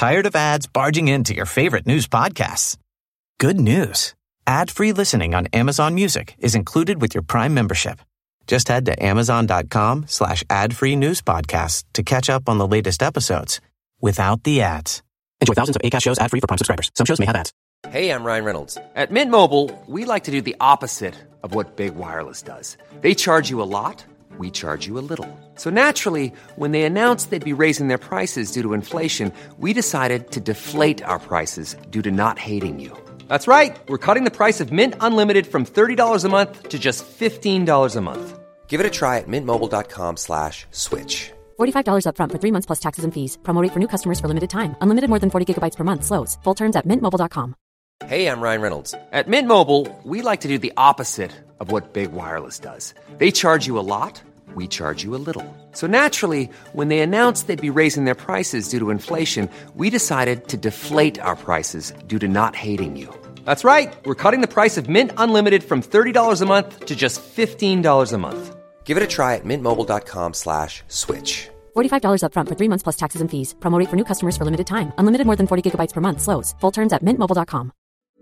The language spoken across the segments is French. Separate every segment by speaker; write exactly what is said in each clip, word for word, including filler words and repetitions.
Speaker 1: Tired of ads barging into your favorite news podcasts? Good news. Ad-free listening on Amazon Music is included with your Prime membership. Just head to amazon.com slash ad-free news podcasts to catch up on the latest episodes without the ads. Enjoy thousands of Acast shows ad-free for Prime subscribers. Some shows may have ads.
Speaker 2: Hey, I'm Ryan Reynolds. At Mint Mobile, we like to do the opposite of what Big Wireless does. They charge you a lot. We charge you a little. So naturally, when they announced they'd be raising their prices due to inflation, we decided to deflate our prices due to not hating you. That's right. We're cutting the price of Mint Unlimited from thirty dollars a month to just fifteen dollars a month. Give it a try at mintmobile.com slash switch.
Speaker 3: forty-five dollars up front for three months plus taxes and fees. Promo rate for new customers for limited time. Unlimited more than forty gigabytes per month slows. Full terms at mint mobile dot com.
Speaker 2: Hey, I'm Ryan Reynolds. At Mint Mobile, we like to do the opposite of what Big Wireless does. They charge you a lot. We charge you a little. So naturally, when they announced they'd be raising their prices due to inflation, we decided to deflate our prices due to not hating you. That's right. We're cutting the price of Mint Unlimited from thirty dollars a month to just fifteen dollars a month. Give it a try at mintmobile.com slash switch.
Speaker 3: forty-five dollars up front for three months plus taxes and fees. Promo rate for new customers for limited time. Unlimited more than forty gigabytes per month slows. Full terms at mint mobile dot com.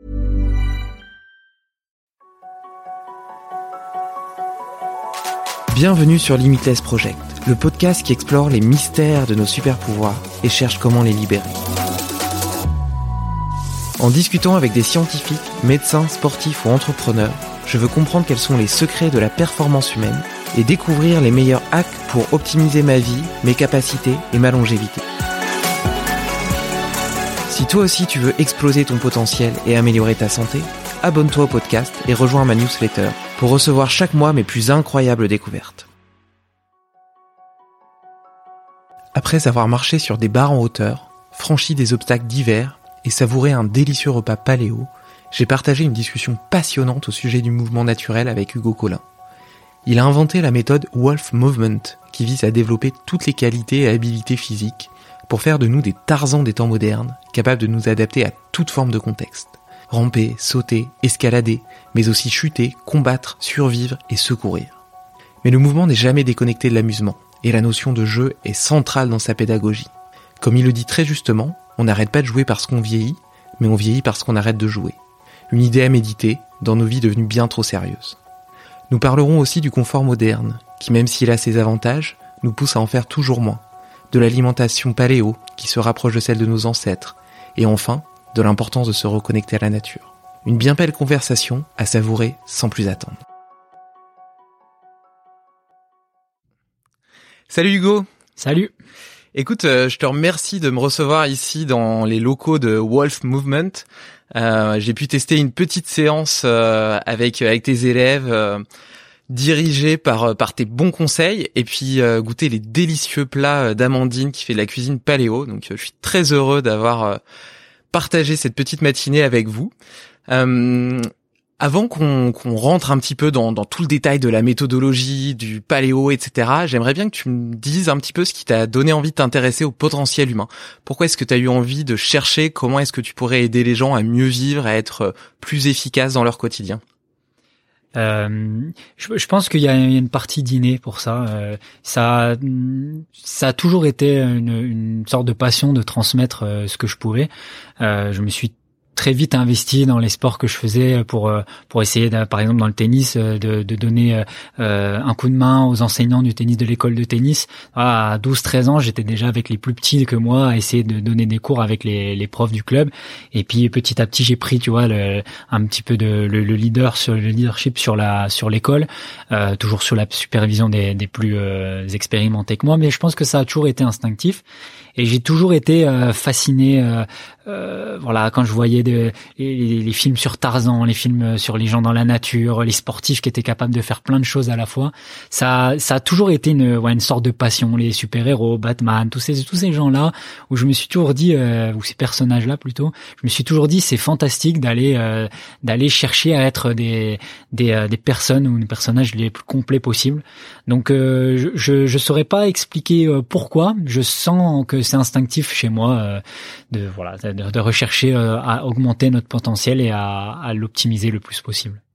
Speaker 4: Bienvenue sur Limitless Project, le podcast qui explore les mystères de nos super-pouvoirs et cherche comment les libérer. En discutant avec des scientifiques, médecins, sportifs ou entrepreneurs, je veux comprendre quels sont les secrets de la performance humaine et découvrir les meilleurs hacks pour optimiser ma vie, mes capacités et ma longévité. Si toi aussi tu veux exploser ton potentiel et améliorer ta santé, abonne-toi au podcast et rejoins ma newsletter pour recevoir chaque mois mes plus incroyables découvertes. Après avoir marché sur des barres en hauteur, franchi des obstacles divers et savouré un délicieux repas paléo, j'ai partagé une discussion passionnante au sujet du mouvement naturel avec Hugo Collin. Il a inventé la méthode Wolf Movement qui vise à développer toutes les qualités et habiletés physiques pour faire de nous des Tarzans des temps modernes, capables de nous adapter à toute forme de contexte. Ramper, sauter, escalader, mais aussi chuter, combattre, survivre et secourir. Mais le mouvement n'est jamais déconnecté de l'amusement, et la notion de jeu est centrale dans sa pédagogie. Comme il le dit très justement, on n'arrête pas de jouer parce qu'on vieillit, mais on vieillit parce qu'on arrête de jouer. Une idée à méditer dans nos vies devenues bien trop sérieuses. Nous parlerons aussi du confort moderne, qui même s'il a ses avantages, nous pousse à en faire toujours moins. De l'alimentation paléo, qui se rapproche de celle de nos ancêtres, et enfin, de l'importance de se reconnecter à la nature. Une bien belle conversation à savourer sans plus attendre. Salut Hugo.
Speaker 5: Salut.
Speaker 4: Écoute, euh, je te remercie de me recevoir ici dans les locaux de Wolf Movement. Euh, j'ai pu tester une petite séance euh, avec avec tes élèves, euh, dirigée par par tes bons conseils, et puis euh, goûter les délicieux plats d'Amandine qui fait de la cuisine paléo. Donc, euh, je suis très heureux d'avoir euh, partagé cette petite matinée avec vous. Euh, Avant qu'on, qu'on rentre un petit peu dans, dans tout le détail de la méthodologie, du paléo, et cetera, j'aimerais bien que tu me dises un petit peu ce qui t'a donné envie de t'intéresser au potentiel humain. Pourquoi est-ce que tu as eu envie de chercher comment est-ce que tu pourrais aider les gens à mieux vivre, à être plus efficaces dans leur quotidien?
Speaker 5: Euh, je, je pense qu'il y a une partie d'inné pour ça. Euh, ça, ça a toujours été une, une sorte de passion de transmettre euh, ce que je pouvais. Euh, je me suis très vite investi dans les sports que je faisais pour pour essayer de, par exemple dans le tennis de, de donner euh, un coup de main aux enseignants du tennis de l'école de tennis. À douze treize ans, j'étais déjà avec les plus petits que moi à essayer de donner des cours avec les les profs du club, et puis petit à petit j'ai pris tu vois le, un petit peu de le, le leader sur le leadership sur la sur l'école, euh, toujours sous la supervision des des plus euh, expérimentés que moi, mais je pense que ça a toujours été instinctif. Et j'ai toujours été euh, fasciné, euh, euh, voilà, quand je voyais de, les, les films sur Tarzan, les films sur les gens dans la nature, les sportifs qui étaient capables de faire plein de choses à la fois. Ça, ça a toujours été une, ouais, une sorte de passion. Les super-héros, Batman, tous ces, tous ces gens-là, où je me suis toujours dit, euh, ou ces personnages-là plutôt, je me suis toujours dit, c'est fantastique d'aller, euh, d'aller chercher à être des, des, euh, des personnes ou des personnages les plus complets possibles. Donc, euh, je, je, je saurais pas expliquer euh, pourquoi. Je sens que c'est instinctif chez moi euh, de voilà de, de rechercher euh, à augmenter notre potentiel et à, à l'optimiser le plus possible.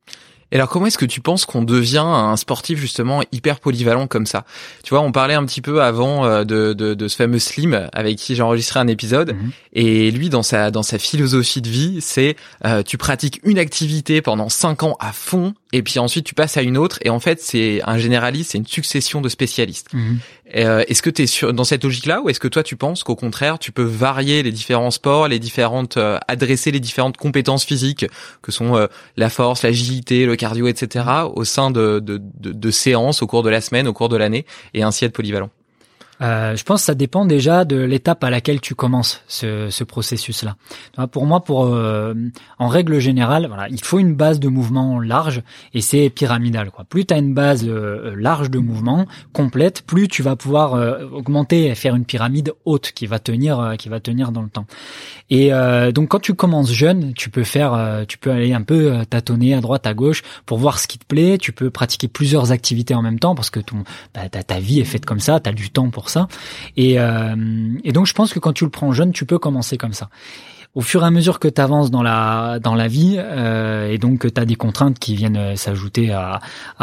Speaker 4: Et alors, comment est-ce que tu penses qu'on devient un sportif justement hyper polyvalent comme ça? Tu vois, on parlait un petit peu avant euh, de, de, de ce fameux Slim avec qui j'ai enregistré un épisode, mmh. et lui, dans sa dans sa philosophie de vie, c'est euh, tu pratiques une activité pendant cinq ans à fond, et puis ensuite tu passes à une autre, et en fait, c'est un généraliste, c'est une succession de spécialistes. Mmh. Euh, est-ce que t'es sur dans cette logique-là, ou est-ce que toi tu penses qu'au contraire, tu peux varier les différents sports, les différentes euh, adresser les différentes compétences physiques que sont euh, la force, l'agilité, le cardio, et cetera, au sein de, de, de, de séances au cours de la semaine, au cours de l'année, et ainsi être polyvalent?
Speaker 5: Euh, je pense que ça dépend déjà de l'étape à laquelle tu commences ce, ce processus-là. Pour moi, pour euh, en règle générale, voilà, il faut une base de mouvement large et c'est pyramidal, quoi. Plus tu as une base euh, large de mouvement complète, plus tu vas pouvoir euh, augmenter et faire une pyramide haute qui va tenir, euh, qui va tenir dans le temps. Et euh, donc quand tu commences jeune, tu peux faire, euh, tu peux aller un peu euh, tâtonner à droite, à gauche pour voir ce qui te plaît. Tu peux pratiquer plusieurs activités en même temps parce que ton, bah, ta, ta vie est faite comme ça, tu as du temps pour ça. Et, euh, et donc je pense que quand tu le prends jeune, tu peux commencer comme ça. Au fur et à mesure que tu avances dans la dans la vie euh, et donc que tu as des contraintes qui viennent s'ajouter à,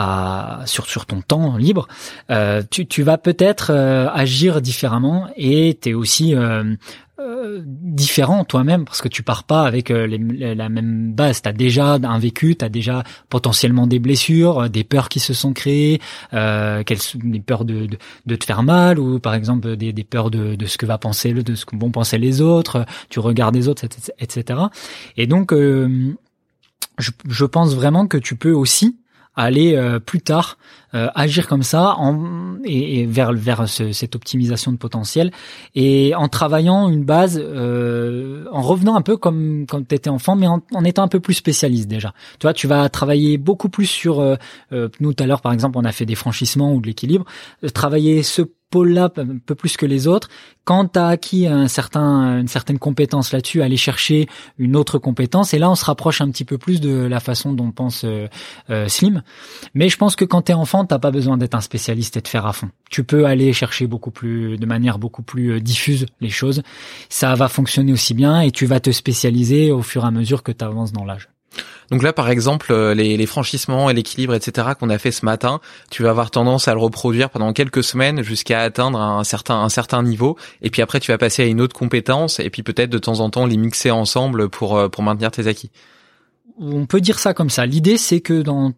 Speaker 5: à sur sur ton temps libre, euh, tu tu vas peut-être euh, agir différemment et tu es aussi euh, Euh, différent toi-même parce que tu pars pas avec euh, les, la même base. T'as déjà un vécu, t'as déjà potentiellement des blessures, des peurs qui se sont créées, euh, quelles sont des peurs de, de de te faire mal ou par exemple des, des peurs de de ce que va penser le de ce que vont penser les autres. Tu regardes les autres, et cetera. Et donc euh, je, je pense vraiment que tu peux aussi aller euh, plus tard euh, agir comme ça en, et, et vers vers ce, cette optimisation de potentiel et en travaillant une base euh, en revenant un peu comme quand tu étais enfant mais en, en étant un peu plus spécialiste déjà. Tu vois, tu vas travailler beaucoup plus sur euh, euh, nous tout à l'heure par exemple on a fait des franchissements ou de l'équilibre, euh, travailler ce pôle-là un peu plus que les autres. Quand tu as acquis un certain, une certaine compétence là-dessus, aller chercher une autre compétence. Et là, on se rapproche un petit peu plus de la façon dont pense euh, euh, Slim. Mais je pense que quand tu es enfant, t'as pas besoin d'être un spécialiste et de faire à fond. Tu peux aller chercher beaucoup plus, de manière beaucoup plus diffuse les choses. Ça va fonctionner aussi bien et tu vas te spécialiser au fur et à mesure que tu avances dans l'âge.
Speaker 4: Donc là, par exemple, les, les franchissements et l'équilibre, et cetera, qu'on a fait ce matin, tu vas avoir tendance à le reproduire pendant quelques semaines jusqu'à atteindre un certain un certain niveau, et puis après, tu vas passer à une autre compétence, et puis peut-être de temps en temps les mixer ensemble pour pour maintenir tes acquis.
Speaker 5: On peut dire ça comme ça. L'idée, c'est que dans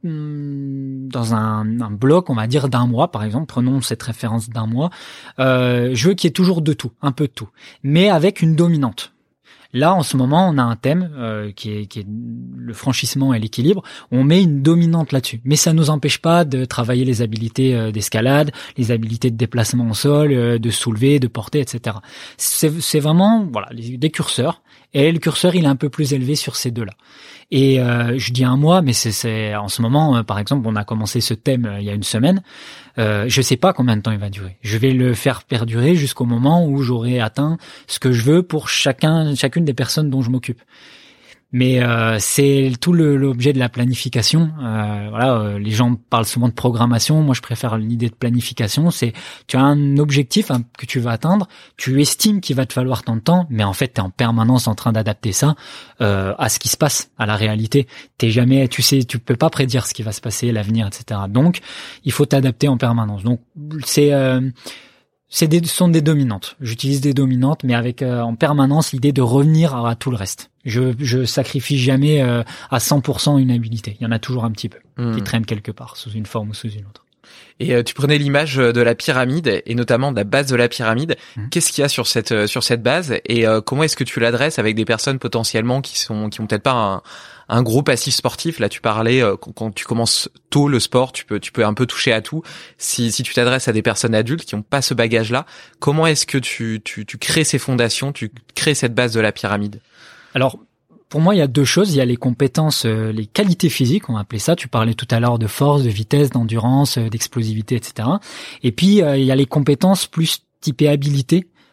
Speaker 5: dans un, un bloc, on va dire d'un mois, par exemple, prenons cette référence d'un mois, euh, je veux qu'il y ait toujours de tout, un peu de tout, mais avec une dominante. Là, en ce moment, on a un thème euh, qui est, qui est le franchissement et l'équilibre. On met une dominante là-dessus, mais ça nous empêche pas de travailler les habiletés euh, d'escalade, les habiletés de déplacement au sol, euh, de soulever, de porter, et cetera. C'est, c'est vraiment voilà des curseurs. Et le curseur, il est un peu plus élevé sur ces deux-là. Et euh, je dis un mois, mais c'est, c'est en ce moment, euh, par exemple, on a commencé ce thème euh, il y a une semaine. Euh, je sais pas combien de temps il va durer. Je vais le faire perdurer jusqu'au moment où j'aurai atteint ce que je veux pour chacun, chacune des personnes dont je m'occupe. Mais euh, c'est tout le, l'objet de la planification. Euh, voilà, euh, les gens parlent souvent de programmation. Moi, je préfère l'idée de planification. C'est tu as un objectif hein, que tu vas atteindre. Tu estimes qu'il va te falloir tant de temps, mais en fait, tu es en permanence en train d'adapter ça euh, à ce qui se passe, à la réalité. T'es jamais, tu sais, tu peux pas prédire ce qui va se passer, l'avenir, et cetera. Donc, il faut t'adapter en permanence. Donc, c'est euh, c'est des sont des dominantes. J'utilise des dominantes, mais avec euh, en permanence l'idée de revenir à, à tout le reste. Je je sacrifie jamais euh, à cent pour cent une habilité. Il y en a toujours un petit peu mmh. qui traîne quelque part sous une forme ou sous une autre.
Speaker 4: Et euh, tu prenais l'image de la pyramide et notamment de la base de la pyramide. Mmh. Qu'est-ce qu'il y a sur cette euh, sur cette base et euh, comment est-ce que tu l'adresses avec des personnes potentiellement qui sont qui ont peut-être pas un un gros passif sportif? Là, tu parlais euh, quand, quand tu commences tôt le sport, tu peux tu peux un peu toucher à tout. Si si tu t'adresses à des personnes adultes qui ont pas ce bagage-là, comment est-ce que tu tu tu crées ces fondations, tu crées cette base de la pyramide?
Speaker 5: Alors, pour moi, il y a deux choses. Il y a les compétences, euh, les qualités physiques, on va appeler ça. Tu parlais tout à l'heure de force, de vitesse, d'endurance, euh, d'explosivité, et cetera. Et puis, euh, il y a les compétences plus typées habilité.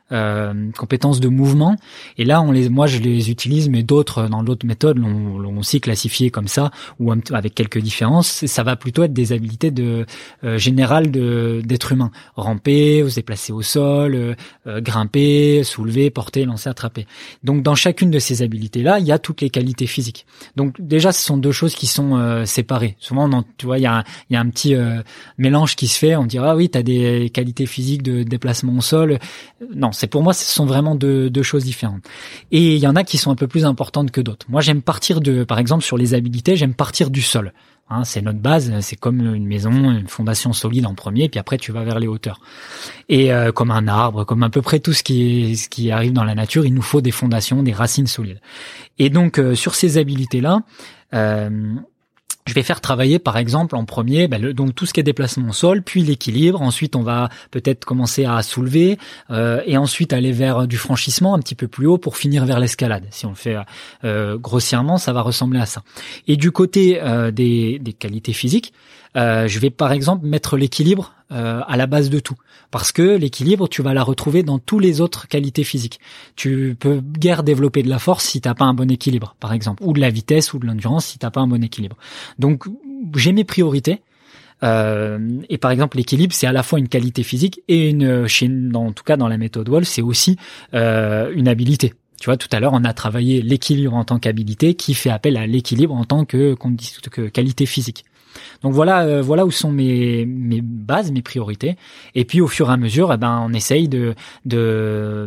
Speaker 5: euh, compétences de mouvement. Et là, on les, moi, je les utilise, mais d'autres dans d'autres méthodes l'ont, l'ont aussi classifié comme ça, ou avec quelques différences. Ça va plutôt être des habilités de euh, générales de d'être humain. Ramper, se déplacer au sol, euh, euh, grimper, soulever, porter, lancer, attraper. Donc, dans chacune de ces habilités-là, il y a toutes les qualités physiques. Donc, déjà, ce sont deux choses qui sont euh, séparées. Souvent, on en, tu vois, il y a, il y a un petit euh, mélange qui se fait. On dira, ah oui, t'as des qualités physiques de déplacement au sol. Non, c'est pour moi, ce sont vraiment deux, deux choses différentes. Et il y en a qui sont un peu plus importantes que d'autres. Moi, j'aime partir de, par exemple, sur les habilités, j'aime partir du sol. Hein, c'est notre base, c'est comme une maison, une fondation solide en premier, puis après tu vas vers les hauteurs. Et euh, comme un arbre, comme à peu près tout ce qui, ce qui arrive dans la nature, il nous faut des fondations, des racines solides. Et donc euh, sur ces habilités-là, euh, je vais faire travailler, par exemple, en premier, ben, le, donc tout ce qui est déplacement au sol, puis l'équilibre. Ensuite, on va peut-être commencer à soulever euh, et ensuite aller vers du franchissement un petit peu plus haut pour finir vers l'escalade. Si on le fait euh, grossièrement, ça va ressembler à ça. Et du côté euh, des, des qualités physiques, euh, je vais par exemple mettre l'équilibre euh, à la base de tout, parce que l'équilibre, tu vas la retrouver dans tous les autres qualités physiques. Tu peux guère développer de la force si t'as pas un bon équilibre, par exemple, ou de la vitesse ou de l'endurance si t'as pas un bon équilibre. Donc j'ai mes priorités. Euh, et par exemple, l'équilibre, c'est à la fois une qualité physique et une, chez, dans, en tout cas dans la méthode Wolf, c'est aussi euh, une habilité. Tu vois, tout à l'heure, on a travaillé l'équilibre en tant qu'habilité qui fait appel à l'équilibre en tant que, que qualité physique. Donc voilà, euh, voilà où sont mes mes bases, mes priorités. Et puis au fur et à mesure, eh ben on essaye de de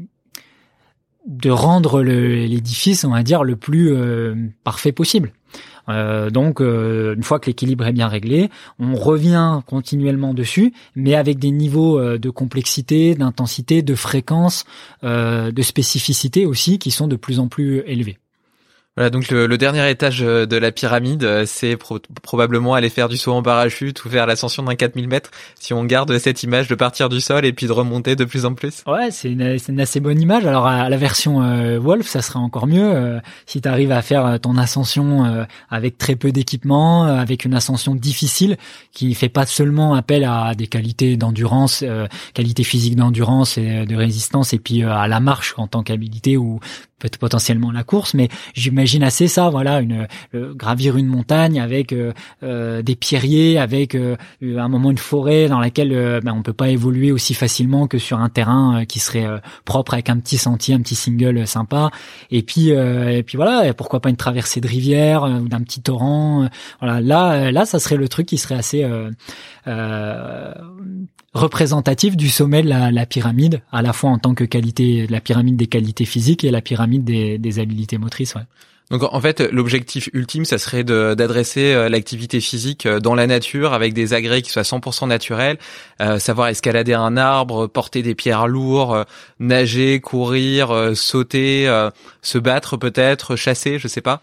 Speaker 5: de rendre le, l'édifice, on va dire, le plus euh, parfait possible. Euh, donc euh, une fois que l'équilibre est bien réglé, on revient continuellement dessus, mais avec des niveaux euh, de complexité, d'intensité, de fréquence, euh, de spécificité aussi qui sont de plus en plus élevés.
Speaker 4: Voilà, donc le, le dernier étage de la pyramide, c'est pro- probablement aller faire du saut en parachute ou faire l'ascension d'un quatre mille mètres, si on garde cette image de partir du sol et puis de remonter de plus en plus.
Speaker 5: Ouais, c'est une, c'est une assez bonne image. Alors à la version euh, Wolf, ça serait encore mieux euh, si tu arrives à faire ton ascension euh, avec très peu d'équipement, euh, avec une ascension difficile qui fait pas seulement appel à des qualités d'endurance, euh, qualités physiques d'endurance et de résistance, et puis euh, à la marche en tant qu'habilité ou peut-être potentiellement la course, mais j'imagine assez ça, voilà, une euh, gravir une montagne avec euh, euh, des pierriers, avec euh, un moment une forêt dans laquelle euh, ben, on peut pas évoluer aussi facilement que sur un terrain euh, qui serait euh, propre avec un petit sentier, un petit single euh, sympa, et puis euh, et puis voilà, et pourquoi pas une traversée de rivière euh, ou d'un petit torrent, euh, voilà, là euh, là ça serait le truc qui serait assez euh, euh, représentatif du sommet de la, la pyramide, à la fois en tant que qualité, la pyramide des qualités physiques et la pyramide des, des habilités motrices. Ouais.
Speaker 4: Donc en fait, l'objectif ultime, ça serait de, d'adresser l'activité physique dans la nature avec des agrès qui soient cent pour cent naturels, euh, savoir escalader un arbre, porter des pierres lourdes, nager, courir, euh, sauter, euh, se battre peut-être, chasser, je sais pas.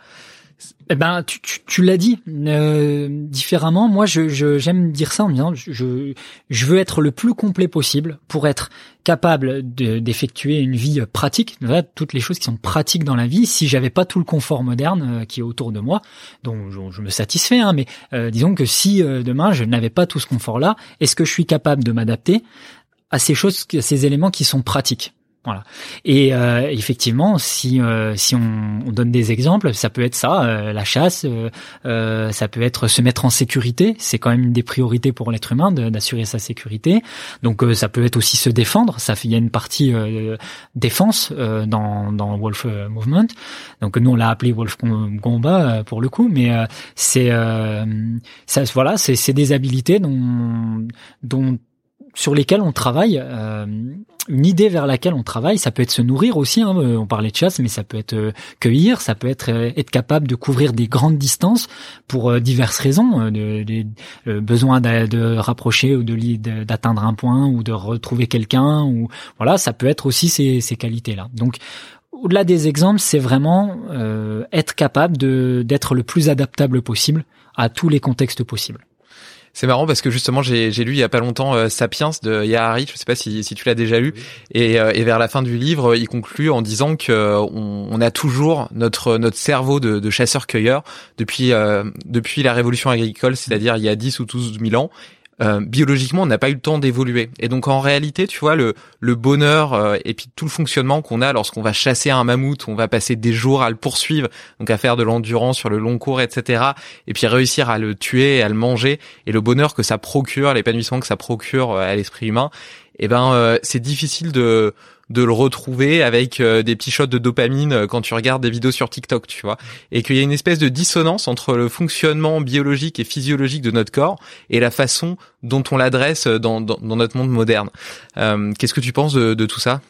Speaker 5: Eh ben, tu, tu, tu l'as dit euh, différemment. Moi, je, je j'aime dire ça en me disant, je je veux être le plus complet possible pour être capable de, d'effectuer une vie pratique. Voilà, toutes les choses qui sont pratiques dans la vie. Si j'avais pas tout le confort moderne euh, qui est autour de moi, dont je, je me satisfais, hein, mais euh, disons que si euh, demain je n'avais pas tout ce confort-là, est-ce que je suis capable de m'adapter à ces choses, à ces éléments qui sont pratiques? Voilà. Et euh, effectivement, si euh, si on, on donne des exemples, ça peut être ça, euh, la chasse, euh, euh, ça peut être se mettre en sécurité. C'est quand même une des priorités pour l'être humain de, d'assurer sa sécurité. Donc euh, ça peut être aussi se défendre. Ça fait, il y a une partie euh, défense euh, dans dans Wolf Movement. Donc nous on l'a appelé Wolf Combat euh, pour le coup, mais euh, c'est euh, ça, voilà, c'est c'est des habilités dont dont sur lesquelles on travaille, euh, une idée vers laquelle on travaille. Ça peut être se nourrir aussi, hein, on parlait de chasse, mais ça peut être euh, cueillir, ça peut être euh, être capable de couvrir des grandes distances pour euh, diverses raisons, euh, de, de, de besoin de, de rapprocher ou de, de d'atteindre un point ou de retrouver quelqu'un, ou voilà, ça peut être aussi ces, ces qualités-là. Donc au-delà des exemples, c'est vraiment euh, être capable de d'être le plus adaptable possible à tous les contextes possibles.
Speaker 4: C'est marrant parce que justement j'ai j'ai lu il y a pas longtemps euh, Sapiens de Yair Harari, je sais pas si si tu l'as déjà lu, et euh, et vers la fin du livre, il conclut en disant que euh, on, on a toujours notre notre cerveau de, de chasseur-cueilleur depuis euh, depuis la révolution agricole, c'est-à-dire il y a dix ou douze mille ans. euh, biologiquement, on n'a pas eu le temps d'évoluer. Et donc, en réalité, tu vois, le, le bonheur euh, et puis tout le fonctionnement qu'on a lorsqu'on va chasser un mammouth, on va passer des jours à le poursuivre, donc à faire de l'endurance sur le long cours, et cetera. Et puis réussir à le tuer, à le manger, et le bonheur que ça procure, l'épanouissement que ça procure à l'esprit humain, eh ben, euh, c'est difficile de de le retrouver avec euh, des petits shots de dopamine euh, quand tu regardes des vidéos sur TikTok, tu vois. Et qu'il y a une espèce de dissonance entre le fonctionnement biologique et physiologique de notre corps et la façon dont on l'adresse dans, dans, dans notre monde moderne. Euh, qu'est-ce que tu penses de, de tout ça ?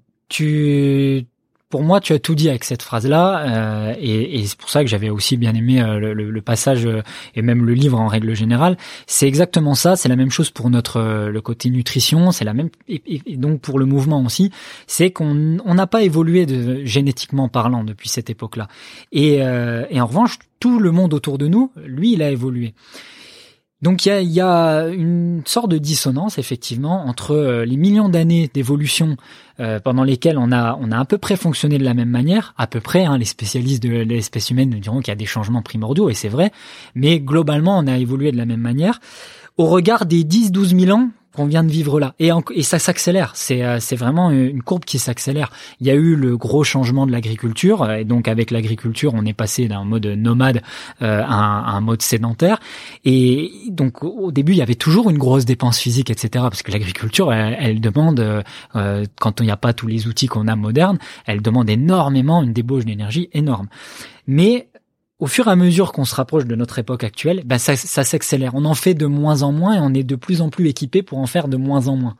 Speaker 5: Tu... Pour moi, tu as tout dit avec cette phrase-là, euh, et, et c'est pour ça que j'avais aussi bien aimé euh, le, le passage euh, et même le livre en règle générale. C'est exactement ça. C'est la même chose pour notre euh, le côté nutrition. C'est la même et, et donc pour le mouvement aussi. C'est qu'on on n'a pas évolué de, génétiquement parlant depuis cette époque-là. Et, euh, et en revanche, tout le monde autour de nous, lui, il a évolué. Donc il y a, il y a une sorte de dissonance effectivement entre les millions d'années d'évolution euh, pendant lesquelles on a on a à peu près fonctionné de la même manière, à peu près. Hein, les spécialistes de l'espèce humaine nous diront qu'il y a des changements primordiaux et c'est vrai, mais globalement on a évolué de la même manière. Au regard des dix douze mille ans qu'on vient de vivre là, et, en, et ça s'accélère. C'est euh, c'est vraiment une courbe qui s'accélère. Il y a eu le gros changement de l'agriculture, et donc avec l'agriculture, on est passé d'un mode nomade euh, à, un, à un mode sédentaire. Et donc au début, il y avait toujours une grosse dépense physique, et cetera. Parce que l'agriculture, elle, elle demande, euh, quand il n'y a pas tous les outils qu'on a modernes, elle demande énormément une débauche d'énergie énorme. Mais au fur et à mesure qu'on se rapproche de notre époque actuelle, ben ça, ça s'accélère. On en fait de moins en moins et on est de plus en plus équipé pour en faire de moins en moins.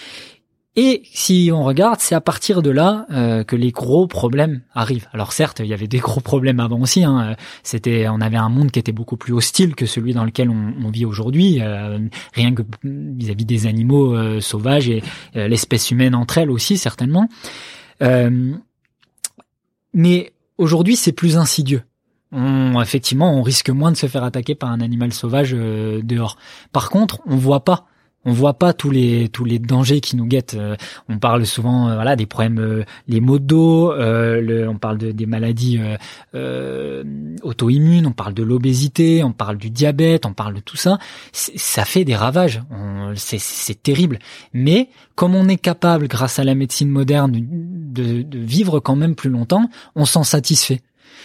Speaker 5: Et si on regarde, c'est à partir de là euh, que les gros problèmes arrivent. Alors certes, il y avait des gros problèmes avant aussi. Hein. C'était, on avait un monde qui était beaucoup plus hostile que celui dans lequel on, on vit aujourd'hui, euh, rien que vis-à-vis des animaux euh, sauvages et euh, l'espèce humaine entre elles aussi certainement. Euh, mais aujourd'hui, c'est plus insidieux. On, effectivement, on risque moins de se faire attaquer par un animal sauvage euh, dehors. Par contre, on voit pas, on voit pas tous les tous les dangers qui nous guettent. Euh, on parle souvent, euh, voilà, des problèmes, euh, les maux de dos. Euh, le, on parle de, des maladies euh, euh, auto-immunes. On parle de l'obésité. On parle du diabète. On parle de tout ça. C'est, ça fait des ravages. On, c'est, c'est terrible. Mais comme on est capable, grâce à la médecine moderne, de, de vivre quand même plus longtemps, on s'en satisfait.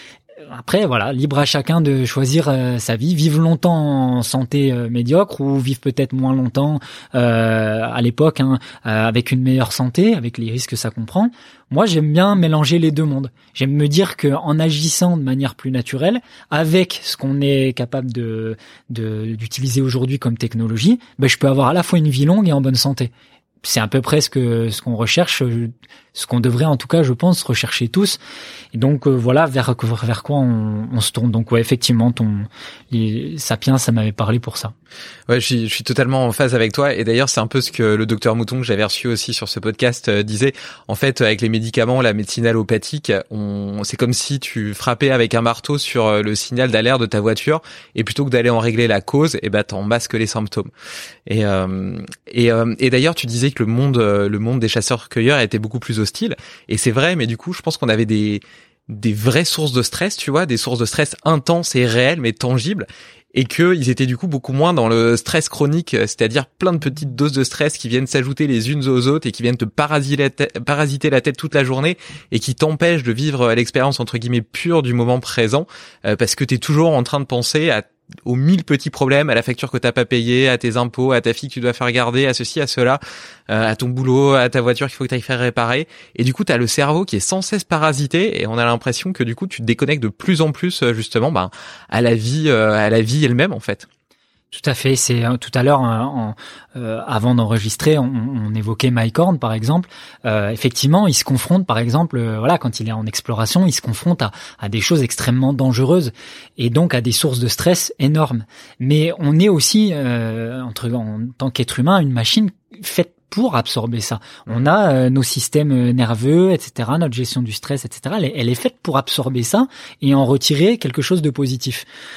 Speaker 5: Après, voilà, libre à chacun de choisir euh, sa vie, vivre longtemps en santé euh, médiocre ou vivre peut-être moins longtemps euh, à l'époque hein, euh, avec une meilleure santé, avec les risques que ça comprend. Moi, j'aime bien mélanger les deux mondes. J'aime me dire que en agissant de manière plus naturelle, avec ce qu'on est capable de, de d'utiliser aujourd'hui comme technologie, ben, je peux avoir à la fois une vie longue et en bonne santé. C'est à peu près ce que ce qu'on recherche, ce qu'on devrait en tout cas, je pense, rechercher tous. Et donc euh, voilà vers vers quoi on, on se tourne. Donc ouais, effectivement, ton les Sapiens, ça m'avait parlé pour ça.
Speaker 4: Ouais, je suis, je suis totalement en phase avec toi. Et d'ailleurs, c'est un peu ce que le docteur Mouton que j'avais reçu aussi sur ce podcast euh, disait. En fait, avec les médicaments, la médecine allopathique, on, c'est comme si tu frappais avec un marteau sur le signal d'alerte de ta voiture, et plutôt que d'aller en régler la cause, et ben t'en masques les symptômes. Et euh, et, euh, et d'ailleurs, tu disais que le monde, le monde des chasseurs-cueilleurs était beaucoup plus hostile. Et c'est vrai, mais du coup, je pense qu'on avait des des vraies sources de stress, tu vois, des sources de stress intenses et réelles, mais tangibles. Et que ils étaient du coup beaucoup moins dans le stress chronique, c'est-à-dire plein de petites doses de stress qui viennent s'ajouter les unes aux autres et qui viennent te parasiter la tête, parasiter la tête toute la journée et qui t'empêchent de vivre l'expérience entre guillemets pure du moment présent, euh, parce que t'es toujours en train de penser à aux mille petits problèmes, à la facture que t'as pas payée, à tes impôts, à ta fille que tu dois faire garder, à ceci, à cela, euh, à ton boulot, à ta voiture qu'il faut que t'ailles faire réparer. Et du coup, t'as le cerveau qui est sans cesse parasité et on a l'impression que du coup, tu te déconnectes de plus en plus justement, ben, à la vie, euh, à la vie elle-même en fait.
Speaker 5: Tout à fait. C'est euh, tout à l'heure, en, euh, avant d'enregistrer, on, on évoquait Mike Horn, par exemple. Euh, effectivement, il se confronte, par exemple, euh, voilà, quand il est en exploration, il se confronte à, à des choses extrêmement dangereuses et donc à des sources de stress énormes. Mais on est aussi, euh, entre, en tant qu'être humain, une machine faite pour absorber ça. On a euh, nos systèmes nerveux, et cetera, notre gestion du stress, et cetera. Elle est, elle est faite pour absorber ça et en retirer quelque chose de positif.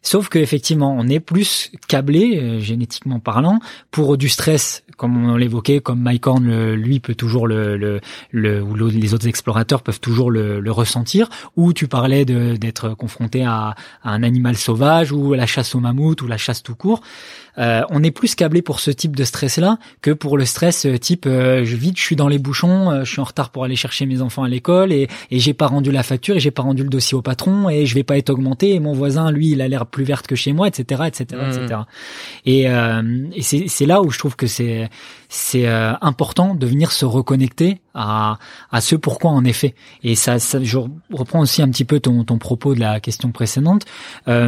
Speaker 5: Sauf que effectivement, on est plus câblé, euh, génétiquement parlant, pour du stress, comme on l'évoquait, comme Mike Horn, le, lui, peut toujours le, le, le ou les autres explorateurs peuvent toujours le, le ressentir. Ou tu parlais de, d'être confronté à, à un animal sauvage, ou à la chasse au mammouth, ou la chasse tout court. Euh, on est plus câblé pour ce type de stress-là que pour le stress type euh, je vite, je suis dans les bouchons, euh, je suis en retard pour aller chercher mes enfants à l'école et, et j'ai pas rendu la facture et j'ai pas rendu le dossier au patron et je vais pas être augmenté et mon voisin lui il a l'air plus verte que chez moi, et cetera, et cetera, mmh. et cetera. Et, euh, et c'est, c'est là où je trouve que c'est c'est euh, important de venir se reconnecter à à ce pourquoi en effet. Et ça, ça je reprends aussi un petit peu ton ton propos de la question précédente. Euh,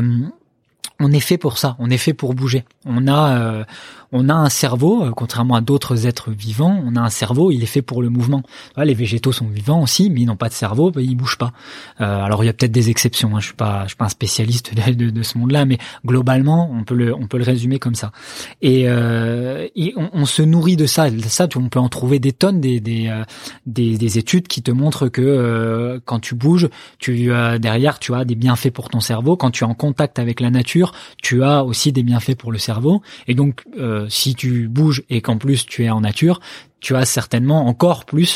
Speaker 5: On est fait pour ça, on est fait pour bouger. On a, euh, on a un cerveau, euh, contrairement à d'autres êtres vivants, on a un cerveau, il est fait pour le mouvement. Ouais, les végétaux sont vivants aussi, mais ils n'ont pas de cerveau, bah, ils bougent pas. Euh, alors il y a peut-être des exceptions. Hein, je suis pas, je suis pas un spécialiste de, de, de ce monde-là, mais globalement, on peut le, on peut le résumer comme ça. Et, euh, et on, on se nourrit de ça. Ça, on peut en trouver des tonnes, des, des, euh, des, des études qui te montrent que euh, quand tu bouges, tu euh, derrière, tu as des bienfaits pour ton cerveau. Quand tu es en contact avec la nature, tu as aussi des bienfaits pour le cerveau. Et donc, euh, si tu bouges et qu'en plus tu es en nature, tu as certainement encore plus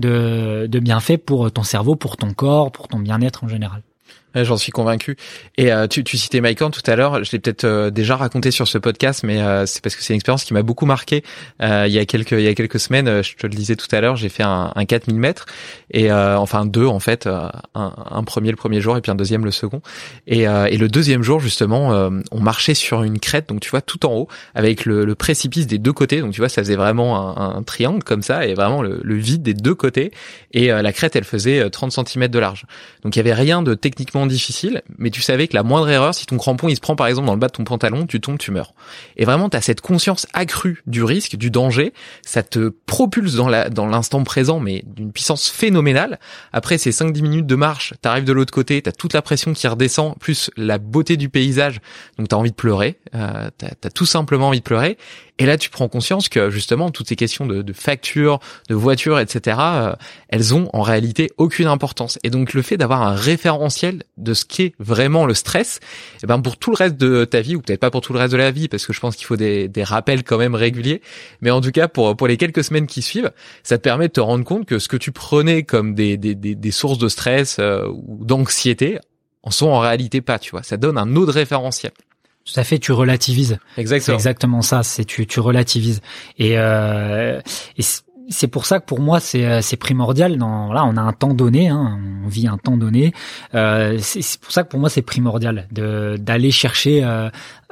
Speaker 5: de, de bienfaits pour ton cerveau, pour ton corps, pour ton bien-être en général.
Speaker 4: Ouais, j'en suis convaincu. Et euh, tu, tu citais Mike Horn tout à l'heure. Je l'ai peut-être euh, déjà raconté sur ce podcast, mais euh, c'est parce que c'est une expérience qui m'a beaucoup marqué. Euh, il y a quelques il y a quelques semaines, euh, je te le disais tout à l'heure, j'ai fait un, un quatre mille mètres et euh, enfin deux en fait, euh, un, un premier le premier jour et puis un deuxième le second. Et, euh, et le deuxième jour justement, euh, on marchait sur une crête, donc tu vois tout en haut, avec le, le précipice des deux côtés. Donc tu vois, ça faisait vraiment un, un triangle comme ça et vraiment le, le vide des deux côtés. Et euh, la crête, elle faisait trente centimètres de large. Donc il y avait rien de techniquement difficile, mais tu savais que la moindre erreur, si ton crampon il se prend par exemple dans le bas de ton pantalon, tu tombes, tu meurs. Et vraiment, tu as cette conscience accrue du risque, du danger, ça te propulse dans la dans l'instant présent, mais d'une puissance phénoménale. Après ces cinq dix minutes de marche, t'arrives de l'autre côté, t'as toute la pression qui redescend, plus la beauté du paysage, donc t'as envie de pleurer, euh, t'as, t'as tout simplement envie de pleurer. Et là, tu prends conscience que justement, toutes ces questions de, de factures, de voitures, et cetera, euh, elles ont en réalité aucune importance. Et donc, le fait d'avoir un référentiel de ce qu'est vraiment le stress, eh ben pour tout le reste de ta vie, ou peut-être pas pour tout le reste de la vie, parce que je pense qu'il faut des, des rappels quand même réguliers, mais en tout cas, pour pour les quelques semaines qui suivent, ça te permet de te rendre compte que ce que tu prenais comme des des des, des sources de stress euh, ou d'anxiété en sont en réalité pas. Tu vois, ça donne un autre référentiel.
Speaker 5: Tout à fait, tu relativises.
Speaker 4: Exactement.
Speaker 5: C'est exactement ça. C'est tu tu relativises. Et euh, et c'est pour ça que pour moi c'est c'est primordial. Dans là, on a un temps donné, hein, on vit un temps donné. Euh, c'est, c'est pour ça que pour moi c'est primordial de d'aller chercher euh,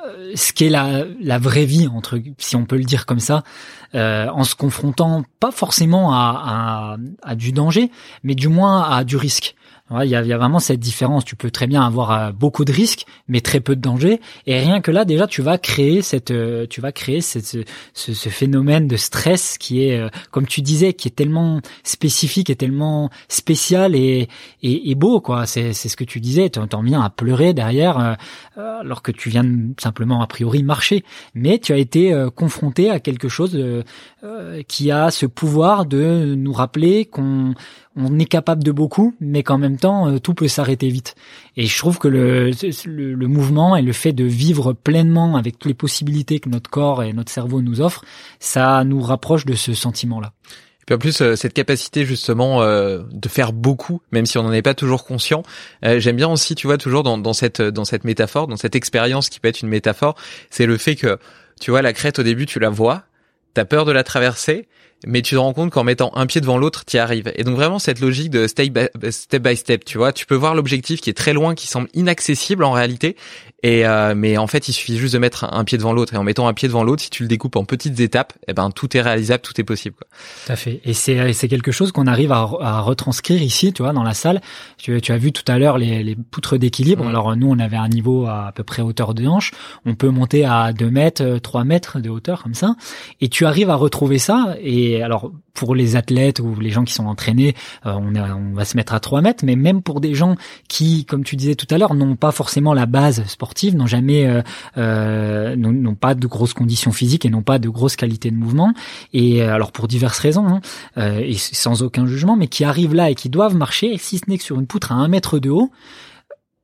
Speaker 5: ce qu'est la la vraie vie, entre si on peut le dire comme ça, euh, en se confrontant pas forcément à, à à du danger, mais du moins à du risque. Il y a, il y a vraiment cette différence. Tu peux très bien avoir euh, beaucoup de risques, mais très peu de dangers. Et rien que là, déjà, tu vas créer cette, euh, tu vas créer cette, ce, ce, ce phénomène de stress qui est, euh, comme tu disais, qui est tellement spécifique et tellement spécial et, et, et beau, quoi. C'est, c'est ce que tu disais. Tu t'en viens à pleurer derrière, euh, alors que tu viens de, simplement a priori marcher. Mais tu as été euh, confronté à quelque chose euh, euh, qui a ce pouvoir de nous rappeler qu'on on est capable de beaucoup, mais qu'en même temps, tout peut s'arrêter vite. Et je trouve que le, le, le mouvement et le fait de vivre pleinement avec toutes les possibilités que notre corps et notre cerveau nous offrent, ça nous rapproche de ce sentiment-là.
Speaker 4: Et puis en plus, euh, cette capacité justement euh, de faire beaucoup, même si on n'en est pas toujours conscient, euh, j'aime bien aussi, tu vois, toujours dans, dans cette dans cette métaphore, dans cette expérience qui peut être une métaphore, c'est le fait que, tu vois, la crête au début, tu la vois, t'as peur de la traverser, mais tu te rends compte qu'en mettant un pied devant l'autre, tu y arrives. Et donc vraiment cette logique de step by, step by step, tu vois, tu peux voir l'objectif qui est très loin, qui semble inaccessible en réalité, et euh, mais en fait il suffit juste de mettre un, un pied devant l'autre, et en mettant un pied devant l'autre, si tu le découpes en petites étapes, eh ben tout est réalisable, tout est possible, quoi.
Speaker 5: Tout à fait. Et c'est c'est quelque chose qu'on arrive à, à retranscrire ici, tu vois, dans la salle. Tu, tu as vu tout à l'heure les, les poutres d'équilibre. Mmh. Alors nous on avait un niveau à, à peu près hauteur de hanche. On peut monter à deux mètres, trois mètres de hauteur comme ça, et tu arrives à retrouver ça. Et alors pour les athlètes ou les gens qui sont entraînés, euh, on, est, on va se mettre à trois mètres, mais même pour des gens qui, comme tu disais tout à l'heure, n'ont pas forcément la base sportive, n'ont jamais, euh, euh, n'ont, n'ont pas de grosses conditions physiques et n'ont pas de grosses qualités de mouvement, et alors pour diverses raisons, hein, euh, et sans aucun jugement, mais qui arrivent là et qui doivent marcher, si ce n'est que sur une poutre à un mètre de haut,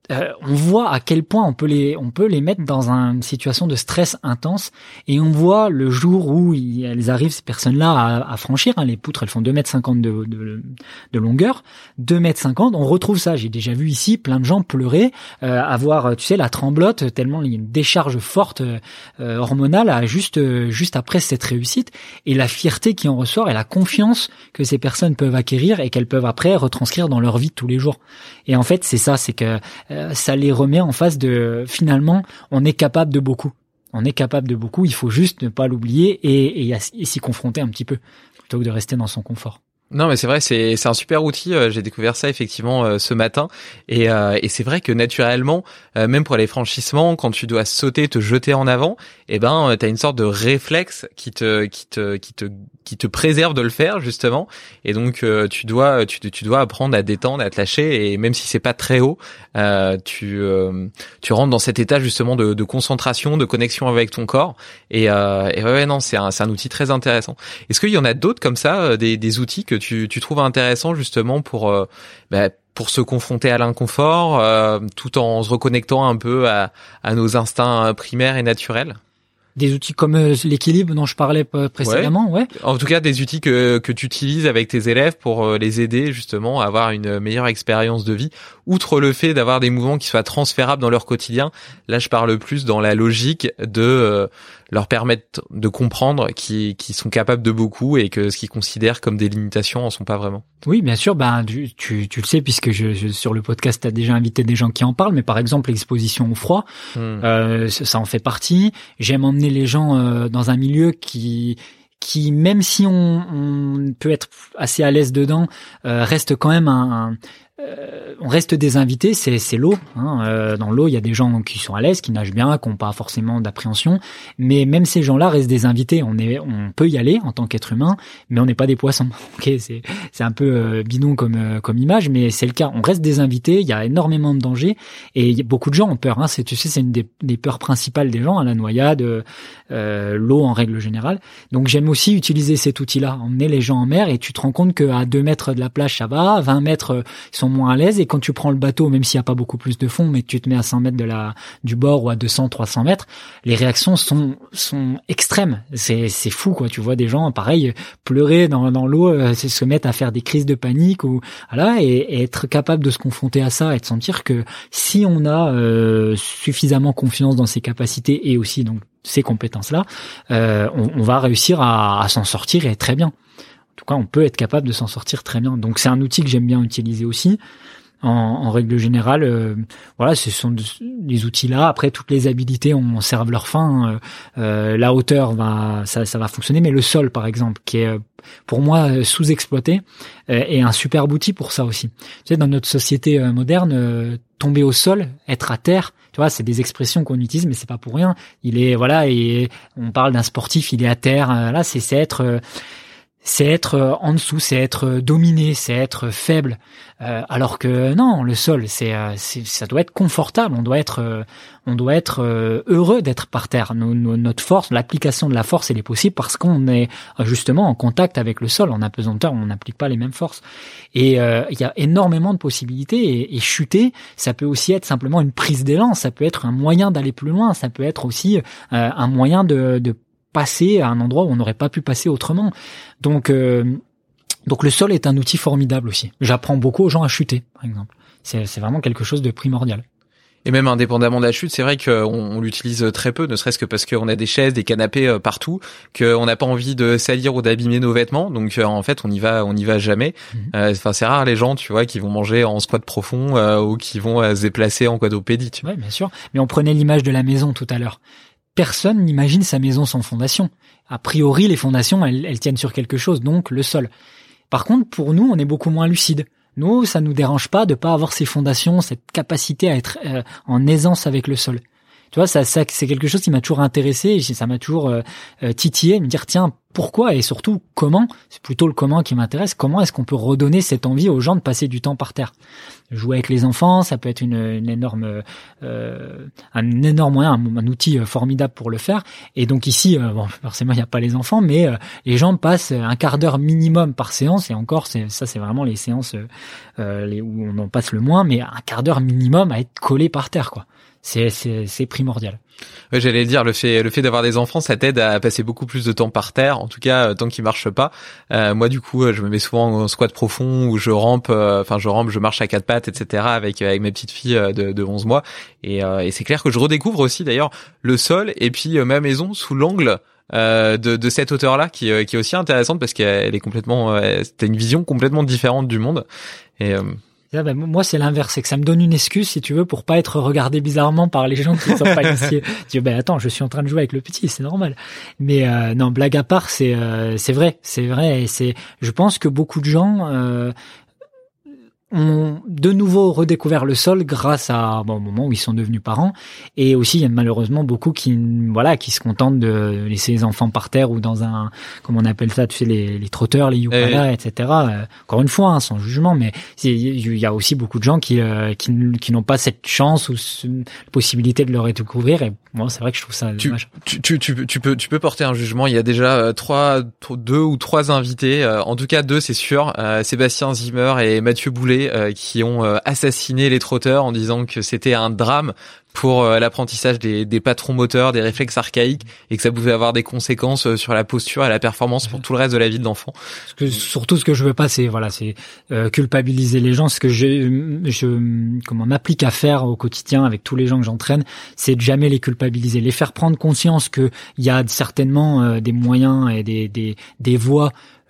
Speaker 5: Euh, on voit à quel point on peut les on peut les mettre dans une situation de stress intense, et on voit le jour où il, elles arrivent, ces personnes-là, à, à franchir, hein, les poutres, elles font deux mètres cinquante de, de, de longueur, deux mètres cinquante, on retrouve ça. J'ai déjà vu ici plein de gens pleurer, euh, avoir, tu sais, la tremblote, tellement il y a une décharge forte euh, hormonale à juste euh, juste après cette réussite, et la fierté qui en ressort et la confiance que ces personnes peuvent acquérir et qu'elles peuvent après retranscrire dans leur vie de tous les jours. Et en fait, c'est ça, c'est que euh, ça les remet en face de, finalement, on est capable de beaucoup. On est capable de beaucoup, il faut juste ne pas l'oublier et, et, et s'y confronter un petit peu, plutôt que de rester dans son confort.
Speaker 4: Non, mais c'est vrai, c'est c'est un super outil. J'ai découvert ça effectivement ce matin, et euh, et c'est vrai que naturellement, euh, même pour les franchissements, quand tu dois sauter, te jeter en avant, eh ben t'as une sorte de réflexe qui te qui te qui te qui te préserve de le faire justement. Et donc euh, tu dois tu tu dois apprendre à détendre, à te lâcher, et même si c'est pas très haut, euh, tu euh, tu rentres dans cet état justement de, de concentration, de connexion avec ton corps. Et, euh, et ouais, ouais non, c'est un c'est un outil très intéressant. Est-ce qu'il y en a d'autres comme ça, des des outils que tu tu trouves intéressants justement pour euh, bah, pour se confronter à l'inconfort, euh, tout en se reconnectant un peu à à nos instincts primaires et naturels?
Speaker 5: Des outils comme euh, l'équilibre dont je parlais précédemment, ouais. ouais.
Speaker 4: En tout cas, des outils que que tu utilises avec tes élèves pour euh, les aider justement à avoir une meilleure expérience de vie, outre le fait d'avoir des mouvements qui soient transférables dans leur quotidien. Là, je parle plus dans la logique de euh, leur permettre de comprendre qu'ils qu'ils sont capables de beaucoup, et que ce qu'ils considèrent comme des limitations en sont pas vraiment.
Speaker 5: Oui, bien sûr. Ben, tu, tu, tu le sais, puisque je, je sur le podcast, t'as déjà invité des gens qui en parlent. Mais par exemple, l'exposition au froid, mmh. euh, ça en fait partie. J'aime emmener les gens euh, dans un milieu qui qui, même si on, on peut être assez à l'aise dedans, euh, reste quand même un, un Euh, on reste des invités, c'est c'est l'eau. Hein. Euh, dans l'eau, il y a des gens qui sont à l'aise, qui nagent bien, qui n'ont pas forcément d'appréhension. Mais même ces gens-là restent des invités. On est, on peut y aller en tant qu'être humain, mais on n'est pas des poissons. Ok, c'est c'est un peu euh, bidon comme euh, comme image, mais c'est le cas. On reste des invités. Il y a énormément de dangers, et y a beaucoup de gens ont peur. Hein. C'est, tu sais, c'est une des, des peurs principales des gens, hein, la noyade, euh, l'eau en règle générale. Donc j'aime aussi utiliser cet outil-là, emmener les gens en mer, et tu te rends compte qu'à deux mètres de la plage, ça va, à vingt mètres, ils sont moins à l'aise, et quand tu prends le bateau, même s'il n'y a pas beaucoup plus de fond, mais que tu te mets à cent mètres de la du bord, ou à deux cents, trois cents mètres, les réactions sont sont extrêmes. C'est c'est fou, quoi. Tu vois des gens, pareil, pleurer dans dans l'eau, euh, se mettre à faire des crises de panique, ou voilà, et, et être capable de se confronter à ça, et de sentir que si on a euh, suffisamment confiance dans ses capacités, et aussi donc ces compétences-là, euh, on, on va réussir à, à s'en sortir, et très bien. En tout cas, on peut être capable de s'en sortir très bien. Donc, c'est un outil que j'aime bien utiliser aussi. En, en règle générale, euh, voilà, ce sont des outils-là. Après, toutes les habilités on servent leur fin. Euh, la hauteur va, ça, ça va fonctionner, mais le sol, par exemple, qui est pour moi sous-exploité, euh, est un superbe outil pour ça aussi. Tu sais, dans notre société euh, moderne, euh, tomber au sol, être à terre, tu vois, c'est des expressions qu'on utilise, mais c'est pas pour rien. Il est, voilà, et on parle d'un sportif, il est à terre. Euh, là, c'est, c'est être euh, c'est être en dessous, c'est être dominé, c'est être faible. Euh, alors que non, le sol, c'est, c'est, ça doit être confortable. On doit être, euh, on doit être euh, heureux d'être par terre. Nos, nos, notre force, l'application de la force, elle est possible parce qu'on est justement en contact avec le sol. En apesanteur, on n'applique pas les mêmes forces. Et euh, il y a énormément de possibilités. Et, et chuter, ça peut aussi être simplement une prise d'élan. Ça peut être un moyen d'aller plus loin. Ça peut être aussi euh, un moyen de, de passer à un endroit où on n'aurait pas pu passer autrement. Donc, euh, donc le sol est un outil formidable aussi. J'apprends beaucoup aux gens à chuter, par exemple. C'est, c'est vraiment quelque chose de primordial.
Speaker 4: Et même indépendamment de la chute, c'est vrai qu'on on l'utilise très peu, ne serait-ce que parce qu'on a des chaises, des canapés partout, qu'on n'a pas envie de salir ou d'abîmer nos vêtements. Donc en fait, on y va, on n'y va jamais. Enfin, mmh. euh, c'est rare les gens, tu vois, qui vont manger en squat profond euh, ou qui vont euh, se déplacer en quadrupédie. Tu vois.
Speaker 5: Ouais, bien sûr. Mais on prenait l'image de la maison tout à l'heure. Personne n'imagine sa maison sans fondation. A priori, les fondations, elles, elles tiennent sur quelque chose, donc le sol. Par contre, pour nous, on est beaucoup moins lucide. Nous, ça nous dérange pas de pas avoir ces fondations, cette capacité à être euh, en aisance avec le sol. Tu vois, ça, ça c'est quelque chose qui m'a toujours intéressé, et ça m'a toujours euh, titillé, me dire tiens, pourquoi et surtout comment, c'est plutôt le comment qui m'intéresse, comment est-ce qu'on peut redonner cette envie aux gens de passer du temps par terre. Jouer avec les enfants, ça peut être une, une énorme, euh, un énorme moyen, un, un outil formidable pour le faire. Et donc ici, euh, bon, forcément il n'y a pas les enfants, mais euh, les gens passent un quart d'heure minimum par séance, et encore, c'est, ça c'est vraiment les séances euh, les, où on en passe le moins, mais un quart d'heure minimum à être collé par terre, quoi. C'est, c'est, c'est primordial.
Speaker 4: Ouais, j'allais dire, le fait, le fait d'avoir des enfants, ça t'aide à passer beaucoup plus de temps par terre, en tout cas, tant qu'ils marchent pas. Euh, moi, du coup, je me mets souvent en squat profond où je rampe, enfin, euh, je rampe, je marche à quatre pattes, et cetera avec, avec mes petites filles de, de onze mois. Et, euh, et c'est clair que je redécouvre aussi, d'ailleurs, le sol et puis euh, ma maison sous l'angle Euh, de, de cette hauteur-là, qui, euh, qui est aussi intéressante parce qu'elle est complètement, euh, c'était une vision complètement différente du monde. Et euh,
Speaker 5: Ah ben, moi, c'est l'inverse, c'est que ça me donne une excuse, si tu veux, pour pas être regardé bizarrement par les gens qui ne sont pas initiés. Tu dis, ben attends, je suis en train de jouer avec le petit, c'est normal. Mais euh, non, blague à part, c'est euh, c'est vrai, c'est vrai, et c'est, je pense que beaucoup de gens euh, ont de nouveau redécouvert le sol grâce à bon, au moment où ils sont devenus parents, et aussi il y a malheureusement beaucoup qui voilà qui se contentent de laisser les enfants par terre ou dans un, comment on appelle ça, tu sais, les, les trotteurs, les yupala, et cetera. Euh, encore une fois, hein, sans jugement, mais il y a aussi beaucoup de gens qui euh, qui, qui n'ont pas cette chance ou ce, la possibilité de le redécouvrir, et moi c'est vrai que je trouve ça
Speaker 4: tu,
Speaker 5: dommage.
Speaker 4: Tu, tu, tu, tu peux tu peux porter un jugement. Il y a déjà euh, trois deux ou trois invités, euh, en tout cas deux c'est sûr, euh, Sébastien Zimmer et Mathieu Boulet, Euh, qui ont euh, assassiné les trotteurs en disant que c'était un drame pour euh, l'apprentissage des, des patrons moteurs, des réflexes archaïques, et que ça pouvait avoir des conséquences euh, sur la posture et la performance pour tout le reste de la vie de l'enfant.
Speaker 5: Ce que, surtout, ce que je veux pas, c'est voilà, c'est euh, culpabiliser les gens. Ce que je, je comment m'applique à faire au quotidien avec tous les gens que j'entraîne, c'est de jamais les culpabiliser, les faire prendre conscience que il y a certainement euh, des moyens et des des des voies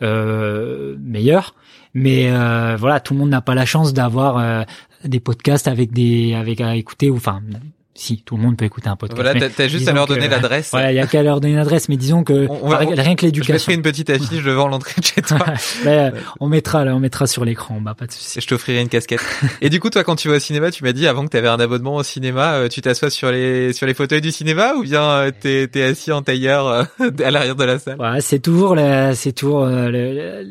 Speaker 5: euh, meilleures. Mais euh, voilà, tout le monde n'a pas la chance d'avoir euh, des podcasts avec des avec à écouter, ou enfin si, tout le monde peut écouter un podcast.
Speaker 4: Voilà, t'as, t'as juste à leur donner que, l'adresse.
Speaker 5: Voilà, il y a qu'à leur donner l'adresse, mais disons que
Speaker 4: on, on va,
Speaker 5: rien que l'éducation.
Speaker 4: Je mettrai une petite affiche devant l'entrée de chez toi.
Speaker 5: Là, on mettra, là, on mettra sur l'écran, bah pas de souci.
Speaker 4: Je t'offrirai une casquette. Et du coup, toi, quand tu vas au cinéma, tu m'as dit avant que t'avais un abonnement au cinéma, tu t'assois sur les sur les fauteuils du cinéma, ou bien t'es t'es assis en tailleur à l'arrière de la salle?
Speaker 5: Ouais, c'est toujours la, c'est toujours le, le,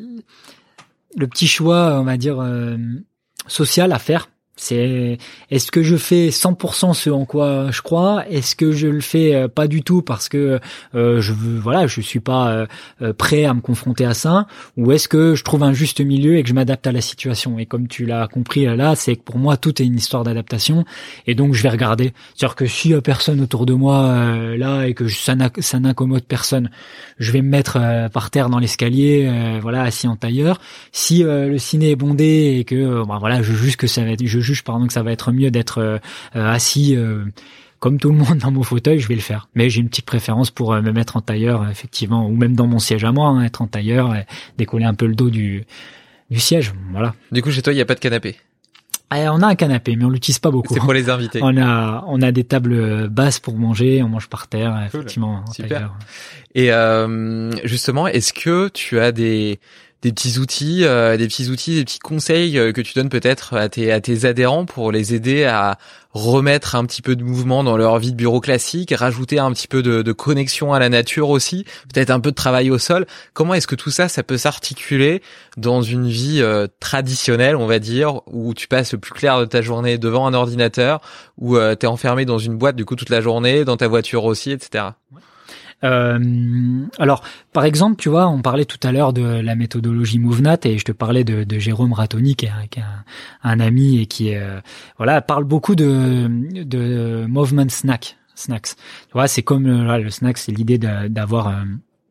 Speaker 5: le petit choix, on va dire euh, social à faire. C'est, est-ce que je fais cent pour cent ce en quoi je crois? Est-ce que je le fais euh, pas du tout parce que euh, je veux, voilà, je suis pas euh, prêt à me confronter à ça? Ou est-ce que je trouve un juste milieu et que je m'adapte à la situation? Et comme tu l'as compris là, c'est que pour moi tout est une histoire d'adaptation, et donc je vais regarder. C'est-à-dire que si y a personne autour de moi euh, là et que je, ça, ça n'incommode personne, je vais me mettre euh, par terre dans l'escalier, euh, voilà, assis en tailleur. Si euh, le ciné est bondé et que euh, bah, voilà, je juge que ça va être, je juge pardon que ça va être mieux d'être euh, assis euh, comme tout le monde dans mon fauteuil, je vais le faire. Mais j'ai une petite préférence pour euh, me mettre en tailleur, euh, effectivement, ou même dans mon siège à moi, hein, être en tailleur, et décoller un peu le dos du du siège, voilà.
Speaker 4: Du coup, chez toi, il y a pas de canapé?
Speaker 5: Eh, on a un canapé, mais on l'utilise pas beaucoup.
Speaker 4: C'est pour les invités.
Speaker 5: On a on a des tables basses pour manger, on mange par terre, cool. Effectivement. En
Speaker 4: super.
Speaker 5: Tailleur.
Speaker 4: Et euh, justement, est-ce que tu as des des petits outils, euh, des petits outils, des petits conseils euh, que tu donnes peut-être à tes à tes adhérents pour les aider à remettre un petit peu de mouvement dans leur vie de bureau classique, rajouter un petit peu de, de connexion à la nature aussi, peut-être un peu de travail au sol? Comment est-ce que tout ça, ça peut s'articuler dans une vie euh, traditionnelle, on va dire, où tu passes le plus clair de ta journée devant un ordinateur, où euh, t'es enfermé dans une boîte du coup toute la journée, dans ta voiture aussi, et cetera. Ouais.
Speaker 5: Euh, alors, par exemple, tu vois, on parlait tout à l'heure de la méthodologie MoveNat, et je te parlais de, de Jérôme Ratoni, qui est, un, qui est un, un ami et qui est, euh, voilà, parle beaucoup de, de movement snack, snacks. Tu vois, c'est comme là, le snack, c'est l'idée de, d'avoir euh,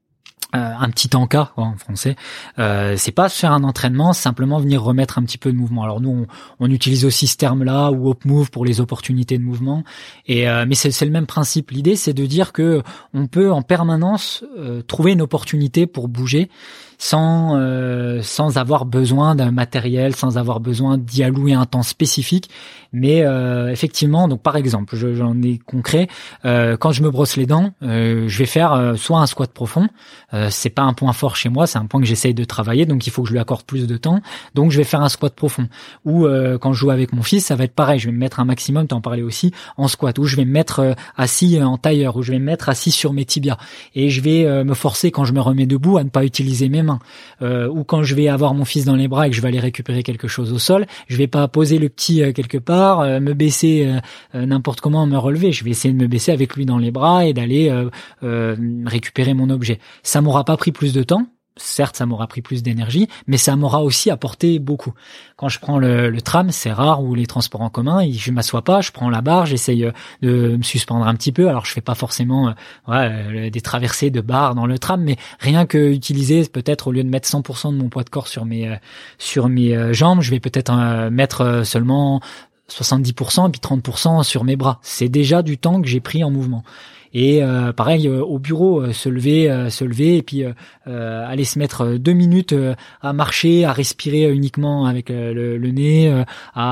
Speaker 5: un petit encas, quoi, en français. Euh, c'est pas faire un entraînement, c'est simplement venir remettre un petit peu de mouvement. Alors nous, on, on utilise aussi ce terme-là, ou Op Move, pour les opportunités de mouvement. Et euh, mais c'est, c'est le même principe. L'idée, c'est de dire que on peut en permanence euh, trouver une opportunité pour bouger, sans euh, sans avoir besoin d'un matériel, sans avoir besoin d'y allouer un temps spécifique. Mais euh, effectivement, donc par exemple, je, j'en ai concret. Euh, quand je me brosse les dents, euh, je vais faire euh, soit un squat profond. Euh, Euh, c'est pas un point fort chez moi, c'est un point que j'essaye de travailler, donc il faut que je lui accorde plus de temps. Donc je vais faire un squat profond. Ou euh, quand je joue avec mon fils, ça va être pareil. Je vais me mettre un maximum, t'en parlais aussi, en squat. Ou je vais me mettre euh, assis en tailleur. Ou je vais me mettre assis sur mes tibias. Et je vais euh, me forcer quand je me remets debout à ne pas utiliser mes mains. Euh, ou quand je vais avoir mon fils dans les bras et que je vais aller récupérer quelque chose au sol, je vais pas poser le petit euh, quelque part, euh, me baisser euh, euh, n'importe comment, me relever. Je vais essayer de me baisser avec lui dans les bras et d'aller euh, euh, récupérer mon objet. Ça m'aura pas pris plus de temps. Certes, ça m'aura pris plus d'énergie, mais ça m'aura aussi apporté beaucoup. Quand je prends le, le tram, c'est rare, ou les transports en commun, je m'assois pas, je prends la barre, j'essaye de me suspendre un petit peu. Alors, je fais pas forcément euh, ouais, des traversées de barres dans le tram, mais rien que utiliser, peut-être au lieu de mettre cent pour cent de mon poids de corps sur mes euh, sur mes euh, jambes, je vais peut-être euh, mettre euh, seulement soixante-dix pour cent et puis trente pour cent sur mes bras. C'est déjà du temps que j'ai pris en mouvement. Et euh, pareil euh, au bureau, euh, se lever, euh, se lever et puis euh, euh, aller se mettre deux minutes euh, à marcher, à respirer uniquement avec euh, le, le nez, euh,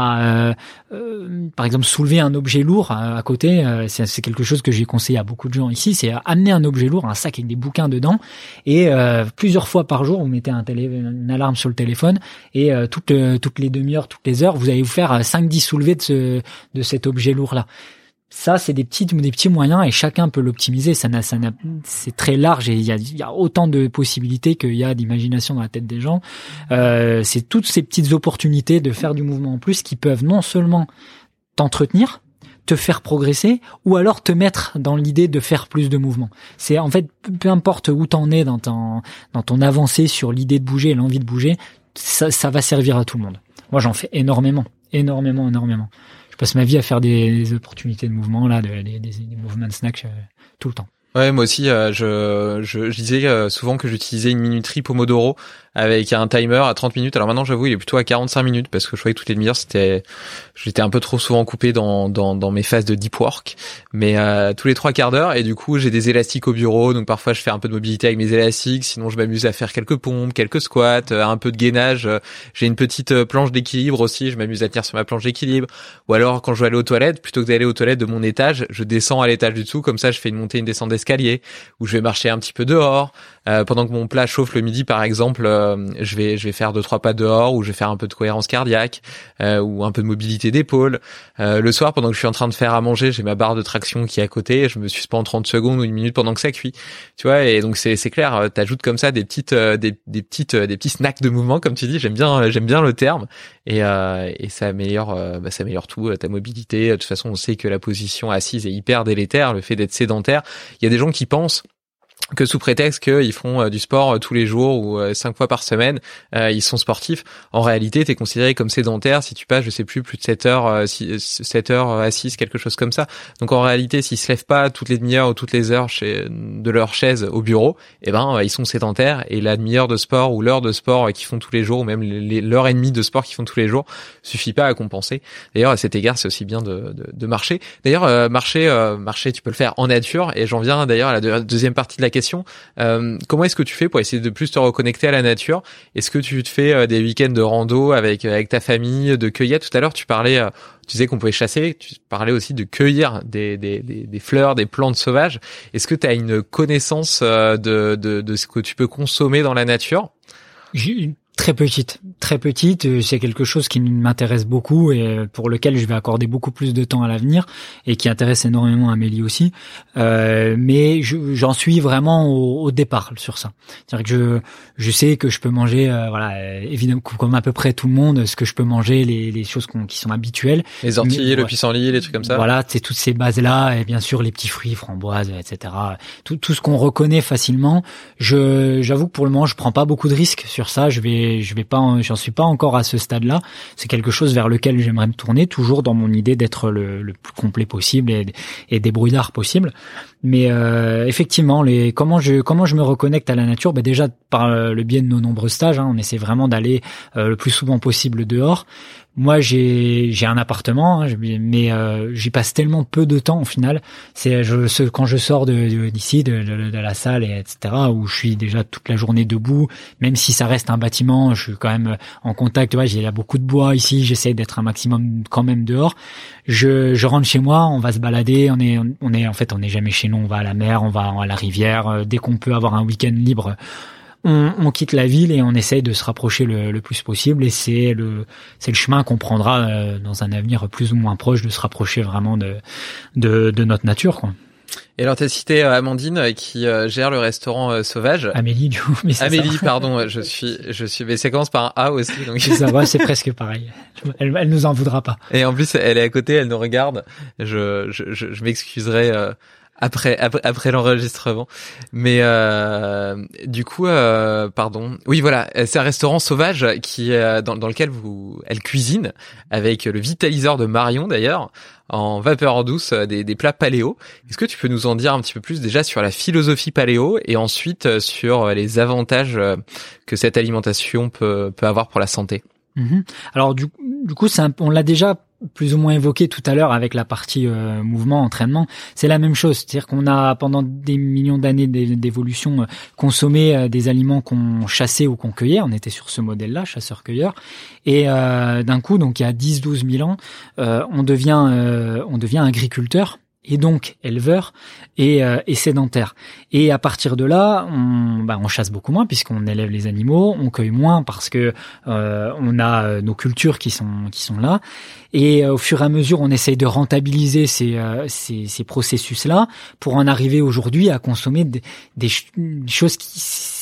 Speaker 5: à euh, euh, par exemple soulever un objet lourd à, à côté. Euh, c'est, c'est quelque chose que j'ai conseillé à beaucoup de gens ici, c'est amener un objet lourd, un sac avec des bouquins dedans, et euh, plusieurs fois par jour, vous mettez un télé, une alarme sur le téléphone et euh, toutes euh, toutes les demi-heures, toutes les heures, vous allez vous faire cinq dix soulevés de ce de cet objet lourd là. Ça, c'est des petits, des petits moyens et chacun peut l'optimiser. Ça n'a, ça n'a, c'est très large et il y a, il y a autant de possibilités qu'il y a d'imagination dans la tête des gens. Euh, c'est toutes ces petites opportunités de faire du mouvement en plus qui peuvent non seulement t'entretenir, te faire progresser, ou alors te mettre dans l'idée de faire plus de mouvement. C'est en fait, peu importe où t'en es dans ton, dans ton avancée sur l'idée de bouger et l'envie de bouger, ça, ça va servir à tout le monde. Moi, j'en fais énormément, énormément, énormément. Je passe ma vie à faire des, des opportunités de mouvement, là, des, des, des movement snacks euh, tout le temps.
Speaker 4: Ouais, moi aussi, euh, je, je, je disais euh, souvent que j'utilisais une minuterie Pomodoro avec un timer à trente minutes. Alors maintenant, j'avoue, il est plutôt à quarante-cinq minutes parce que je voyais que toutes les demi-heures, c'était, j'étais un peu trop souvent coupé dans, dans, dans mes phases de deep work. Mais, euh, tous les trois quarts d'heure. Et du coup, j'ai des élastiques au bureau. Donc parfois, je fais un peu de mobilité avec mes élastiques. Sinon, je m'amuse à faire quelques pompes, quelques squats, euh, un peu de gainage. J'ai une petite planche d'équilibre aussi. Je m'amuse à tenir sur ma planche d'équilibre. Ou alors, quand je vais aller aux toilettes, plutôt que d'aller aux toilettes de mon étage, je descends à l'étage du dessous. Comme ça, je fais une montée, une descente d'escalier. Ou je vais marcher un petit peu dehors. Euh, pendant que mon plat chauffe le midi, par exemple, euh, je vais je vais faire deux trois pas dehors, ou je vais faire un peu de cohérence cardiaque, euh, ou un peu de mobilité d'épaule. Euh, le soir, pendant que je suis en train de faire à manger, j'ai ma barre de traction qui est à côté, je me suspends trente secondes ou une minute pendant que ça cuit. Tu vois, et donc c'est c'est clair, t'ajoutes comme ça des petites euh, des des petites euh, des petits snacks de mouvement, comme tu dis. J'aime bien j'aime bien le terme, et euh, et ça améliore euh, bah, ça améliore tout, ta mobilité. De toute façon, on sait que la position assise est hyper délétère, le fait d'être sédentaire. Il y a des gens qui pensent que sous prétexte qu'ils font euh, du sport euh, tous les jours ou euh, cinq fois par semaine, euh, ils sont sportifs. En réalité, t'es considéré comme sédentaire si tu passes, je sais plus, plus de sept heures, euh, sept heures assis, quelque chose comme ça. Donc en réalité, s'ils se lèvent pas toutes les demi-heures ou toutes les heures chez, de leur chaise au bureau, eh ben euh, ils sont sédentaires, et la demi-heure de sport ou l'heure de sport euh, qu'ils font tous les jours, ou même les, l'heure et demie de sport qu'ils font tous les jours, suffit pas à compenser. D'ailleurs, à cet égard, c'est aussi bien de, de, de marcher. D'ailleurs, euh, marcher, euh, marcher, tu peux le faire en nature, et j'en viens d'ailleurs à la deux, deuxième partie de la question. Euh, comment est-ce que tu fais pour essayer de plus te reconnecter à la nature? Est-ce que tu te fais euh, des week-ends de rando avec avec ta famille, de cueillette? Tout à l'heure, tu parlais, euh, tu disais qu'on pouvait chasser. Tu parlais aussi de cueillir des des des, des fleurs, des plantes sauvages. Est-ce que tu as une connaissance euh, de, de de ce que tu peux consommer dans la nature?
Speaker 5: J'ai Très petite, très petite. C'est quelque chose qui m'intéresse beaucoup et pour lequel je vais accorder beaucoup plus de temps à l'avenir, et qui intéresse énormément Amélie aussi. Euh, mais je, j'en suis vraiment au, au départ sur ça. C'est-à-dire que je, je sais que je peux manger, euh, voilà, évidemment comme à peu près tout le monde, ce que je peux manger, les, les choses qu'on, qui sont habituelles.
Speaker 4: Les orties,
Speaker 5: mais,
Speaker 4: le pissenlit, les trucs comme ça.
Speaker 5: Voilà, c'est toutes ces bases-là, et bien sûr les petits fruits, framboises, et cetera. Tout, tout ce qu'on reconnaît facilement. Je, j'avoue que pour le moment, je prends pas beaucoup de risques sur ça. Je vais Je vais pas, j'en suis pas encore à ce stade-là. C'est quelque chose vers lequel j'aimerais me tourner, toujours dans mon idée d'être le, le plus complet possible et, et débrouillard possible. Mais euh, effectivement, les comment je comment je me reconnecte à la nature, ben déjà par le biais de nos nombreux stages, hein, on essaie vraiment d'aller euh, le plus souvent possible dehors. moi j'ai j'ai un appartement, hein, mais euh, j'y passe tellement peu de temps au final. C'est je ce, quand je sors de, de d'ici, de, de, de la salle, et etc. où je suis déjà toute la journée debout. Même si ça reste un bâtiment, je suis quand même en contact. Ouais, il y a beaucoup de bois ici. J'essaie d'être un maximum quand même dehors. Je je rentre chez moi, on va se balader. On est on est en fait on n'est jamais chez nous. On va à la mer, on va à la rivière. Dès qu'on peut avoir un week-end libre, On, on quitte la ville et on essaye de se rapprocher le, le plus possible, et c'est le c'est le chemin qu'on prendra euh, dans un avenir plus ou moins proche, de se rapprocher vraiment de de, de notre nature, quoi.
Speaker 4: Et alors, tu as cité euh, Amandine euh, qui euh, gère le restaurant euh, Sauvage.
Speaker 5: Amélie, du coup. Mais
Speaker 4: Amélie,
Speaker 5: ça.
Speaker 4: pardon, je suis, je suis, mais ça commence par un A aussi. Donc.
Speaker 5: Ça va, c'est presque pareil. Elle, elle nous en voudra pas.
Speaker 4: Et en plus, elle est à côté, elle nous regarde. Je, je, je, je m'excuserai euh, après, après, après l'enregistrement. Mais euh, du coup, euh, pardon. Oui, voilà, c'est un restaurant Sauvage qui, euh, dans, dans lequel vous, elle cuisine avec le vitaliseur de Marion d'ailleurs, en vapeur douce, des, des plats paléo. Est-ce que tu peux nous en dire un petit peu plus déjà sur la philosophie paléo et ensuite sur les avantages que cette alimentation peut, peut avoir pour la santé?
Speaker 5: Mmh. Alors du, du coup, c'est un, on l'a déjà plus ou moins évoqué tout à l'heure avec la partie euh, mouvement, entraînement. C'est la même chose, c'est-à-dire qu'on a pendant des millions d'années d'évolution euh, consommé euh, des aliments qu'on chassait ou qu'on cueillait. On était sur ce modèle-là, chasseur-cueilleur. Et euh, d'un coup, donc il y a dix douze mille ans, euh, on devient euh, on devient agriculteur, et donc éleveur et, euh, et sédentaire. Et à partir de là, on, bah, on chasse beaucoup moins puisqu'on élève les animaux, on cueille moins parce que euh, on a nos cultures qui sont qui sont là. Et euh, au fur et à mesure, on essaye de rentabiliser ces euh, ces, ces processus-là pour en arriver aujourd'hui à consommer des, des, ch- des choses qui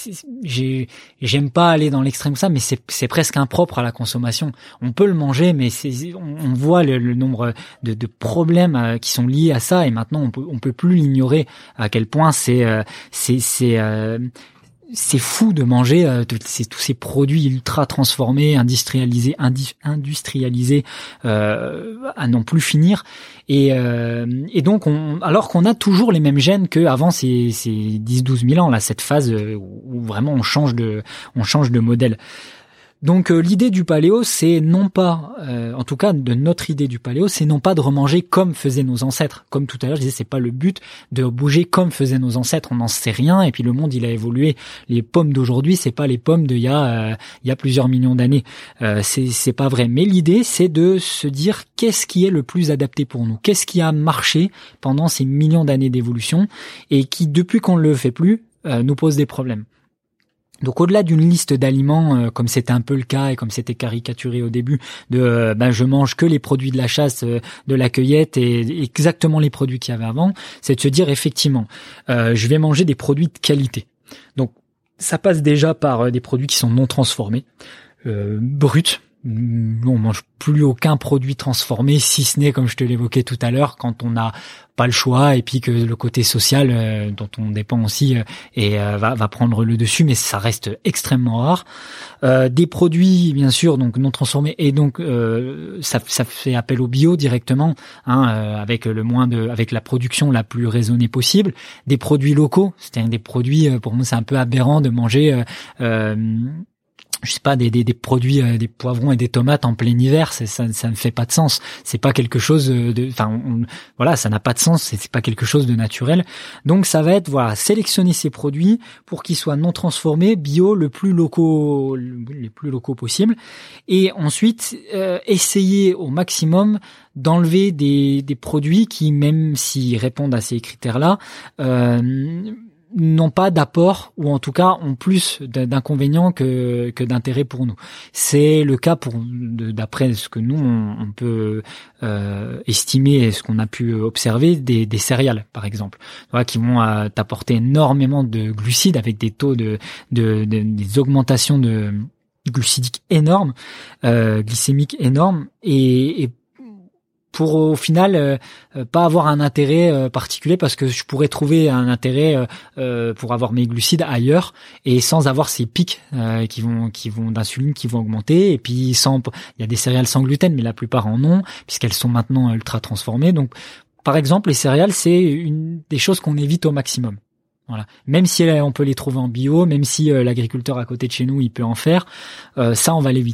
Speaker 5: j'ai j'aime pas aller dans l'extrême ça, mais c'est c'est presque impropre à la consommation. On peut le manger, mais c'est on, on voit le, le nombre de, de problèmes euh, qui sont liés à ça, et maintenant on peut on peut plus l'ignorer à quel point c'est euh, c'est c'est euh, c'est fou de manger euh, tous ces, tous ces produits ultra transformés, industrialisés, indi- industrialisés euh, à n'en plus finir. Et, euh, et donc, on, alors qu'on a toujours les mêmes gènes qu'avant ces, ces dix douze mille ans, là, cette phase où vraiment on change de, on change de modèle. Donc euh, l'idée du paléo, c'est non pas, euh, en tout cas de notre idée du paléo, c'est non pas de remanger comme faisaient nos ancêtres. Comme tout à l'heure, je disais, c'est pas le but de bouger comme faisaient nos ancêtres. On n'en sait rien, et puis le monde, il a évolué. Les pommes d'aujourd'hui, c'est pas les pommes d'il y a, euh, il y a plusieurs millions d'années. Euh, c'est, c'est pas vrai. Mais l'idée, c'est de se dire qu'est-ce qui est le plus adapté pour nous, qu'est-ce qui a marché pendant ces millions d'années d'évolution et qui, depuis qu'on ne le fait plus, euh, nous pose des problèmes. Donc au-delà d'une liste d'aliments, euh, comme c'était un peu le cas et comme c'était caricaturé au début, de euh, ben je mange que les produits de la chasse, euh, de la cueillette et exactement les produits qu'il y avait avant, c'est de se dire effectivement, euh, je vais manger des produits de qualité. Donc ça passe déjà par euh, des produits qui sont non transformés, euh, bruts. On mange plus aucun produit transformé, si ce n'est, comme je te l'évoquais tout à l'heure, quand on n'a pas le choix, et puis que le côté social euh, dont on dépend aussi euh, et euh, va, va prendre le dessus, mais ça reste extrêmement rare. Euh, des produits, bien sûr, donc non transformés, et donc euh, ça, ça fait appel au bio directement, hein, euh, avec le moins de, avec la production la plus raisonnée possible. Des produits locaux, c'est-à-dire des produits, pour moi, c'est un peu aberrant de manger. Euh, euh, je sais pas, des, des, des produits, euh, des poivrons et des tomates en plein hiver, c'est, ça, ça ne fait pas de sens. C'est pas quelque chose de, enfin, on, voilà, ça n'a pas de sens. C'est, c'est pas quelque chose de naturel. Donc, ça va être, voilà, sélectionner ces produits pour qu'ils soient non transformés, bio, le plus locaux, les plus locaux possible, et ensuite euh, essayer au maximum d'enlever des, des produits qui, même s'ils répondent à ces critères-là, euh, n'ont pas d'apport, ou en tout cas ont plus d'inconvénients que, que d'intérêts pour nous. C'est le cas pour, d'après ce que nous on, on peut euh, estimer et ce qu'on a pu observer, des, des céréales par exemple, voilà, qui vont euh, t'apporter énormément de glucides avec des taux de, de, de des augmentations de glucidiques énormes, euh, glycémiques énormes, et, et pour au final euh, pas avoir un intérêt euh, particulier, parce que je pourrais trouver un intérêt euh, euh, pour avoir mes glucides ailleurs et sans avoir ces pics euh, qui vont qui vont d'insuline qui vont augmenter, et puis sans, il y a des céréales sans gluten, mais la plupart en ont puisqu'elles sont maintenant ultra transformées. Donc par exemple les céréales, c'est une des choses qu'on évite au maximum. Voilà. Même si on peut les trouver en bio, même si euh, l'agriculteur à côté de chez nous il peut en faire, euh, ça on va l'éviter.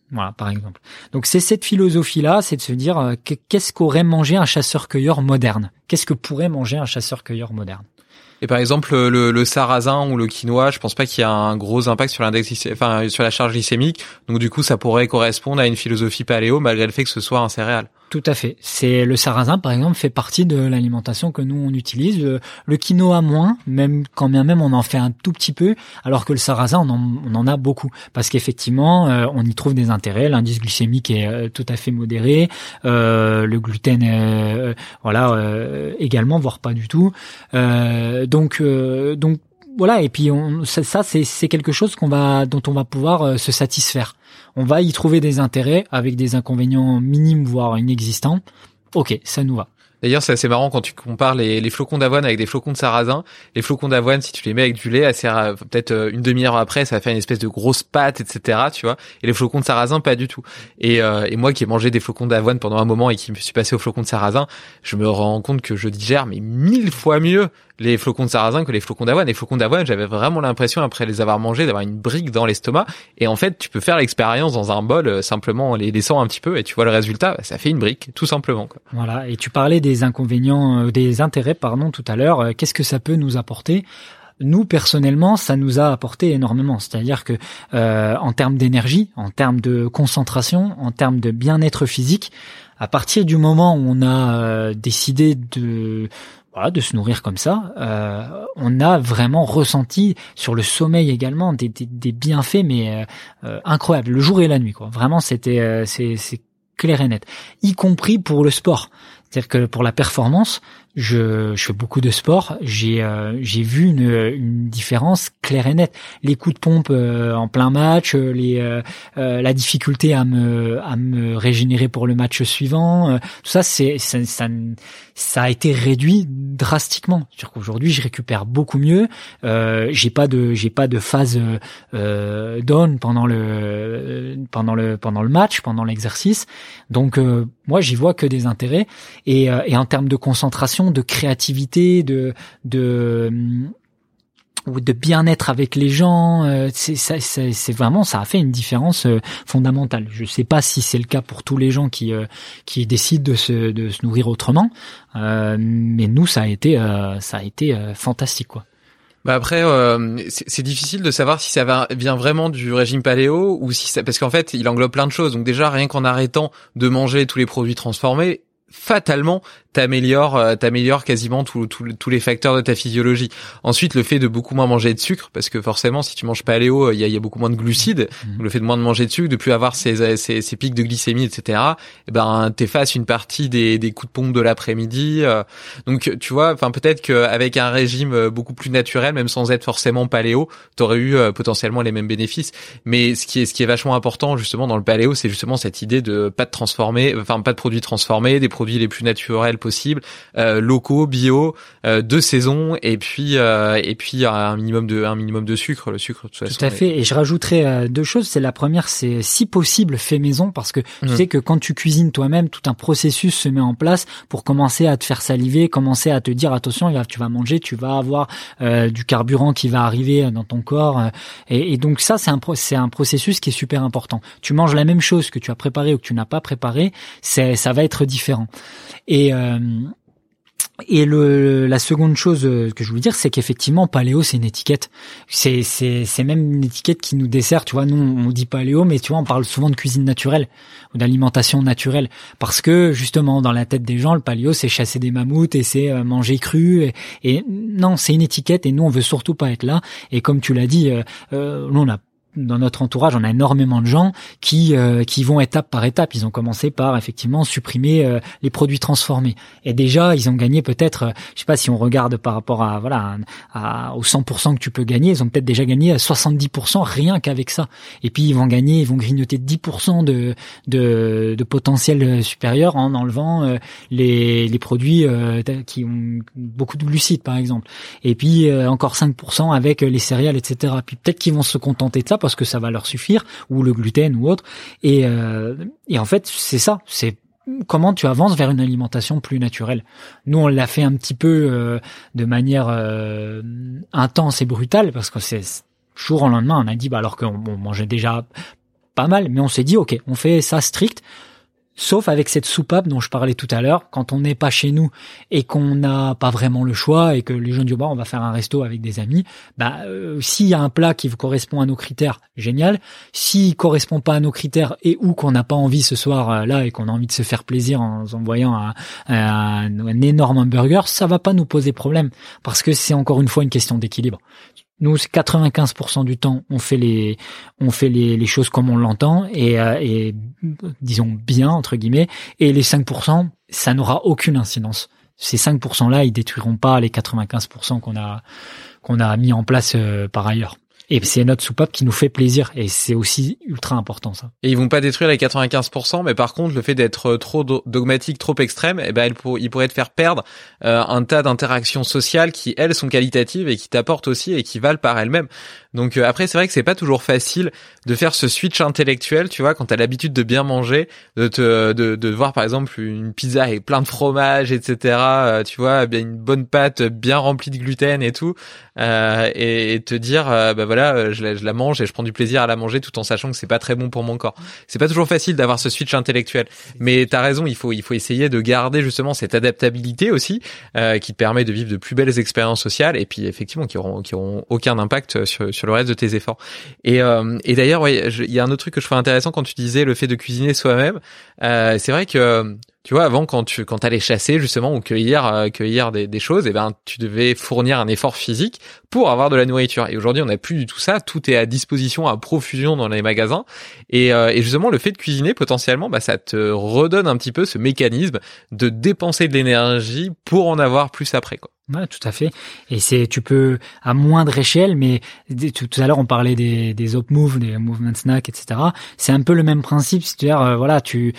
Speaker 5: Voilà, par exemple. Donc c'est cette philosophie-là, c'est de se dire euh, qu'est-ce qu'aurait mangé un chasseur-cueilleur moderne ? Qu'est-ce que pourrait manger un chasseur-cueilleur moderne ?
Speaker 4: Et par exemple, le, le sarrasin ou le quinoa, je pense pas qu'il y a un gros impact sur l'index, enfin sur la charge glycémique. Donc du coup, ça pourrait correspondre à une philosophie paléo malgré le fait que ce soit un céréale.
Speaker 5: Tout à fait. C'est le sarrasin, par exemple, fait partie de l'alimentation que nous on utilise. Le, le quinoa moins, même quand bien même on en fait un tout petit peu, alors que le sarrasin on en, on en a beaucoup, parce qu'effectivement euh, on y trouve des intérêts. L'indice glycémique est euh, tout à fait modéré, euh, le gluten, euh, voilà, euh, également, voire pas du tout. Euh, donc, euh, donc voilà. Et puis on, ça, ça c'est, c'est quelque chose qu'on va, dont on va pouvoir euh, se satisfaire. On va y trouver des intérêts avec des inconvénients minimes, voire inexistants. Ok, ça nous va.
Speaker 4: D'ailleurs, c'est assez marrant quand tu compares les, les flocons d'avoine avec des flocons de sarrasin. Les flocons d'avoine, si tu les mets avec du lait, assez peut-être une demi-heure après, ça va faire une espèce de grosse pâte, et cetera. Tu vois. Et les flocons de sarrasin, pas du tout. Et, euh, et moi, qui ai mangé des flocons d'avoine pendant un moment et qui me suis passé aux flocons de sarrasin, je me rends compte que je digère mais mille fois mieux les flocons de sarrasin que les flocons d'avoine. Les flocons d'avoine, j'avais vraiment l'impression, après les avoir mangés, d'avoir une brique dans l'estomac. Et en fait, tu peux faire l'expérience dans un bol, euh, simplement en les laissant un petit peu, et tu vois le résultat, bah, ça fait une brique, tout simplement, quoi.
Speaker 5: Voilà. Et tu parlais des inconvénients, euh, des intérêts, pardon, tout à l'heure. Euh, qu'est-ce que ça peut nous apporter ? Nous, personnellement, ça nous a apporté énormément. C'est-à-dire que, euh, en termes d'énergie, en termes de concentration, en termes de bien-être physique, à partir du moment où on a euh, décidé de Voilà, de se nourrir comme ça, euh, on a vraiment ressenti sur le sommeil également des, des, des bienfaits, mais euh, incroyables, le jour et la nuit, quoi. Vraiment, c'était euh, c'est, c'est clair et net, y compris pour le sport. C'est-à-dire que pour la performance, je, je fais beaucoup de sport, j'ai euh, j'ai vu une, une différence claire et nette. Les coups de pompe euh, en plein match, les euh, euh, la difficulté à me à me régénérer pour le match suivant, euh, tout ça c'est ça, ça ça a été réduit drastiquement. C'est-à-dire qu'aujourd'hui je récupère beaucoup mieux, euh, j'ai pas de j'ai pas de phase euh, down pendant le pendant le pendant le match, pendant l'exercice. Donc euh, moi j'y vois que des intérêts. Et, euh, et en termes de concentration, de créativité, de de de bien-être avec les gens, euh, c'est, c'est, c'est, c'est vraiment, ça a fait une différence euh, fondamentale. Je sais pas si c'est le cas pour tous les gens qui euh, qui décident de se de se nourrir autrement, euh, mais nous ça a été euh, ça a été euh, fantastique, quoi.
Speaker 4: Bah après, euh, c'est, c'est difficile de savoir si ça va, vient vraiment du régime paléo ou si ça, parce qu'en fait, il englobe plein de choses. Donc déjà, rien qu'en arrêtant de manger tous les produits transformés, fatalement t'améliores euh, t'améliores quasiment tous tous tous les facteurs de ta physiologie. Ensuite, le fait de beaucoup moins manger de sucre, parce que forcément si tu manges paléo, il y a il y a beaucoup moins de glucides. Mmh. Le fait de moins de manger de sucre, de plus avoir ces ces, ces pics de glycémie, et cetera. Et ben t'effaces une partie des des coups de pompe de l'après-midi. Euh. Donc tu vois, enfin peut-être qu'avec un régime beaucoup plus naturel, même sans être forcément paléo, t'aurais eu euh, potentiellement les mêmes bénéfices. Mais ce qui est ce qui est vachement important justement dans le paléo, c'est justement cette idée de pas de transformer, enfin pas de produits transformés, des produits les plus naturels possibles, euh, locaux, bio, euh, de saison, et puis euh, et puis un minimum de un minimum de sucre. Le sucre, de toute façon,
Speaker 5: tout à fait. Et je rajouterais euh, deux choses. C'est la première, c'est si possible fait maison, parce que mmh. tu sais que quand tu cuisines toi-même, tout un processus se met en place pour commencer à te faire saliver, commencer à te dire attention, tu vas manger, tu vas avoir euh, du carburant qui va arriver dans ton corps. Euh, et, et donc ça, c'est un c'est un processus qui est super important. Tu manges la même chose que tu as préparé ou que tu n'as pas préparé, c'est ça va être différent. Et euh, et le la seconde chose que je voulais dire, c'est qu'effectivement paléo c'est une étiquette. C'est c'est c'est même une étiquette qui nous dessert, tu vois. Nous on dit paléo, mais tu vois on parle souvent de cuisine naturelle ou d'alimentation naturelle, parce que justement dans la tête des gens le paléo c'est chasser des mammouths et c'est manger cru. Et, et non, c'est une étiquette et nous on veut surtout pas être là. Et comme tu l'as dit, euh, euh, nous on a dans notre entourage, on a énormément de gens qui euh, qui vont étape par étape. Ils ont commencé par effectivement supprimer euh, les produits transformés. Et déjà, ils ont gagné peut-être, euh, je sais pas si on regarde par rapport à voilà à, à, aux cent pour cent que tu peux gagner, ils ont peut-être déjà gagné à soixante-dix pour cent rien qu'avec ça. Et puis ils vont gagner, ils vont grignoter dix pour cent de de, de potentiel supérieur en enlevant euh, les les produits euh, qui ont beaucoup de glucides par exemple. Et puis euh, encore cinq pour cent avec les céréales, et cetera. Puis peut-être qu'ils vont se contenter de ça parce que ça va leur suffire, ou le gluten ou autre. Et, euh, et en fait, c'est ça. C'est comment tu avances vers une alimentation plus naturelle. Nous, on l'a fait un petit peu euh, de manière euh, intense et brutale, parce que c'est jour au lendemain, on a dit, bah alors qu'on on mangeait déjà pas mal, mais on s'est dit, ok, on fait ça strict. Sauf avec cette soupape dont je parlais tout à l'heure, quand on n'est pas chez nous et qu'on n'a pas vraiment le choix et que les gens disent bah on va faire un resto avec des amis, bah euh, s'il y a un plat qui correspond à nos critères, génial. S'il correspond pas à nos critères et ou qu'on n'a pas envie ce soir euh, là et qu'on a envie de se faire plaisir en envoyant un, un, un énorme hamburger, ça va pas nous poser problème parce que c'est encore une fois une question d'équilibre. Nous, quatre-vingt-quinze pour cent du temps, on fait les, on fait les, les choses comme on l'entend et, euh, et, disons bien, entre guillemets. Et les cinq pour cent, ça n'aura aucune incidence. Ces cinq pour cent là, ils détruiront pas les quatre-vingt-quinze pour cent qu'on a, qu'on a mis en place euh, par ailleurs. Et c'est notre soupape qui nous fait plaisir. Et c'est aussi ultra important, ça.
Speaker 4: Et ils vont pas détruire les quatre-vingt-quinze pour cent, mais par contre, le fait d'être trop dogmatique, trop extrême, eh ben, ils pour, pourraient te faire perdre euh, un tas d'interactions sociales qui, elles, sont qualitatives et qui t'apportent aussi et qui valent par elles-mêmes. Donc euh, après, c'est vrai que c'est pas toujours facile de faire ce switch intellectuel, tu vois, quand t'as l'habitude de bien manger, de te, de, de voir par exemple une pizza avec plein de fromage, et cetera. Euh, tu vois, bien une bonne pâte bien remplie de gluten et tout, euh, et, et te dire, euh, bah voilà, je la, je la mange et je prends du plaisir à la manger tout en sachant que c'est pas très bon pour mon corps. C'est pas toujours facile d'avoir ce switch intellectuel, mais t'as raison, il faut, il faut essayer de garder justement cette adaptabilité aussi, euh, qui te permet de vivre de plus belles expériences sociales et puis effectivement qui auront, qui auront aucun impact sur, sur le reste de tes efforts. Et, euh, et d'ailleurs, ouais, il y a un autre truc que je trouve intéressant quand tu disais le fait de cuisiner soi-même. Euh, c'est vrai que tu vois, avant, quand tu, quand t'allais chasser, justement, ou cueillir, euh, cueillir des, des choses, eh ben, tu devais fournir un effort physique pour avoir de la nourriture. Et aujourd'hui, on n'a plus du tout ça. Tout est à disposition, à profusion dans les magasins. Et, euh, et justement, le fait de cuisiner, potentiellement, bah, ça te redonne un petit peu ce mécanisme de dépenser de l'énergie pour en avoir plus après, quoi.
Speaker 5: Ouais, tout à fait. Et c'est, tu peux, à moindre échelle, mais tout, tout à l'heure, on parlait des, des Op Move, des Movement Snack, et cetera. C'est un peu le même principe. C'est-à-dire, euh, voilà, tu,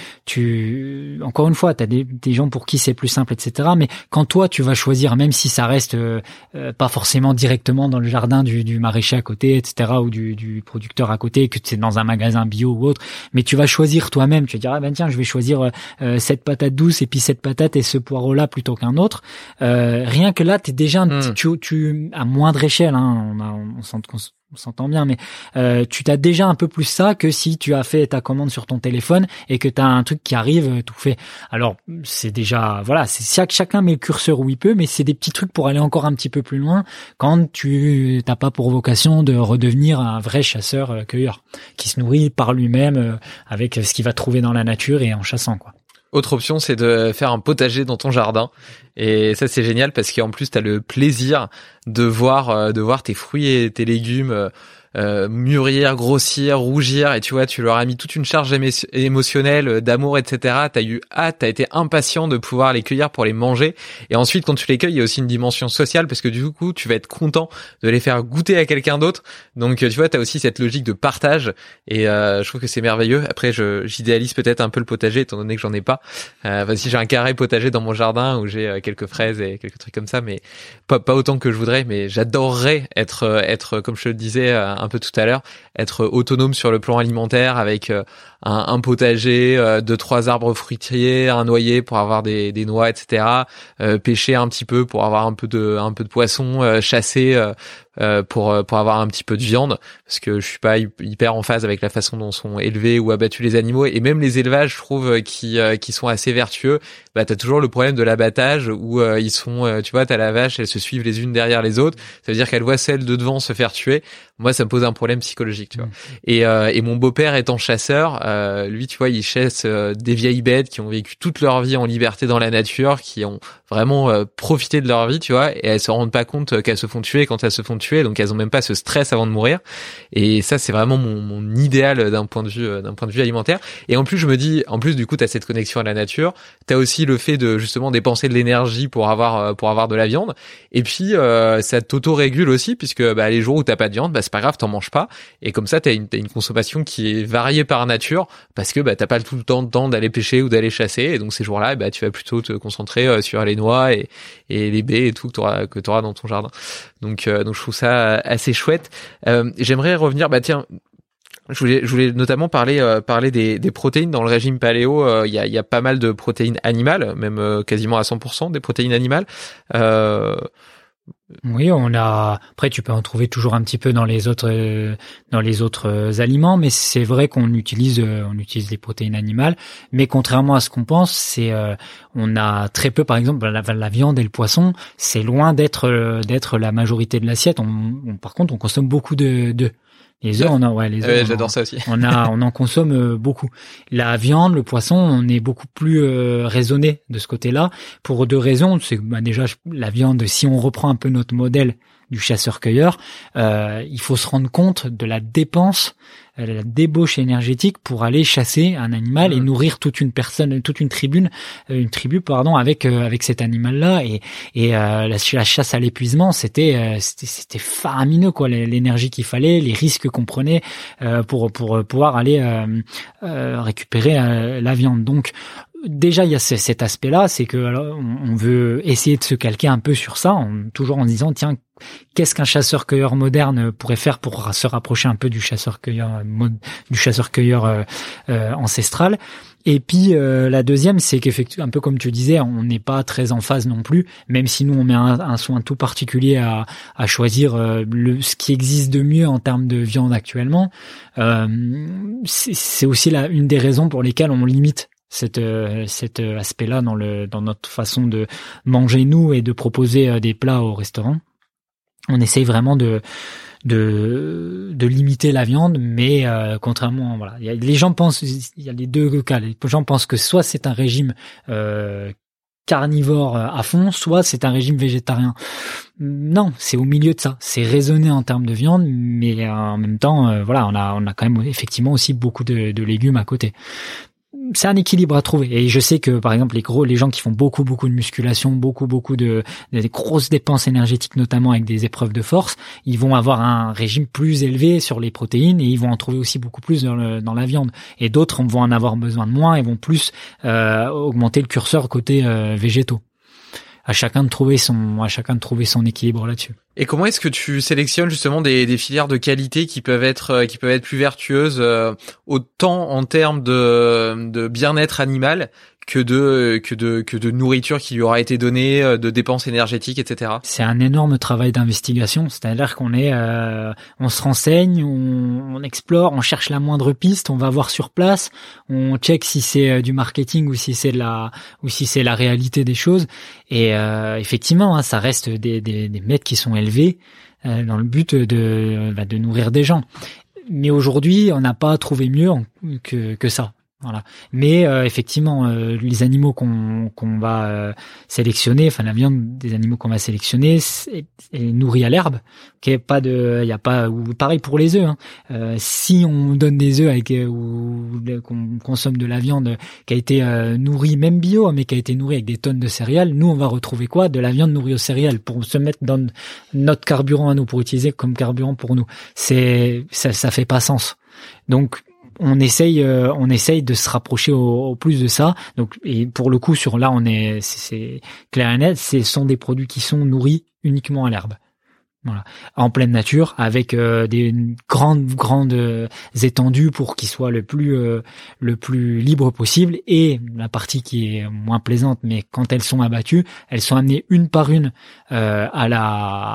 Speaker 5: tu, encore une fois, t'as des, des gens pour qui c'est plus simple, et cetera. Mais quand toi, tu vas choisir, même si ça reste euh, euh, pas forcément directement dans le jardin du, du maraîcher à côté, et cetera, ou du, du producteur à côté, que c'est dans un magasin bio ou autre, mais tu vas choisir toi-même. Tu vas dire, ah ben tiens, je vais choisir euh, cette patate douce et puis cette patate et ce poireau-là plutôt qu'un autre. Euh, rien que que là, t'es déjà un petit, tu, tu, à moindre échelle, hein, on, a, on, s'entend, on s'entend bien, mais euh, tu t'as déjà un peu plus ça que si tu as fait ta commande sur ton téléphone et que t'as un truc qui arrive tout fait. Alors, c'est déjà, voilà, c'est chaque, chacun met le curseur où il peut, mais c'est des petits trucs pour aller encore un petit peu plus loin quand tu t'as pas pour vocation de redevenir un vrai chasseur-cueilleur qui se nourrit par lui-même avec ce qu'il va trouver dans la nature et en chassant, quoi.
Speaker 4: Autre option, c'est de faire un potager dans ton jardin. Et ça, c'est génial parce qu'en plus, t'as le plaisir de voir, de voir tes fruits et tes légumes euh, mûrir, grossir, rougir. Et tu vois, tu leur as mis toute une charge émo- émotionnelle, d'amour, et cetera. T'as eu hâte, t'as été impatient de pouvoir les cueillir pour les manger. Et ensuite, quand tu les cueilles, il y a aussi une dimension sociale parce que du coup, tu vas être content de les faire goûter à quelqu'un d'autre. Donc, tu vois, t'as aussi cette logique de partage. Et euh, je trouve que c'est merveilleux. Après, je, j'idéalise peut-être un peu le potager, étant donné que j'en ai pas. Euh, enfin, si j'ai un carré potager dans mon jardin où j'ai quelques fraises et quelques trucs comme ça, mais pas, pas autant que je voudrais. Mais j'adorerais être, être, comme je te le disais un peu tout à l'heure, être autonome sur le plan alimentaire avec un, un potager, deux, trois arbres fruitiers, un noyer pour avoir des, des noix, et cetera. Euh, pêcher un petit peu pour avoir un peu de, un peu de poisson, euh, chasser. Euh, Euh, pour pour avoir un petit peu de viande parce que je suis pas hyper en phase avec la façon dont sont élevés ou abattus les animaux et même les élevages je trouve qui euh, qui sont assez vertueux. Bah t'as toujours le problème de l'abattage où euh, ils sont euh, tu vois t'as la vache, elles se suivent les unes derrière les autres, ça veut dire qu'elle voit celle de devant se faire tuer. Moi ça me pose un problème psychologique, tu vois. Mmh. Et euh, et mon beau-père étant chasseur, euh, lui tu vois il chasse euh, des vieilles bêtes qui ont vécu toute leur vie en liberté dans la nature, qui ont vraiment euh, profité de leur vie, tu vois, et elles se rendent pas compte qu'elles se font tuer quand elles se font tuer. Donc elles ont même pas ce stress avant de mourir. Et ça c'est vraiment mon, mon idéal d'un point de vue d'un point de vue alimentaire. Et en plus je me dis, en plus du coup t'as cette connexion à la nature, t'as aussi le fait de justement dépenser de l'énergie pour avoir pour avoir de la viande. Et puis euh, ça t'auto-régule aussi puisque bah les jours où t'as pas de viande, bah c'est pas grave, t'en manges pas. Et comme ça t'as une t'as une consommation qui est variée par nature parce que bah t'as pas tout le temps de temps d'aller pêcher ou d'aller chasser. Et donc ces jours-là, bah tu vas plutôt te concentrer sur les noix et et les baies et tout que t'auras que t'auras dans ton jardin. Donc euh, donc je trouve ça assez chouette. Euh, j'aimerais revenir, bah tiens, je voulais, je voulais notamment parler, euh, parler des, des protéines dans le régime paléo. Il euh, y a, il y a pas mal de protéines animales, même euh, quasiment à cent pour cent des protéines animales. Euh,
Speaker 5: Oui, on a. Après, tu peux en trouver toujours un petit peu dans les autres euh, dans les autres euh, aliments, mais c'est vrai qu'on utilise euh, on utilise les protéines animales. Mais contrairement à ce qu'on pense, c'est euh, on a très peu, par exemple, la, la viande et le poisson, c'est loin d'être euh, d'être la majorité de l'assiette. On, on, par contre, on consomme beaucoup de d'œufs. Les œufs, on a, ouais, les œufs.
Speaker 4: Ouais,
Speaker 5: on
Speaker 4: j'adore
Speaker 5: en,
Speaker 4: ça aussi.
Speaker 5: On a, on en consomme euh, beaucoup. La viande, le poisson, on est beaucoup plus euh, raisonné de ce côté-là pour deux raisons. C'est bah, déjà la viande. Si on reprend un peu notre modèle du chasseur-cueilleur, euh, il faut se rendre compte de la dépense, euh, la débauche énergétique pour aller chasser un animal mmh. et nourrir toute une personne, toute une tribune, euh, une tribu, pardon, avec euh, avec cet animal-là. Et et euh, la, la chasse à l'épuisement, c'était euh, c'était c'était faramineux, quoi, l'énergie qu'il fallait, les risques qu'on prenait euh, pour pour pouvoir aller euh, euh, récupérer euh, la viande. Donc déjà, il y a ce, cet aspect-là, c'est que alors, on, on veut essayer de se calquer un peu sur ça, en, toujours en disant, tiens, qu'est-ce qu'un chasseur-cueilleur moderne pourrait faire pour se rapprocher un peu du chasseur-cueilleur du chasseur-cueilleur euh, euh, ancestral. Et puis euh, la deuxième, c'est qu'effectivement, un peu comme tu disais, on n'est pas très en phase non plus, même si nous on met un, un soin tout particulier à, à choisir euh, le, ce qui existe de mieux en termes de viande actuellement. Euh, c'est, c'est aussi la, une des raisons pour lesquelles on limite cet euh, cet aspect-là dans le dans notre façon de manger nous et de proposer euh, des plats au restaurant. On essaye vraiment de de de limiter la viande, mais euh, contrairement, voilà, y a, les gens pensent, il y a les deux cas. Les gens pensent que soit c'est un régime euh, carnivore à fond, soit c'est un régime végétarien. Non, c'est au milieu de ça. C'est raisonné en termes de viande, mais en même temps, euh, voilà, on a on a quand même effectivement aussi beaucoup de, de légumes à côté. C'est un équilibre à trouver. Et je sais que, par exemple, les gros, les gens qui font beaucoup, beaucoup de musculation, beaucoup, beaucoup de, des grosses dépenses énergétiques, notamment avec des épreuves de force, ils vont avoir un régime plus élevé sur les protéines et ils vont en trouver aussi beaucoup plus dans, le, dans la viande. Et d'autres vont en avoir besoin de moins et vont plus euh, augmenter le curseur côté euh, végétaux. À chacun de trouver son, à chacun de trouver son équilibre là-dessus.
Speaker 4: Et comment est-ce que tu sélectionnes justement des, des filières de qualité qui peuvent être qui peuvent être plus vertueuses euh, autant en termes de, de bien-être animal que de que de que de nourriture qui lui aura été donnée, de dépenses énergétiques, et cetera.
Speaker 5: C'est un énorme travail d'investigation, c'est-à-dire qu'on est, euh, on se renseigne, on, on explore, on cherche la moindre piste, on va voir sur place, on check si c'est du marketing ou si c'est de la ou si c'est la réalité des choses. Et euh, effectivement, hein, ça reste des, des, des mètres qui sont élevés euh, dans le but de bah, de nourrir des gens. Mais aujourd'hui, on n'a pas trouvé mieux que que ça. Voilà. Mais euh, effectivement, euh, les animaux qu'on qu'on va euh, sélectionner, enfin la viande des animaux qu'on va sélectionner, c'est, est nourrie à l'herbe. Ok, pas de, il y a pas, ou pareil pour les œufs. Hein. Euh, si on donne des œufs avec ou qu'on consomme de la viande qui a été euh, nourrie, même bio, mais qui a été nourrie avec des tonnes de céréales, nous on va retrouver quoi? De la viande nourrie aux céréales pour se mettre dans notre carburant à nous, pour utiliser comme carburant pour nous. C'est ça, ça fait pas sens. Donc on essaye euh, on essaye de se rapprocher au, au plus de ça. Donc, et pour le coup, sur là on est c'est, c'est clair et net, ce sont des produits qui sont nourris uniquement à l'herbe. Voilà, en pleine nature, avec euh, des grandes grandes euh, étendues pour qu'ils soient le plus euh, le plus libre possible. Et la partie qui est moins plaisante, mais quand elles sont abattues, elles sont amenées une par une euh, à la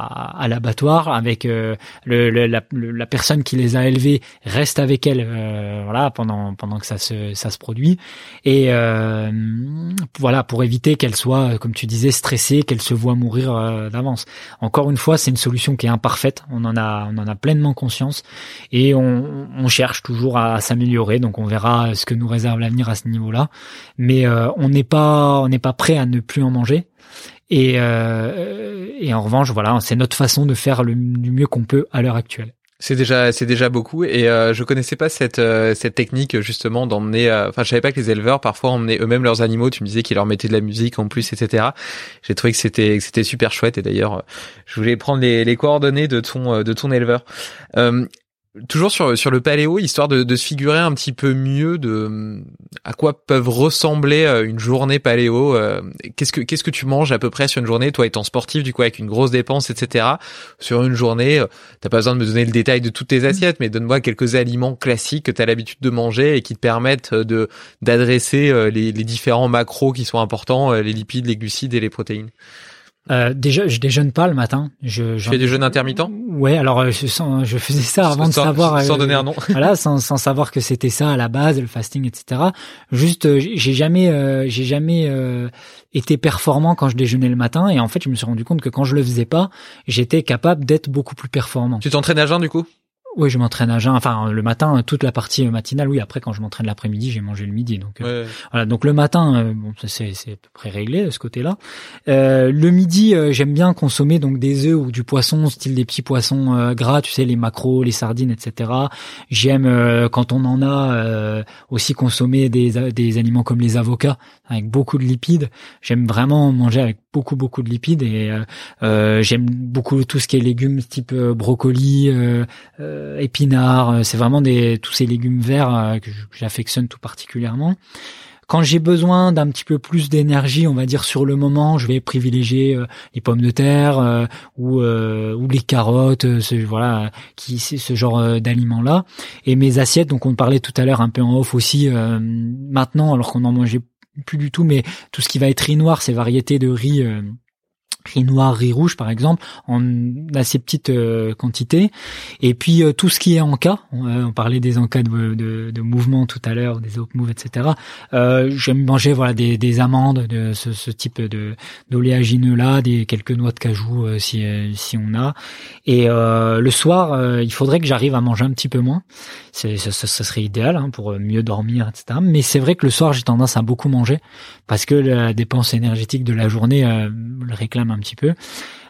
Speaker 5: à l'abattoir, avec euh, le, le, la, le, la personne qui les a élevées reste avec elles, euh, voilà, pendant pendant que ça se ça se produit. Et euh, voilà, pour éviter qu'elles soient, comme tu disais, stressées, qu'elles se voient mourir euh, d'avance. Encore une fois, c'est une solution qui est imparfaite, on en a on en a pleinement conscience et on, on cherche toujours à, à s'améliorer, donc on verra ce que nous réserve l'avenir à ce niveau-là, mais euh, on n'est pas on n'est pas prêt à ne plus en manger et euh, et en revanche voilà, c'est notre façon de faire le, du mieux qu'on peut à l'heure actuelle.
Speaker 4: C'est déjà c'est déjà beaucoup et euh, je connaissais pas cette euh, cette technique justement d'emmener euh, enfin je savais pas que les éleveurs parfois emmenaient eux-mêmes leurs animaux. Tu me disais qu'ils leur mettaient de la musique en plus, etc. J'ai trouvé que c'était que c'était super chouette et d'ailleurs je voulais prendre les les coordonnées de ton de ton éleveur. Euh, Toujours sur sur le paléo, histoire de, de se figurer un petit peu mieux de à quoi peuvent ressembler une journée paléo. Qu'est-ce que qu'est-ce que tu manges à peu près sur une journée, toi étant sportif du coup avec une grosse dépense, et cetera. Sur une journée, t'as pas besoin de me donner le détail de toutes tes assiettes, mais donne-moi quelques aliments classiques que t'as l'habitude de manger et qui te permettent de d'adresser les, les différents macros qui sont importants, les lipides, les glucides et les protéines.
Speaker 5: Euh, déjà, je déjeune pas le matin. Je,
Speaker 4: tu fais du jeûne intermittent?
Speaker 5: Ouais, alors je, sans, je faisais ça avant
Speaker 4: sans,
Speaker 5: de savoir,
Speaker 4: sans
Speaker 5: euh,
Speaker 4: donner un nom.
Speaker 5: Voilà, sans, sans savoir que c'était ça à la base, le fasting, et cetera. Juste, euh, j'ai jamais, euh, j'ai jamais euh, été performant quand je déjeunais le matin, et en fait, je me suis rendu compte que quand je le faisais pas, j'étais capable d'être beaucoup plus performant.
Speaker 4: Tu t'entraînes à jeun du coup?
Speaker 5: Oui, je m'entraîne à jeun. Enfin, le matin, toute la partie matinale. Oui, après, quand je m'entraîne l'après-midi, j'ai mangé le midi. Donc euh,
Speaker 4: ouais.
Speaker 5: Voilà. Donc le matin, euh, bon, c'est c'est à peu près réglé de ce côté-là. Euh, le midi, euh, j'aime bien consommer donc des œufs ou du poisson, style des petits poissons euh, gras, tu sais, les maquereaux, les sardines, et cetera. J'aime euh, quand on en a euh, aussi consommer des des aliments comme les avocats avec beaucoup de lipides. J'aime vraiment manger avec beaucoup beaucoup de lipides et euh, euh, j'aime beaucoup tout ce qui est légumes type euh, brocoli. Euh, euh, épinards, c'est vraiment des tous ces légumes verts euh, que j'affectionne tout particulièrement. Quand j'ai besoin d'un petit peu plus d'énergie, on va dire sur le moment, je vais privilégier euh, les pommes de terre euh, ou euh, ou les carottes, euh, ce voilà, qui c'est ce genre euh, d'aliments là. Et mes assiettes, donc on parlait tout à l'heure un peu en off aussi. Euh, maintenant, alors qu'on en mangeait plus du tout, mais tout ce qui va être riz noir, ces variétés de riz. Euh, riz noir, riz rouge par exemple, en assez petite euh, quantité. Et puis euh, tout ce qui est encas, on, euh, on parlait des encas de, de, de mouvement tout à l'heure, des op move, et cetera. Euh, j'aime manger voilà des, des amandes, de ce, ce type de d'oléagineux là, des quelques noix de cajou euh, si euh, si on a. Et euh, le soir, euh, il faudrait que j'arrive à manger un petit peu moins. C'est ça, ça, ça serait idéal hein, pour mieux dormir, et cetera. Mais c'est vrai que le soir, j'ai tendance à beaucoup manger parce que la dépense énergétique de la journée euh, le réclame un petit peu.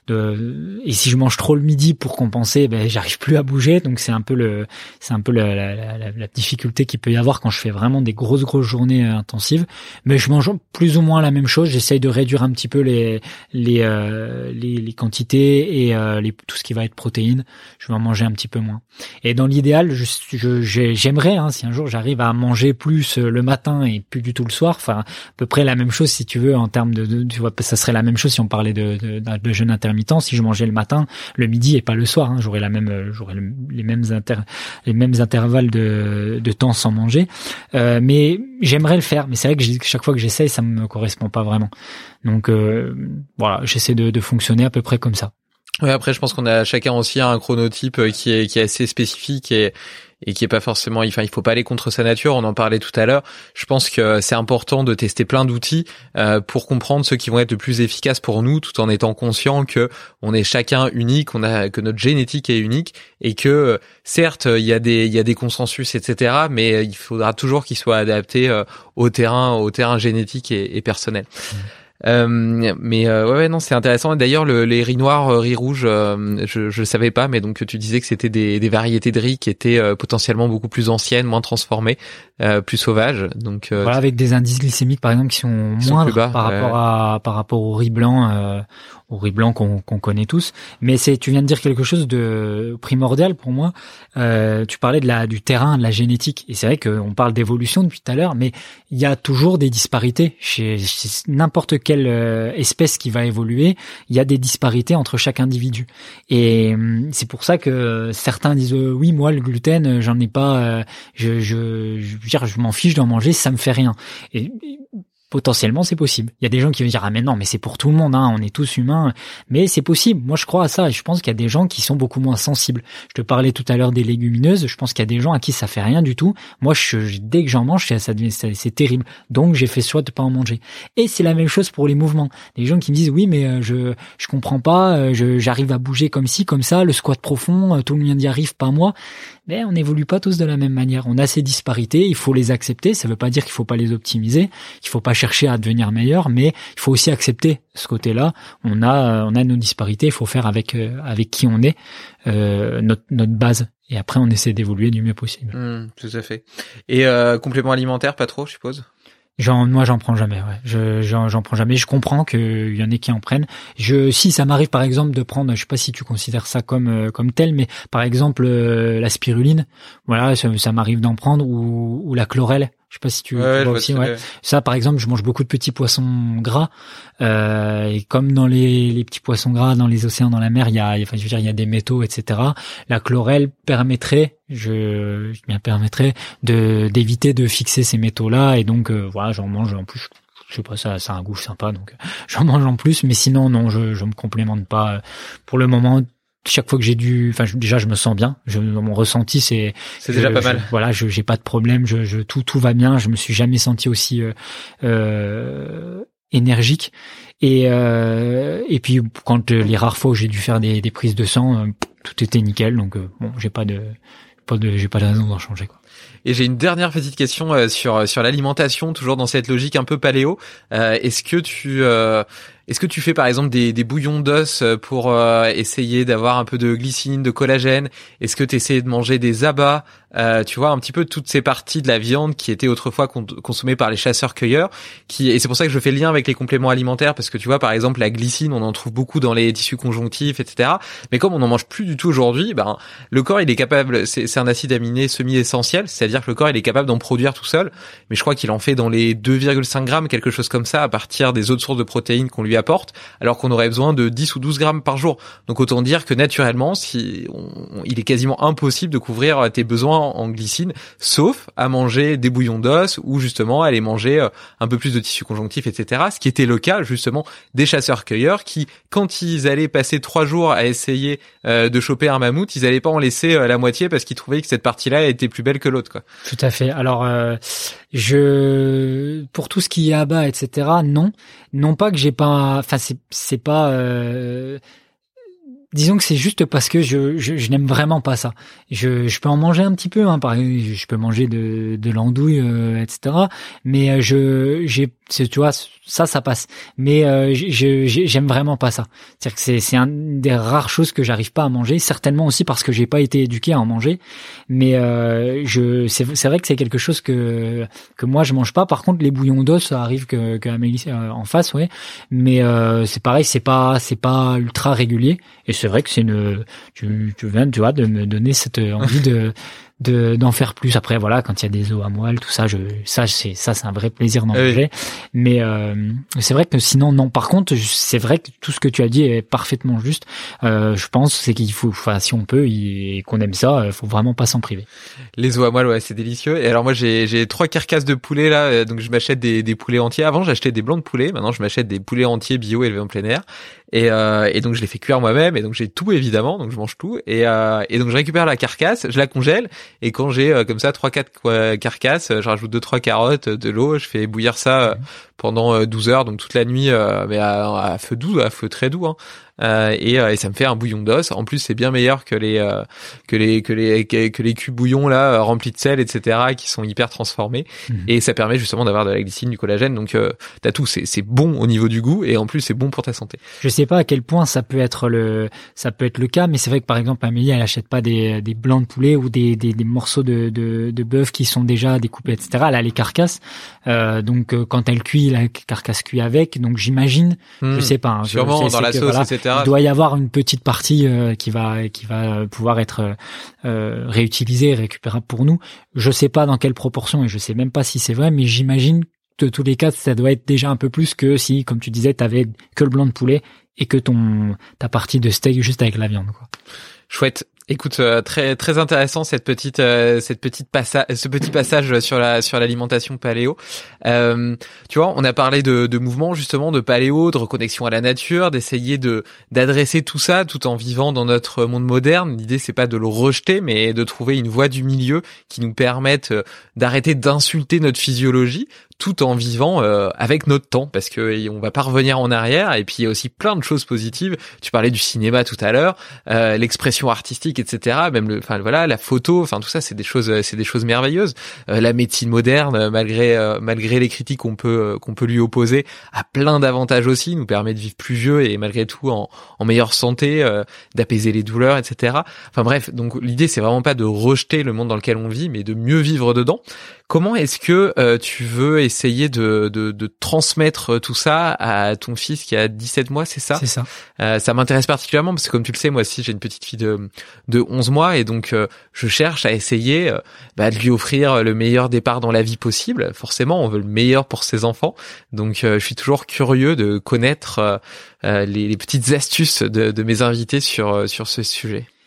Speaker 5: De, et si je mange trop le midi pour compenser, ben j'arrive plus à bouger, donc c'est un peu le, c'est un peu la, la, la, la difficulté qu'il peut y avoir quand je fais vraiment des grosses grosses journées euh, intensives. Mais je mange plus ou moins la même chose. J'essaye de réduire un petit peu les les euh, les, les quantités et euh, les, tout ce qui va être protéines. Je vais en manger un petit peu moins. Et dans l'idéal, je, je j'aimerais hein, si un jour j'arrive à manger plus le matin et plus du tout le soir. Enfin à peu près la même chose si tu veux en termes de, de tu vois, ça serait la même chose si on parlait de de, de, de jeûne intermittent. Si je mangeais le matin, le midi et pas le soir, hein, j'aurais la même, j'aurais le, les mêmes inter, les mêmes intervalles de, de temps sans manger. Euh, mais j'aimerais le faire, mais c'est vrai que chaque fois que j'essaye, ça me correspond pas vraiment. Donc euh, voilà, j'essaie de, de fonctionner à peu près comme ça.
Speaker 4: Ouais, après je pense qu'on a chacun aussi un chronotype qui est qui est assez spécifique et et qui est pas forcément, enfin il faut pas aller contre sa nature, on en parlait tout à l'heure. Je pense que c'est important de tester plein d'outils euh, pour comprendre ceux qui vont être le plus efficaces pour nous, tout en étant conscient que on est chacun unique, on a que notre génétique est unique et que certes il y a des il y a des consensus et cetera, mais il faudra toujours qu'ils soient adaptés euh, au terrain au terrain génétique et, et personnel. Mmh. Euh, mais euh, ouais, ouais non c'est intéressant. D'ailleurs le, les riz noirs, euh, riz rouge, euh, je je savais pas, mais donc tu disais que c'était des, des variétés de riz qui étaient euh, potentiellement beaucoup plus anciennes, moins transformées, euh, plus sauvages. Donc euh,
Speaker 5: voilà, avec des indices glycémiques par exemple qui sont qui moindres sont plus bas, par rapport euh... à par rapport au riz blanc, euh, au riz blanc qu'on qu'on connaît tous. Mais c'est tu viens de dire quelque chose de primordial pour moi. Euh, tu parlais de la du terrain, de la génétique, et c'est vrai qu'on parle d'évolution depuis tout à l'heure, mais il y a toujours des disparités chez, chez n'importe quelle espèce qui va évoluer. Il y a des disparités entre chaque individu, et c'est pour ça que certains disent euh, oui moi le gluten j'en ai pas, euh, je je je, je, je m'en fiche d'en manger, ça me fait rien. Et potentiellement, c'est possible. Il y a des gens qui vont dire « Ah mais non, mais c'est pour tout le monde, hein, on est tous humains. » Mais c'est possible. Moi, je crois à ça et je pense qu'il y a des gens qui sont beaucoup moins sensibles. Je te parlais tout à l'heure des légumineuses. Je pense qu'il y a des gens à qui ça fait rien du tout. Moi, je, dès que j'en mange, ça, ça, c'est terrible. Donc, j'ai fait choix de pas en manger. Et c'est la même chose pour les mouvements. Des gens qui me disent « Oui, mais je je comprends pas, je, j'arrive à bouger comme ci, comme ça, le squat profond, tout le monde y arrive, pas moi. » Mais on n'évolue pas tous de la même manière. On a ces disparités, il faut les accepter. Ça veut pas dire qu'il faut pas les optimiser, qu'il faut pas chercher à devenir meilleur, mais il faut aussi accepter ce côté-là. On a, on a nos disparités. Il faut faire avec euh, avec qui on est, euh, notre notre base. Et après, on essaie d'évoluer du mieux possible.
Speaker 4: Mmh, tout à fait. Et euh, complément alimentaire, pas trop, je suppose.
Speaker 5: J'en, moi, j'en prends jamais. Ouais. Je, j'en, j'en prends jamais. Je comprends qu'il y en ait qui en prennent. Je, si ça m'arrive par exemple de prendre, je sais pas si tu considères ça comme euh, comme tel, mais par exemple euh, la spiruline, voilà, ça, ça m'arrive d'en prendre, ou, ou la chlorelle. Je sais pas si tu,
Speaker 4: ouais,
Speaker 5: tu vois aussi. Ouais. Ça, par exemple, je mange beaucoup de petits poissons gras. Euh, et comme dans les, les petits poissons gras, dans les océans, dans la mer, il y a, enfin, je veux dire, il y a des métaux, et cetera. La chlorelle permettrait, je, je bien permettrait de d'éviter de fixer ces métaux-là. Et donc, euh, voilà, j'en mange. En plus, je sais pas, ça, ça a un goût sympa, donc j'en mange en plus. Mais sinon, non, je, je me complémente pas. Pour le moment, chaque fois que j'ai dû, enfin, je, déjà, je me sens bien. Je, mon ressenti, c'est,
Speaker 4: c'est déjà
Speaker 5: je,
Speaker 4: pas mal.
Speaker 5: Je, voilà, je, j'ai pas de problème. Je, je, tout, tout va bien. Je me suis jamais senti aussi euh, euh, énergique. Et euh, et puis quand euh, les rares fois où j'ai dû faire des, des prises de sang, euh, tout était nickel. Donc euh, bon, j'ai pas de, pas de, j'ai pas de raison d'en changer, quoi.
Speaker 4: Et j'ai une dernière petite question euh, sur sur l'alimentation, toujours dans cette logique un peu paléo. Euh, est-ce que tu euh, est-ce que tu fais par exemple des, des bouillons d'os pour euh, essayer d'avoir un peu de glycine, de collagène? Est-ce que tu essaies de manger des abats? Euh, tu vois, un petit peu toutes ces parties de la viande qui étaient autrefois con- consommées par les chasseurs-cueilleurs. Qui et c'est pour ça que je fais le lien avec les compléments alimentaires, parce que tu vois, par exemple, la glycine, on en trouve beaucoup dans les tissus conjonctifs, et cetera. Mais comme on n'en mange plus du tout aujourd'hui, ben le corps il est capable. C'est, c'est un acide aminé semi-essentiel, c'est-à-dire que le corps il est capable d'en produire tout seul. Mais je crois qu'il en fait dans les deux virgule cinq grammes, quelque chose comme ça, à partir des autres sources de protéines qu'on lui apporte, alors qu'on aurait besoin de dix ou douze grammes par jour. Donc autant dire que naturellement, si on, il est quasiment impossible de couvrir tes besoins en glycine, sauf à manger des bouillons d'os ou justement aller manger un peu plus de tissus conjonctifs, et cetera. Ce qui était le cas justement des chasseurs-cueilleurs qui, quand ils allaient passer trois jours à essayer euh, de choper un mammouth, ils allaient pas en laisser euh, la moitié parce qu'ils trouvaient que cette partie-là était plus belle que l'autre, quoi.
Speaker 5: Tout à fait. Alors, euh, je, pour tout ce qui est abat, et cetera. Non, non pas que j'ai pas. Enfin, c'est c'est pas. Euh, disons que c'est juste parce que je, je, je n'aime vraiment pas ça. Je, je peux en manger un petit peu, hein, par exemple, je peux manger de, de l'andouille, euh, et cetera. Mais je, j'ai, c'est, tu vois, ça, ça passe. Mais euh, je, je, j'aime vraiment pas ça. C'est-à-dire que c'est, c'est une des rares choses que j'arrive pas à manger. Certainement aussi parce que j'ai pas été éduqué à en manger. Mais euh, je, c'est, c'est vrai que c'est quelque chose que que moi je mange pas. Par contre, les bouillons d'os, ça arrive que, que Amélie euh, en fasse, ouais. Mais euh, c'est pareil, c'est pas, c'est pas ultra régulier. Et c'est vrai que c'est une, tu, tu viens, tu vois, de me donner cette envie de, de, d'en faire plus. Après, voilà, quand il y a des os à moelle, tout ça, je, ça, c'est, ça, c'est un vrai plaisir d'en manger. Oui. Mais, euh, c'est vrai que sinon, non. Par contre, c'est vrai que tout ce que tu as dit est parfaitement juste. Euh, je pense, c'est qu'il faut, enfin, si on peut, et qu'on aime ça, faut vraiment pas s'en priver.
Speaker 4: Les os à moelle, ouais, c'est délicieux. Et alors, moi, j'ai, j'ai trois carcasses de poulet, là, donc je m'achète des, des poulets entiers. Avant, j'achetais des blancs de poulet. Maintenant, je m'achète des poulets entiers bio élevés en plein air. Et, euh, et donc je les fais cuire moi-même, et donc j'ai tout évidemment, donc je mange tout, et, euh, et donc je récupère la carcasse, je la congèle, et quand j'ai euh, comme ça trois quatre euh, carcasses, je rajoute deux trois carottes, de l'eau, je fais bouillir ça euh, pendant euh, douze heures, donc toute la nuit, euh, mais à, à feu doux, à feu très doux, hein. Euh, et, euh, et ça me fait un bouillon d'os. En plus, c'est bien meilleur que les euh, que les que les que les cubes bouillons là remplis de sel, et cetera, qui sont hyper transformés. Mmh. Et ça permet justement d'avoir de la glycine, du collagène. Donc euh, t'as tout. C'est c'est bon au niveau du goût, et en plus c'est bon pour ta santé.
Speaker 5: Je sais pas à quel point ça peut être le ça peut être le cas, mais c'est vrai que par exemple Amélie, elle achète pas des des blancs de poulet ou des des, des morceaux de de de bœuf qui sont déjà découpés, et cetera. Elle a les carcasses. Euh, donc euh, quand elle cuit, la carcasse cuit avec. Donc j'imagine, mmh. je sais pas. Hein,
Speaker 4: Sûrement
Speaker 5: je,
Speaker 4: dans la
Speaker 5: que,
Speaker 4: sauce,
Speaker 5: voilà,
Speaker 4: et cetera.
Speaker 5: Il doit y avoir une petite partie euh, qui va qui va pouvoir être euh, réutilisée, récupérable pour nous. Je sais pas dans quelle proportion et je sais même pas si c'est vrai, mais j'imagine que de tous les cas, ça doit être déjà un peu plus que si, comme tu disais, t'avais que le blanc de poulet et que ton ta partie de steak juste avec la viande, quoi.
Speaker 4: Chouette. Écoute, euh, très très intéressant cette petite euh, cette petite passage ce petit passage sur la sur l'alimentation paléo. Euh, tu vois, on a parlé de de mouvement justement, de paléo, de reconnexion à la nature, d'essayer de d'adresser tout ça tout en vivant dans notre monde moderne. L'idée c'est pas de le rejeter, mais de trouver une voie du milieu qui nous permette d'arrêter d'insulter notre physiologie tout en vivant euh, avec notre temps, parce que on va pas revenir en arrière. Et puis il y a aussi plein de choses positives. Tu parlais du cinéma tout à l'heure, euh, l'expression artistique, et cetera. Même le, enfin voilà, la photo, enfin tout ça, c'est des choses, c'est des choses merveilleuses. Euh, la médecine moderne, malgré euh, malgré les critiques qu'on peut euh, qu'on peut lui opposer, a plein d'avantages aussi. Nous permet de vivre plus vieux et malgré tout en, en meilleure santé, euh, d'apaiser les douleurs, et cetera. Enfin bref, donc l'idée c'est vraiment pas de rejeter le monde dans lequel on vit, mais de mieux vivre dedans. Comment est-ce que euh, tu veux essayer de, de, de transmettre tout ça à ton fils qui a dix-sept mois, c'est ça ?
Speaker 5: C'est ça.
Speaker 4: Euh, ça m'intéresse particulièrement parce que comme tu le sais, moi aussi j'ai une petite fille de, de onze mois et donc euh, je cherche à essayer euh, bah, de lui offrir le meilleur départ dans la vie possible. Forcément, on veut le meilleur pour ses enfants. Donc euh, je suis toujours curieux de connaître euh, les, les petites astuces de, de mes invités sur, sur ce sujet.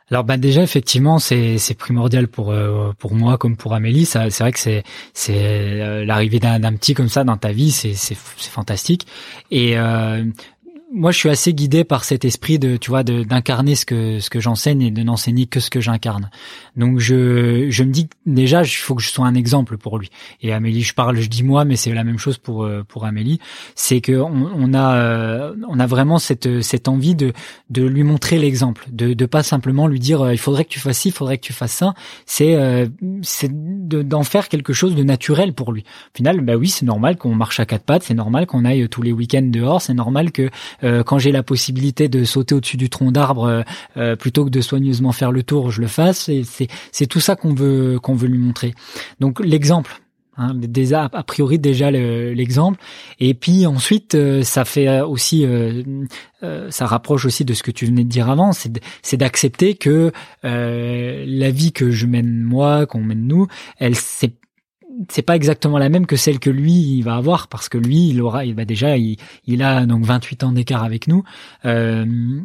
Speaker 5: Alors bah déjà effectivement c'est c'est primordial pour euh, pour moi comme pour Amélie. Ça c'est vrai que c'est c'est euh, l'arrivée d'un, d'un petit comme ça dans ta vie, c'est c'est c'est fantastique. Et euh, moi, je suis assez guidé par cet esprit de, tu vois, de, d'incarner ce que ce que j'enseigne et de n'enseigner que ce que j'incarne. Donc, je je me dis que déjà, il faut que je sois un exemple pour lui. Et Amélie, je parle, je dis moi, mais c'est la même chose pour pour Amélie. C'est que on, on a on a vraiment cette cette envie de de lui montrer l'exemple, de de pas simplement lui dire il faudrait que tu fasses ci, il faudrait que tu fasses ça. C'est euh, c'est de, d'en faire quelque chose de naturel pour lui. Au final, bah oui, c'est normal qu'on marche à quatre pattes, c'est normal qu'on aille tous les week-ends dehors, c'est normal que Euh, quand j'ai la possibilité de sauter au-dessus du tronc d'arbre euh, euh, plutôt que de soigneusement faire le tour, je le fasse. Et c'est c'est tout ça qu'on veut qu'on veut lui montrer. Donc l'exemple, hein, déjà a priori déjà le, l'exemple. Et puis ensuite euh, ça fait aussi euh, euh, ça rapproche aussi de ce que tu venais de dire avant, c'est de, c'est d'accepter que euh, la vie que je mène moi, qu'on mène nous, elle c'est c'est pas exactement la même que celle que lui il va avoir, parce que lui il aura il va déjà il, il a donc vingt-huit ans d'écart avec nous, euh,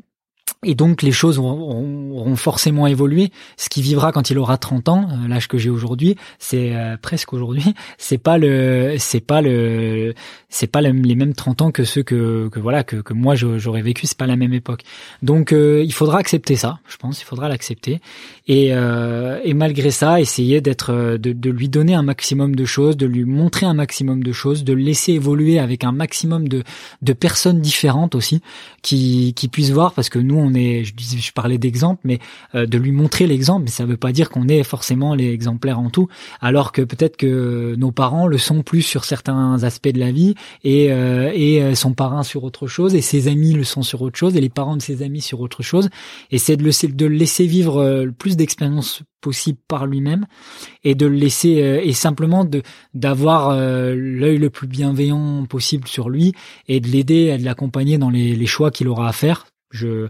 Speaker 5: et donc les choses auront, auront forcément évolué. Ce qu'il vivra quand il aura trente ans, l'âge que j'ai aujourd'hui, c'est euh, presque aujourd'hui, c'est pas le c'est pas le c'est pas le, les mêmes trente ans que ceux que que voilà que que moi j'aurais vécu, c'est pas la même époque. Donc euh, il faudra accepter ça, je pense, il faudra l'accepter et euh, et malgré ça, essayer d'être de de lui donner un maximum de choses, de lui montrer un maximum de choses, de le laisser évoluer avec un maximum de de personnes différentes aussi qui qui puissent voir, parce que nous on est, je disais, je parlais d'exemple, mais euh, de lui montrer l'exemple, mais ça veut pas dire qu'on est forcément les exemplaires en tout, alors que peut-être que nos parents le sont plus sur certains aspects de la vie et euh, et son parrain sur autre chose, et ses amis le sont sur autre chose, et les parents de ses amis sur autre chose, et c'est de le, de le laisser vivre euh, le plus d'expériences possible par lui-même, et de le laisser euh, et simplement de d'avoir euh, l'œil le plus bienveillant possible sur lui, et de l'aider, à de l'accompagner dans les, les choix qu'il aura à faire. Je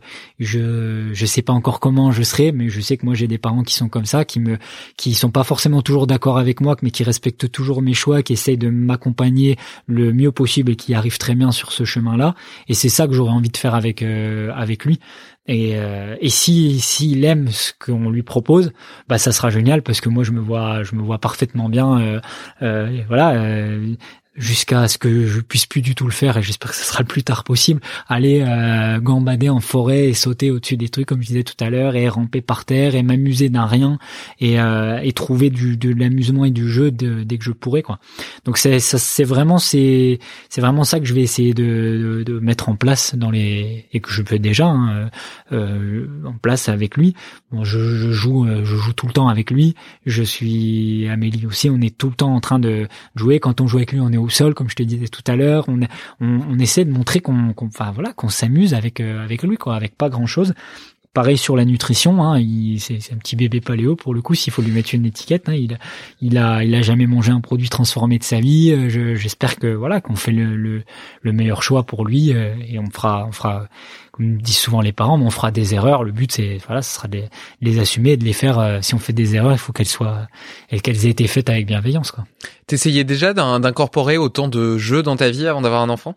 Speaker 5: je je sais pas encore comment je serai, mais je sais que moi j'ai des parents qui sont comme ça, qui me qui sont pas forcément toujours d'accord avec moi, mais qui respectent toujours mes choix, qui essayent de m'accompagner le mieux possible et qui arrivent très bien sur ce chemin-là. Et c'est ça que j'aurais envie de faire avec euh, avec lui. Et euh, et si s'il aime ce qu'on lui propose, bah ça sera génial, parce que moi je me vois je me vois parfaitement bien. Euh, euh, voilà. Euh, jusqu'à ce que je puisse plus du tout le faire, et j'espère que ce sera le plus tard possible, aller euh, gambader en forêt et sauter au-dessus des trucs comme je disais tout à l'heure, et ramper par terre et m'amuser d'un rien, et euh, et trouver du de l'amusement et du jeu de, dès que je pourrai, quoi. Donc c'est ça, c'est vraiment c'est c'est vraiment ça que je vais essayer de, de de mettre en place dans les, et que je fais déjà hein, euh, en place avec lui. Bon, je, je joue je joue tout le temps avec lui, je suis Amélie aussi, on est tout le temps en train de jouer. Quand on joue avec lui, on est au sol, comme je te disais tout à l'heure, on, on, on essaie de montrer qu'on, qu'on, enfin voilà, qu'on s'amuse avec euh, avec lui, quoi, avec pas grand chose. Pareil sur la nutrition, hein, il, c'est, c'est un petit bébé paléo pour le coup. S'il faut lui mettre une étiquette, hein, il, il a, il a jamais mangé un produit transformé de sa vie. Je, j'espère que voilà, qu'on fait le, le, le meilleur choix pour lui, euh, et on fera, on fera, comme disent souvent les parents, mais on fera des erreurs. Le but, c'est voilà, ce sera de les assumer et de les faire. Euh, si on fait des erreurs, il faut qu'elles soient, qu'elles aient été faites avec bienveillance, quoi.
Speaker 4: T'essayais déjà d'incorporer autant de jeux dans ta vie avant d'avoir un enfant?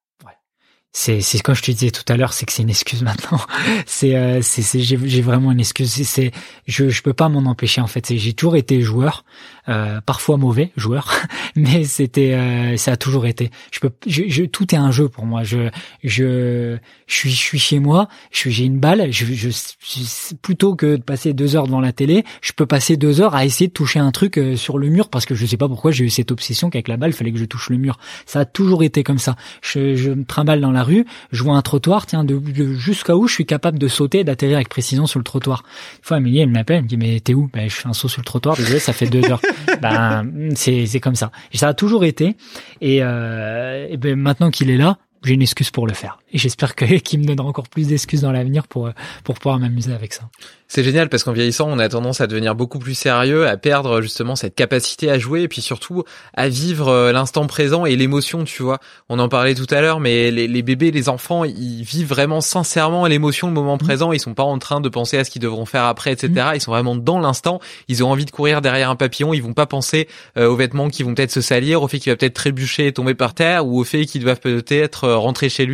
Speaker 5: C'est, c'est quand je te disais tout à l'heure, c'est que c'est une excuse maintenant. c'est, euh, c'est, c'est, j'ai, j'ai vraiment une excuse. C'est, c'est, je, je peux pas m'en empêcher en fait. C'est, j'ai toujours été joueur, euh, parfois mauvais joueur, mais c'était, euh, ça a toujours été. Je peux, je, je, tout est un jeu pour moi. Je, je, je suis, je suis chez moi. Je suis, j'ai une balle. Je, je, je, plutôt que de passer deux heures devant la télé, je peux passer deux heures à essayer de toucher un truc euh, sur le mur, parce que je sais pas pourquoi j'ai eu cette obsession qu'avec la balle, il fallait que je touche le mur. Ça a toujours été comme ça. Je, je me trimballe dans la rue, je vois un trottoir, tiens, de, de jusqu'à où je suis capable de sauter et d'atterrir avec précision sur le trottoir. Une fois, Amélie, elle m'appelle, elle me dit, mais t'es où? Ben, je fais un saut sur le trottoir, désolé, ça fait deux heures. Ben, c'est, c'est comme ça. Et ça a toujours été. Et, euh, et ben, maintenant qu'il est là, j'ai une excuse pour le faire. Et j'espère que, qu'il me donnera encore plus d'excuses dans l'avenir pour, pour pouvoir m'amuser avec ça.
Speaker 4: C'est génial, parce qu'en vieillissant, on a tendance à devenir beaucoup plus sérieux, à perdre justement cette capacité à jouer, et puis surtout à vivre l'instant présent et l'émotion, tu vois. On en parlait tout à l'heure, mais les, les bébés, les enfants, ils vivent vraiment sincèrement l'émotion, le moment présent. Ils sont pas en train de penser à ce qu'ils devront faire après, et cetera. Ils sont vraiment dans l'instant. Ils ont envie de courir derrière un papillon. Ils vont pas penser euh, aux vêtements qui vont peut-être se salir, au fait qu'il va peut-être trébucher et tomber par terre, ou au fait qu'ils doivent peut-être rentrer chez lui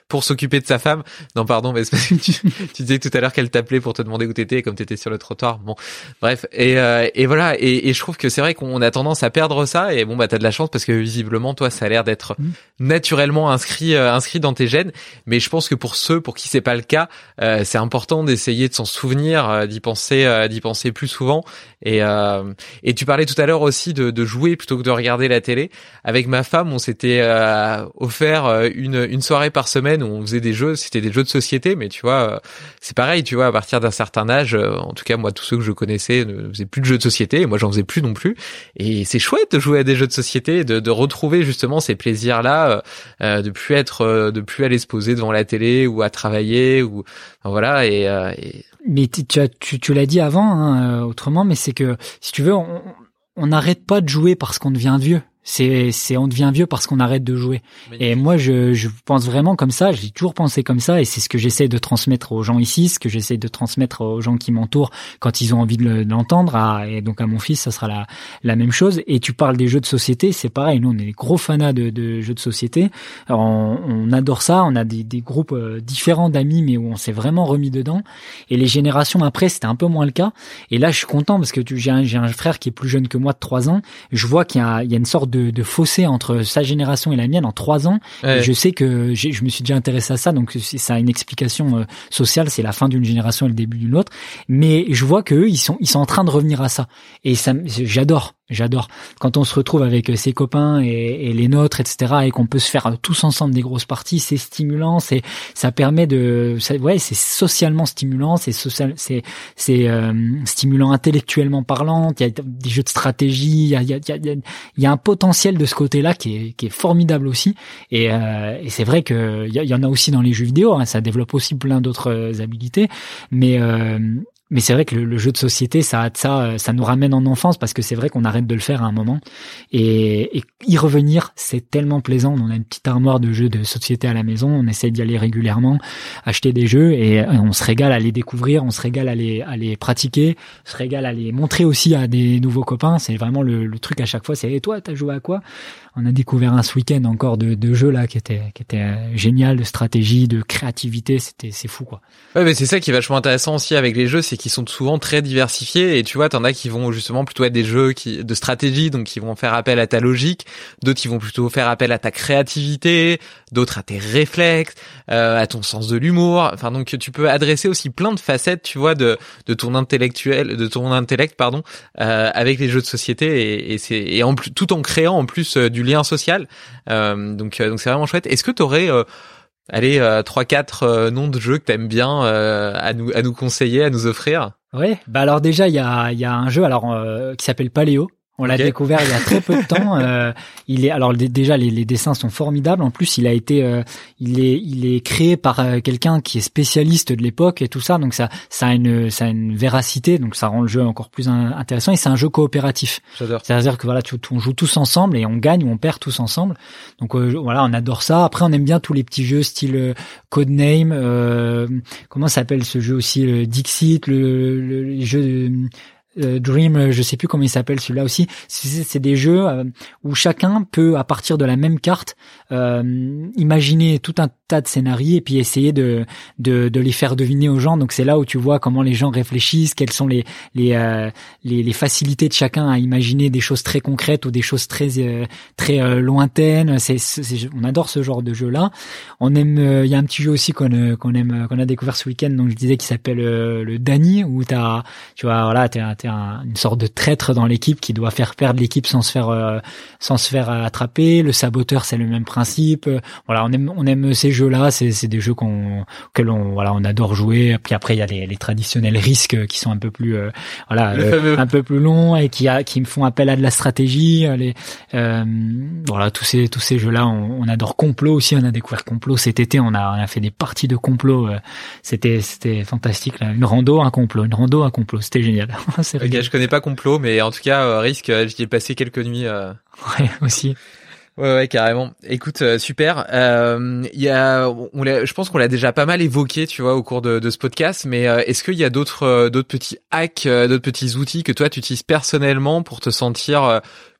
Speaker 4: pour s'occuper de sa femme. Non, pardon, mais c'est parce que tu, tu disais tout à l'heure qu'elle t'appelait pour te demander où t'étais, et comme t'étais sur le trottoir. Bon, bref. Et, euh, et voilà. Et, et je trouve que c'est vrai qu'on a tendance à perdre ça. Et bon, bah, t'as de la chance parce que visiblement, toi, ça a l'air d'être mmh. naturellement inscrit, euh, inscrit dans tes gènes. Mais je pense que pour ceux pour qui c'est pas le cas, euh, c'est important d'essayer de s'en souvenir, euh, d'y penser, euh, d'y penser plus souvent. Et, euh, et tu parlais tout à l'heure aussi de, de jouer plutôt que de regarder la télé. Avec ma femme, on s'était euh, offert une, une soirée par semaine où on faisait des jeux. C'était des jeux de société, mais tu vois, euh, c'est pareil, tu vois, à partir d'un certain âge, euh, en tout cas moi, tous ceux que je connaissais ne faisaient plus de jeux de société, et moi j'en faisais plus non plus. Et c'est chouette de jouer à des jeux de société, de, de retrouver justement ces plaisirs-là, euh, de plus être, euh, de plus aller se poser devant la télé ou à travailler ou enfin, voilà. Et, euh, et...
Speaker 5: Mais tu, as, tu, tu l'as dit avant, hein, autrement, mais c'est que si tu veux, on on n'arrête pas de jouer parce qu'on devient vieux. C'est, c'est, on devient vieux parce qu'on arrête de jouer. Magnifique. Et moi, je, je pense vraiment comme ça. J'ai toujours pensé comme ça, et c'est ce que j'essaie de transmettre aux gens ici, ce que j'essaie de transmettre aux gens qui m'entourent quand ils ont envie de l'entendre. À, et donc à mon fils, ça sera la, la même chose. Et tu parles des jeux de société, c'est pareil. Nous, on est des gros fanats de, de jeux de société. Alors, on, on adore ça. On a des, des groupes différents d'amis, mais où on s'est vraiment remis dedans. Et les générations après, c'était un peu moins le cas. Et là, je suis content parce que tu, j'ai un, j'ai un frère qui est plus jeune que moi de trois ans. Je vois qu'il y a, il y a une sorte de De, de fossé entre sa génération et la mienne en trois ans. Ouais. Et je sais que j'ai, je me suis déjà intéressé à ça, donc ça a une explication euh, sociale. C'est la fin d'une génération et le début d'une autre. Mais je vois que eux, ils sont, ils sont en train de revenir à ça. Et ça, j'adore. J'adore quand on se retrouve avec ses copains et, et les nôtres, et cetera, et qu'on peut se faire tous ensemble des grosses parties. C'est stimulant, c'est ça permet de, ça, ouais, c'est socialement stimulant, c'est social, c'est c'est euh, stimulant intellectuellement parlant. Il y a des jeux de stratégie, il y a il y a il y a, il y a un potentiel de ce côté-là qui est qui est formidable aussi. Et, euh, et c'est vrai que il y, y en a aussi dans les jeux vidéo. Hein, ça développe aussi plein d'autres habilités, mais euh, Mais c'est vrai que le, le jeu de société, ça, ça, ça nous ramène en enfance parce que c'est vrai qu'on arrête de le faire à un moment. Et, et y revenir, c'est tellement plaisant. On a une petite armoire de jeux de société à la maison. On essaie d'y aller régulièrement, acheter des jeux et on se régale à les découvrir. On se régale à les, à les pratiquer. On se régale à les montrer aussi à des nouveaux copains. C'est vraiment le, le truc à chaque fois. C'est, et toi, t'as joué à quoi? On a découvert un ce week-end encore de, de jeux là qui était, qui était génial, de stratégie, de créativité. C'était, c'est fou quoi.
Speaker 4: Ouais, mais c'est ça qui est vachement intéressant aussi avec les jeux, c'est qu'ils sont souvent très diversifiés. Et tu vois, t'en as qui vont justement plutôt être des jeux qui, de stratégie, donc qui vont faire appel à ta logique. D'autres qui vont plutôt faire appel à ta créativité. D'autres à tes réflexes, euh, à ton sens de l'humour. Enfin, donc tu peux adresser aussi plein de facettes, tu vois, de, de ton intellectuel, de ton intellect, pardon, euh, avec les jeux de société. Et, et c'est et en plus, tout en créant en plus euh, du lien social. Euh, donc, euh, donc c'est vraiment chouette. Est-ce que t'aurais euh, allez, euh, trois, quatre euh, noms de jeux que t'aimes bien euh, à nous, à nous conseiller, à nous offrir?
Speaker 5: Ouais, bah alors déjà il y a, il y a un jeu alors euh, qui s'appelle Paléo. On l'a okay. découvert il y a très peu de temps. Euh, il est alors déjà les, les dessins sont formidables. En plus, il a été, euh, il est, il est créé par euh, quelqu'un qui est spécialiste de l'époque et tout ça. Donc ça, ça a une, ça a une véracité. Donc ça rend le jeu encore plus un, intéressant. Et c'est un jeu coopératif.
Speaker 4: J'adore.
Speaker 5: C'est-à-dire que voilà, tu, on joue tous ensemble et on gagne ou on perd tous ensemble. Donc euh, voilà, on adore ça. Après, on aime bien tous les petits jeux style euh, Codename. Euh, comment s'appelle ce jeu aussi, le Dixit, le, le, les jeux de Euh, Dream, je sais plus comment il s'appelle celui-là aussi. C'est, c'est des jeux euh, où chacun peut, à partir de la même carte, euh, imaginer tout un tas de scénarios et puis essayer de, de de les faire deviner aux gens. Donc c'est là où tu vois comment les gens réfléchissent, quelles sont les les euh, les, les facilités de chacun à imaginer des choses très concrètes ou des choses très euh, très euh, lointaines. C'est, c'est, c'est on adore ce genre de jeu-là. On aime. Il euh, y a un petit jeu aussi qu'on qu'on aime qu'on a découvert ce week-end. Donc je disais qui s'appelle euh, le Dany, où t'as tu vois voilà t'es t'es un, une sorte de traître dans l'équipe qui doit faire perdre l'équipe sans se faire euh, sans se faire attraper. Le saboteur, c'est le même principe. Euh, voilà, on aime on aime ces jeux-là. C'est c'est des jeux qu'on que on voilà on adore jouer. Puis après il y a les, les traditionnels risques qui sont un peu plus euh, voilà euh, un peu plus longs et qui a qui me font appel à de la stratégie. Les euh, voilà tous ces tous ces jeux-là, on, on adore. Complot aussi. On a découvert Complot cet été. On a on a fait des parties de Complot. Euh, c'était c'était fantastique. Là. Une rando, un complot, une rando, un complot. C'était génial.
Speaker 4: C'est ok, je connais pas Complot, mais en tout cas, euh, Risque, euh, j'y ai passé quelques nuits. Euh...
Speaker 5: Ouais, aussi.
Speaker 4: Ouais, ouais, carrément. Écoute, euh, super. Euh, il y a, on l'a, je pense qu'on l'a déjà pas mal évoqué, tu vois, au cours de, de ce podcast. Mais euh, est-ce qu'il y a d'autres, euh, d'autres petits hacks, euh, d'autres petits outils que toi tu utilises personnellement pour te sentir euh,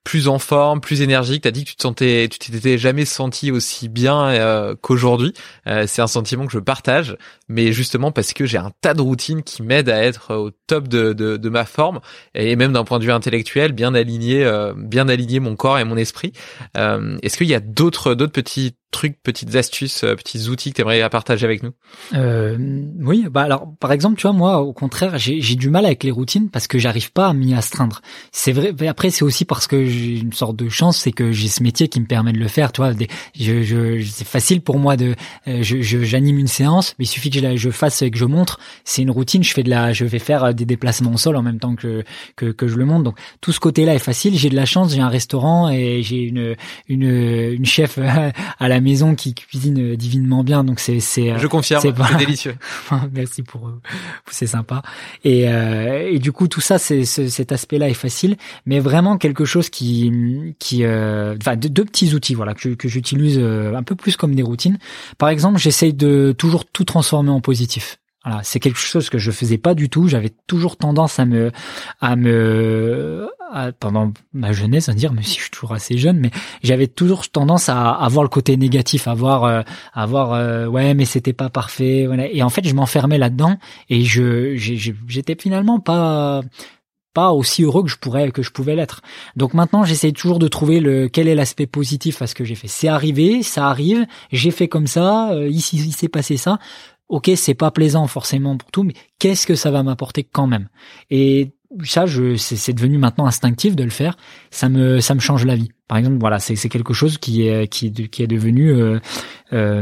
Speaker 4: plus en forme, plus énergique. T'as dit que tu te sentais, tu t'étais jamais senti aussi bien euh, qu'aujourd'hui. Euh, c'est un sentiment que je partage, mais justement parce que j'ai un tas de routines qui m'aident à être au top de, de, de ma forme et même d'un point de vue intellectuel, bien aligner, euh, bien aligner mon corps et mon esprit. Euh, est-ce qu'il y a d'autres, d'autres petits trucs, petites astuces, euh, petits outils que tu aimerais partager avec nous?
Speaker 5: Euh, oui, bah alors par exemple, tu vois, moi au contraire, j'ai j'ai du mal avec les routines parce que j'arrive pas à m'y astreindre. C'est vrai. Mais après, c'est aussi parce que j'ai une sorte de chance, c'est que j'ai ce métier qui me permet de le faire. Tu vois, des, je, je, c'est facile pour moi de, euh, je, je, j'anime une séance, mais il suffit que je, la, je fasse et que je montre. C'est une routine. Je fais de la, je vais faire des déplacements au sol en même temps que que que je le montre. Donc tout ce côté-là est facile. J'ai de la chance. J'ai un restaurant et j'ai une une une chef à la maison qui cuisine divinement bien. Donc c'est c'est.
Speaker 4: Je confirme. C'est, c'est délicieux.
Speaker 5: Merci pour, c'est sympa. Et euh, et du coup tout ça, c'est, c'est cet aspect-là est facile, mais vraiment quelque chose qui qui euh, enfin deux, deux petits outils voilà que que j'utilise un peu plus comme des routines. Par exemple, j'essaye de toujours tout transformer en positif. Voilà, c'est quelque chose que je faisais pas du tout. J'avais toujours tendance à me, à me, à, pendant ma jeunesse, à dire, mais si je suis toujours assez jeune, mais j'avais toujours tendance à, à voir le côté négatif, à voir, euh, à voir, euh, ouais, mais c'était pas parfait, voilà. Et en fait, je m'enfermais là-dedans et je, j'ai, j'étais finalement pas, pas aussi heureux que je pourrais, que je pouvais l'être. Donc maintenant, j'essaie toujours de trouver le, quel est l'aspect positif à ce que j'ai fait. C'est arrivé, ça arrive, j'ai fait comme ça, euh, ici, il s'est passé ça. Ok, c'est pas plaisant forcément pour tout, mais qu'est-ce que ça va m'apporter quand même? Et ça, je, c'est, c'est devenu maintenant instinctif de le faire. Ça me, ça me change la vie. Par exemple, voilà, c'est, c'est quelque chose qui est, qui est, qui est devenu euh, euh,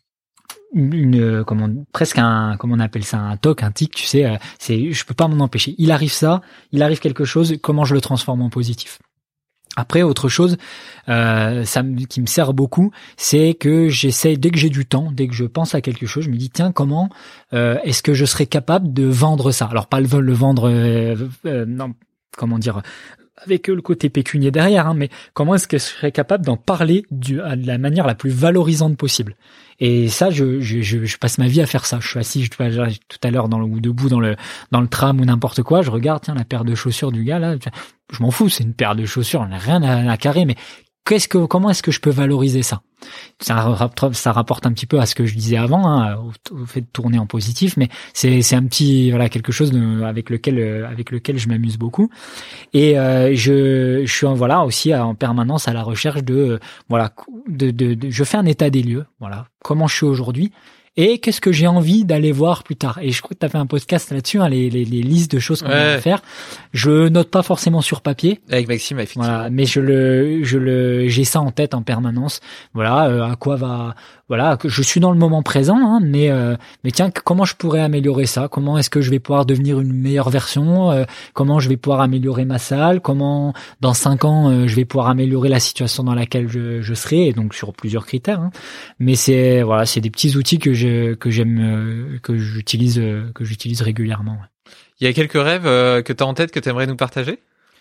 Speaker 5: une, une, comment, presque un, comment on appelle ça, un toc, un tic. Tu sais, euh, c'est, je peux pas m'en empêcher. Il arrive ça, il arrive quelque chose. Comment je le transforme en positif? Après, autre chose euh, ça me, qui me sert beaucoup, c'est que j'essaye, dès que j'ai du temps, dès que je pense à quelque chose, je me dis, tiens, comment euh, est-ce que je serais capable de vendre ça? Alors, pas le, le vendre, euh, euh, non, comment dire, avec le côté pécunier derrière, hein, mais comment est-ce que je serais capable d'en parler du, de la manière la plus valorisante possible? Et ça, je, je, je, je passe ma vie à faire ça. Je suis assis, je, tout à l'heure, dans le, ou debout dans le, dans le tram ou n'importe quoi, je regarde, tiens, la paire de chaussures du gars, là, je m'en fous, c'est une paire de chaussures, on n'a rien à, à carrer, mais qu'est-ce que, comment est-ce que je peux valoriser ça? Ça, ça rapporte un petit peu à ce que je disais avant, hein, au, au fait de tourner en positif, mais c'est, c'est un petit, voilà, quelque chose de, avec lequel, avec lequel je m'amuse beaucoup. Et euh, je, je suis, voilà, aussi en permanence à la recherche de, voilà, de, de, de, je fais un état des lieux, voilà, comment je suis aujourd'hui. Et qu'est-ce que j'ai envie d'aller voir plus tard? Et je crois que tu as fait un podcast là-dessus, hein, les, les, les listes de choses qu'on ouais. va faire. Je note pas forcément sur papier.
Speaker 4: Avec Maxime, effectivement.
Speaker 5: Voilà, mais je le, je le, j'ai ça en tête en permanence. Voilà, euh, à quoi va, voilà, que je suis dans le moment présent, hein, mais, euh, mais tiens, comment je pourrais améliorer ça? Comment est-ce que je vais pouvoir devenir une meilleure version? euh, Comment je vais pouvoir améliorer ma salle? Comment, dans cinq ans, euh, je vais pouvoir améliorer la situation dans laquelle je, je serai? Et donc sur plusieurs critères. Hein. Mais c'est, voilà, c'est des petits outils que je, que j'aime, que j'utilise, que j'utilise régulièrement.
Speaker 4: Il y a quelques rêves euh, que tu as en tête que tu aimerais nous partager?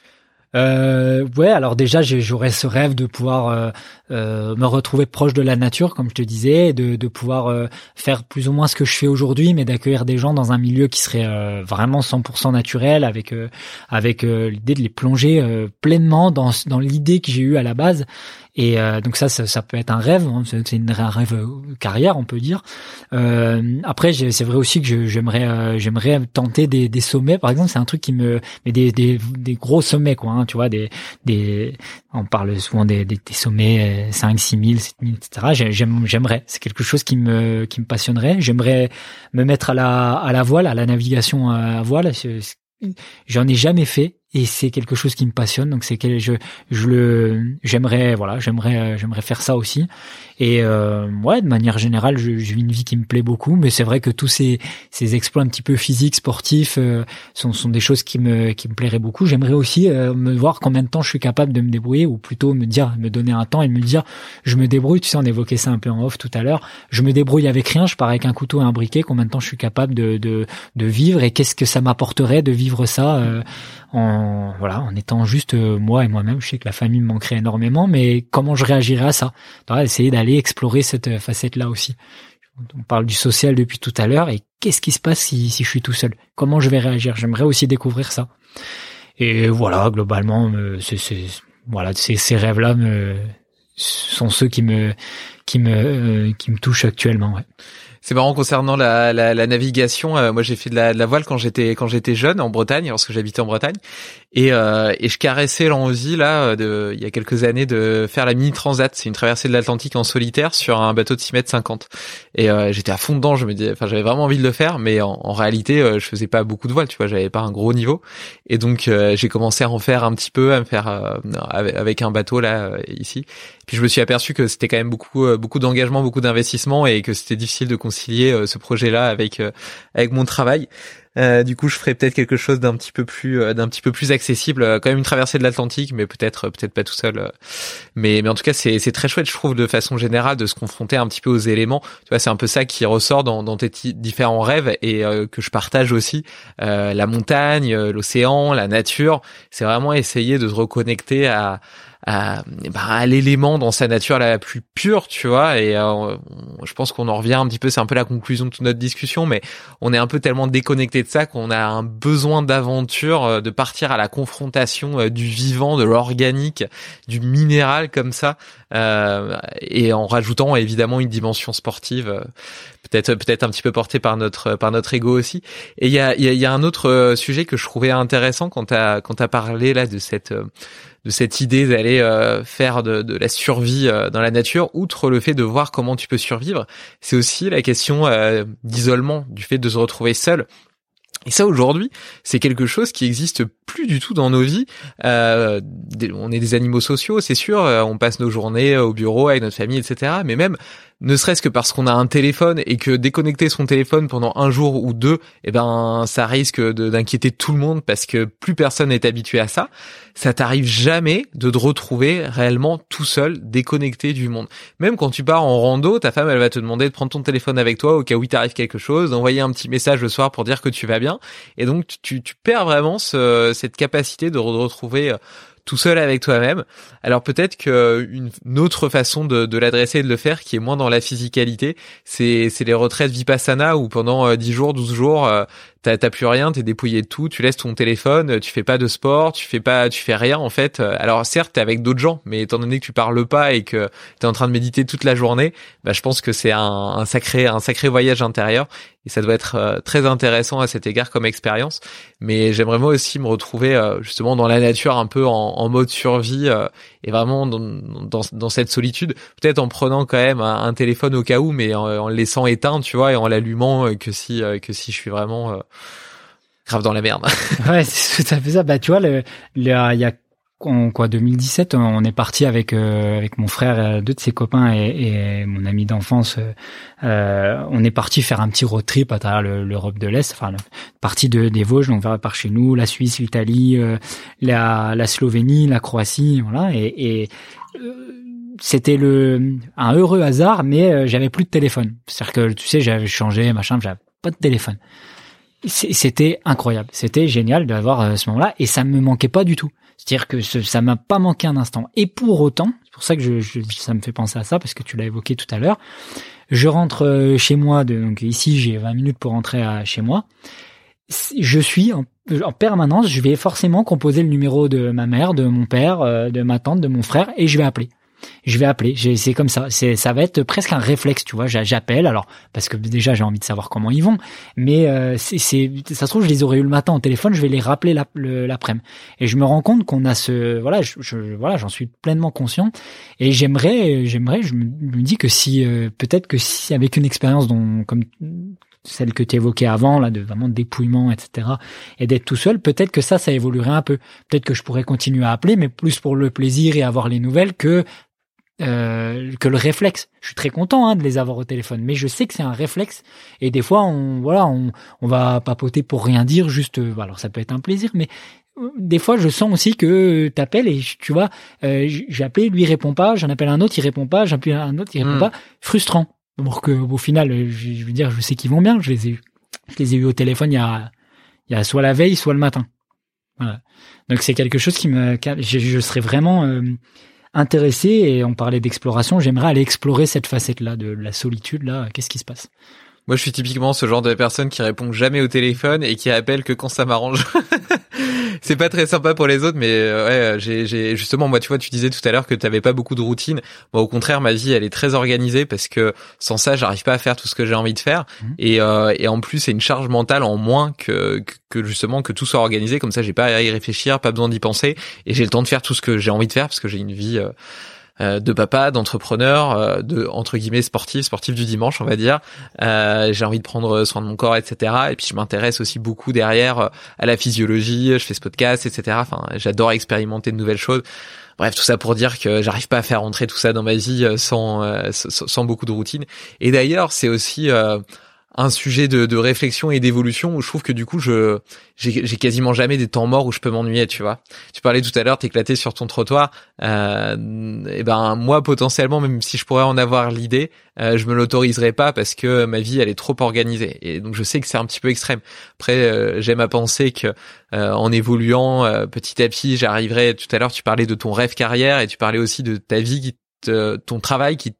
Speaker 5: Euh, ouais, alors déjà j'aurais ce rêve de pouvoir euh, euh, me retrouver proche de la nature, comme je te disais, de, de pouvoir euh, faire plus ou moins ce que je fais aujourd'hui, mais d'accueillir des gens dans un milieu qui serait euh, vraiment cent pour cent naturel, avec euh, avec euh, l'idée de les plonger euh, pleinement dans dans l'idée que j'ai eue à la base. Et euh, donc ça, ça, ça peut être un rêve, hein, c'est une, un rêve carrière, on peut dire. Euh, après, j'ai, c'est vrai aussi que je, j'aimerais, euh, j'aimerais tenter des, des sommets. Par exemple, c'est un truc qui me, mais des, des, des gros sommets, quoi. Hein, tu vois, des, des, on parle souvent des, des, des sommets cinq, six mille, sept mille, et cetera. J'aime, j'aimerais. C'est quelque chose qui me, qui me passionnerait. J'aimerais me mettre à la, à la voile, à la navigation à voile. J'en ai jamais fait. Et c'est quelque chose qui me passionne, donc c'est que je je le j'aimerais voilà j'aimerais j'aimerais faire ça aussi. Et euh, ouais, de manière générale, je, je vis une vie qui me plaît beaucoup, mais c'est vrai que tous ces ces exploits un petit peu physiques, sportifs, euh, sont sont des choses qui me qui me plairaient beaucoup. J'aimerais aussi euh, me voir combien de temps je suis capable de me débrouiller, ou plutôt me dire me donner un temps et me dire je me débrouille. Tu sais, on évoquait ça un peu en off tout à l'heure. Je me débrouille avec rien, je pars avec un couteau et un briquet. Combien de temps je suis capable de de de vivre, et qu'est-ce que ça m'apporterait de vivre ça euh, en voilà en étant juste euh, moi et moi-même. Je sais que la famille me manquerait énormément, mais comment je réagirais à ça? Voilà, essayer d'aller explorer cette facette-là aussi. On parle du social depuis tout à l'heure, et qu'est-ce qui se passe si, si je suis tout seul? Comment je vais réagir? J'aimerais aussi découvrir ça. Et voilà, globalement, c'est, c'est, voilà, ces, ces rêves-là me, sont ceux qui me, qui me, euh, qui me touchent actuellement. Ouais.
Speaker 4: C'est marrant concernant la, la, la navigation. Euh, moi, j'ai fait de la, de la voile quand j'étais quand j'étais jeune en Bretagne, lorsque j'habitais en Bretagne, et euh, et je caressais l'envie là de il y a quelques années de faire la mini transat. C'est une traversée de l'Atlantique en solitaire sur un bateau de six mètres cinquante. Et euh, j'étais à fond dedans. Je me disais, enfin, j'avais vraiment envie de le faire, mais en, en réalité, euh, je faisais pas beaucoup de voile. Tu vois, j'avais pas un gros niveau. Et donc, euh, j'ai commencé à en faire un petit peu, à me faire euh, avec, avec un bateau là euh, ici. Puis je me suis aperçu que c'était quand même beaucoup euh, beaucoup d'engagement, beaucoup d'investissement, et que c'était difficile de concilier euh, ce projet-là avec euh, avec mon travail. Euh, du coup, je ferais peut-être quelque chose d'un petit peu plus euh, d'un petit peu plus accessible, euh, quand même une traversée de l'Atlantique, mais peut-être euh, peut-être pas tout seul. Euh. Mais mais en tout cas, c'est c'est très chouette, je trouve, de façon générale, de se confronter un petit peu aux éléments. Tu vois, c'est un peu ça qui ressort dans dans tes t- différents rêves, et euh, que je partage aussi. Euh, la montagne, euh, l'océan, la nature, c'est vraiment essayer de se reconnecter à à, bah, à l'élément dans sa nature la plus pure, tu vois. Et euh, on, je pense qu'on en revient un petit peu, c'est un peu la conclusion de toute notre discussion, mais on est un peu tellement déconnecté de ça qu'on a un besoin d'aventure, de partir à la confrontation du vivant, de l'organique, du minéral comme ça, euh, et en rajoutant évidemment une dimension sportive, peut-être peut-être un petit peu portée par notre par notre ego aussi. Et il y a il y a, y a un autre sujet que je trouvais intéressant quand t'as quand t'as parlé là de cette de cette idée d'aller euh, faire de, de la survie euh, dans la nature. Outre le fait de voir comment tu peux survivre, c'est aussi la question euh, d'isolement, du fait de se retrouver seul. Et ça, aujourd'hui, c'est quelque chose qui existe plus du tout dans nos vies. Euh, on est des animaux sociaux, c'est sûr, on passe nos journées au bureau avec notre famille, et cetera. Mais même, ne serait-ce que parce qu'on a un téléphone, et que déconnecter son téléphone pendant un jour ou deux, eh ben, ça risque de, d'inquiéter tout le monde, parce que plus personne n'est habitué à ça. Ça t'arrive jamais de te retrouver réellement tout seul, déconnecté du monde. Même quand tu pars en rando, ta femme, elle va te demander de prendre ton téléphone avec toi au cas où il t'arrive quelque chose, d'envoyer un petit message le soir pour dire que tu vas bien. Et donc, tu, tu perds vraiment ce, cette capacité de retrouver tout seul avec toi-même. Alors peut-être qu'une autre façon de, de l'adresser et de le faire, qui est moins dans la physicalité, c'est, c'est les retraites Vipassana, où pendant dix jours, douze jours, euh, t'as, t'as plus rien, t'es dépouillé de tout, tu laisses ton téléphone, tu fais pas de sport, tu fais pas, tu fais rien en fait. Alors certes, t'es avec d'autres gens, mais étant donné que tu parles pas et que t'es en train de méditer toute la journée, bah je pense que c'est un, un sacré, un sacré voyage intérieur, et ça doit être euh, très intéressant à cet égard comme expérience. Mais j'aimerais moi aussi me retrouver euh, justement dans la nature, un peu en, en mode survie, euh, et vraiment dans, dans, dans cette solitude, peut-être en prenant quand même un, un téléphone au cas où, mais en, en le laissant éteint, tu vois, et en l'allumant euh, que si euh, que si je suis vraiment euh, grave dans la merde.
Speaker 5: Ouais, c'est tout à fait ça. Bah tu vois, le, le, il y a en quoi deux mille dix-sept, on est parti avec euh, avec mon frère, deux de ses copains et, et mon ami d'enfance. Euh, on est parti faire un petit road trip à travers le, l'Europe de l'Est, enfin la partie de des Vosges, donc par chez nous, la Suisse, l'Italie, euh, la la Slovénie, la Croatie, voilà. Et, et euh, c'était le un heureux hasard, mais euh, j'avais plus de téléphone. C'est-à-dire que tu sais, j'avais changé, machin, j'avais pas de téléphone. C'était incroyable, c'était génial d'avoir euh, ce moment-là, et ça me manquait pas du tout. C'est-à-dire que ce, ça m'a pas manqué un instant. Et pour autant, c'est pour ça que je, je, ça me fait penser à ça, parce que tu l'as évoqué tout à l'heure. Je rentre chez moi, de, donc ici j'ai vingt minutes pour rentrer à, chez moi. Je suis en, en permanence, je vais forcément composer le numéro de ma mère, de mon père, de ma tante, de mon frère, et je vais appeler. Je vais appeler, j'ai, c'est comme ça, c'est, ça va être presque un réflexe, tu vois, j'appelle, alors, parce que déjà j'ai envie de savoir comment ils vont, mais euh, c'est, c'est, ça se trouve, je les aurais eu le matin au téléphone, je vais les rappeler la, le, l'après-midi. Et je me rends compte qu'on a ce, voilà, je, je, voilà, j'en suis pleinement conscient, et j'aimerais, j'aimerais, je me, je me dis que si, euh, peut-être que si, avec une expérience dont, comme celle que tu évoquais avant, là, de vraiment dépouillement, et cetera, et d'être tout seul, peut-être que ça, ça évoluerait un peu. Peut-être que je pourrais continuer à appeler, mais plus pour le plaisir et avoir les nouvelles que Euh, que le réflexe. Je suis très content hein, de les avoir au téléphone, mais je sais que c'est un réflexe, et des fois on voilà on on va papoter pour rien dire, juste euh, alors ça peut être un plaisir, mais euh, des fois je sens aussi que t'appelles et tu vois euh, j'ai appelé, lui il répond pas, j'en appelle un autre, il répond pas, j'en appelle un autre, il répond mmh. pas, frustrant. Pour que au final je, je veux dire je sais qu'ils vont bien, je les ai eu je les ai eu au téléphone il y a il y a soit la veille soit le matin. Voilà. Donc c'est quelque chose qui me je, je serais vraiment euh, intéressé, et on parlait d'exploration, j'aimerais aller explorer cette facette-là de la solitude, là, qu'est-ce qui se passe?
Speaker 4: Moi, je suis typiquement ce genre de personne qui répond jamais au téléphone et qui appelle que quand ça m'arrange. c'est pas très sympa pour les autres, mais euh, ouais, j'ai, j'ai justement, moi, tu vois, tu disais tout à l'heure que t'avais pas beaucoup de routine. Moi, au contraire, ma vie, elle est très organisée parce que sans ça, j'arrive pas à faire tout ce que j'ai envie de faire. Mmh. Et, euh, et en plus, c'est une charge mentale en moins que, que justement que tout soit organisé. Comme ça, j'ai pas à y réfléchir, pas besoin d'y penser, et j'ai le temps de faire tout ce que j'ai envie de faire parce que j'ai une vie euh, de papa, d'entrepreneur, de entre guillemets sportif, sportif du dimanche, on va dire. Euh, j'ai envie de prendre soin de mon corps, et cetera. Et puis je m'intéresse aussi beaucoup derrière à la physiologie. Je fais ce podcast, et cetera. Enfin, j'adore expérimenter de nouvelles choses. Bref, tout ça pour dire que j'arrive pas à faire rentrer tout ça dans ma vie sans euh, sans, sans beaucoup de routine. Et d'ailleurs, c'est aussi euh, un sujet de, de réflexion et d'évolution où je trouve que du coup je j'ai, j'ai quasiment jamais des temps morts où je peux m'ennuyer, tu vois. Tu parlais tout à l'heure, t'éclatais sur ton trottoir. Euh, et ben moi potentiellement, même si je pourrais en avoir l'idée, euh, je me l'autoriserais pas parce que ma vie elle est trop organisée. Et donc je sais que c'est un petit peu extrême. Après euh, j'aime à penser que euh, en évoluant euh, petit à petit, j'arriverai. Tout à l'heure tu parlais de ton rêve carrière et tu parlais aussi de ta vie, qui te, ton travail qui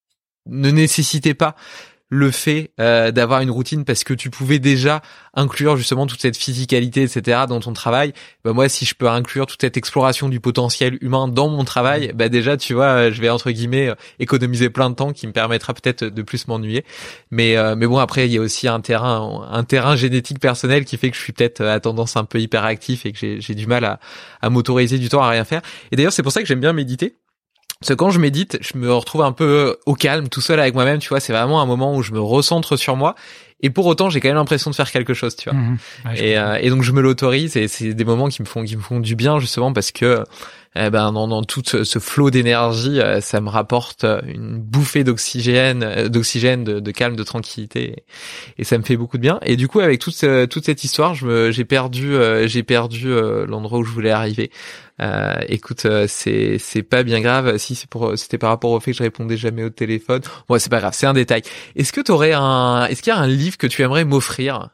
Speaker 4: ne nécessitait pas le fait euh, d'avoir une routine parce que tu pouvais déjà inclure justement toute cette physicalité, et cetera dans ton travail. Bah moi, si je peux inclure toute cette exploration du potentiel humain dans mon travail, bah déjà, tu vois, je vais entre guillemets économiser plein de temps qui me permettra peut-être de plus m'ennuyer. Mais euh, mais bon, après, il y a aussi un terrain, un terrain génétique personnel qui fait que je suis peut-être à tendance un peu hyperactif et que j'ai j'ai du mal à à m'autoriser du temps à rien faire. Et d'ailleurs, c'est pour ça que j'aime bien méditer. Parce que quand je médite, je me retrouve un peu au calme, tout seul avec moi-même, tu vois, c'est vraiment un moment où je me recentre sur moi. Et pour autant, j'ai quand même l'impression de faire quelque chose, tu vois. Mmh, ouais, et, euh, et donc, je me l'autorise et c'est des moments qui me font, qui me font du bien, justement, parce que, eh ben, dans, dans tout ce, ce flot d'énergie, ça me rapporte une bouffée d'oxygène, d'oxygène, de, de calme, de tranquillité. Et, et ça me fait beaucoup de bien. Et du coup, avec toute, toute cette histoire, je me, j'ai perdu, euh, j'ai perdu euh, l'endroit où je voulais arriver. Euh, écoute, euh, c'est c'est pas bien grave. Si c'est pour, c'était par rapport au fait que je répondais jamais au téléphone. Bon, c'est pas grave, c'est un détail. Est-ce que t'aurais un, est-ce qu'il y a un livre que tu aimerais m'offrir?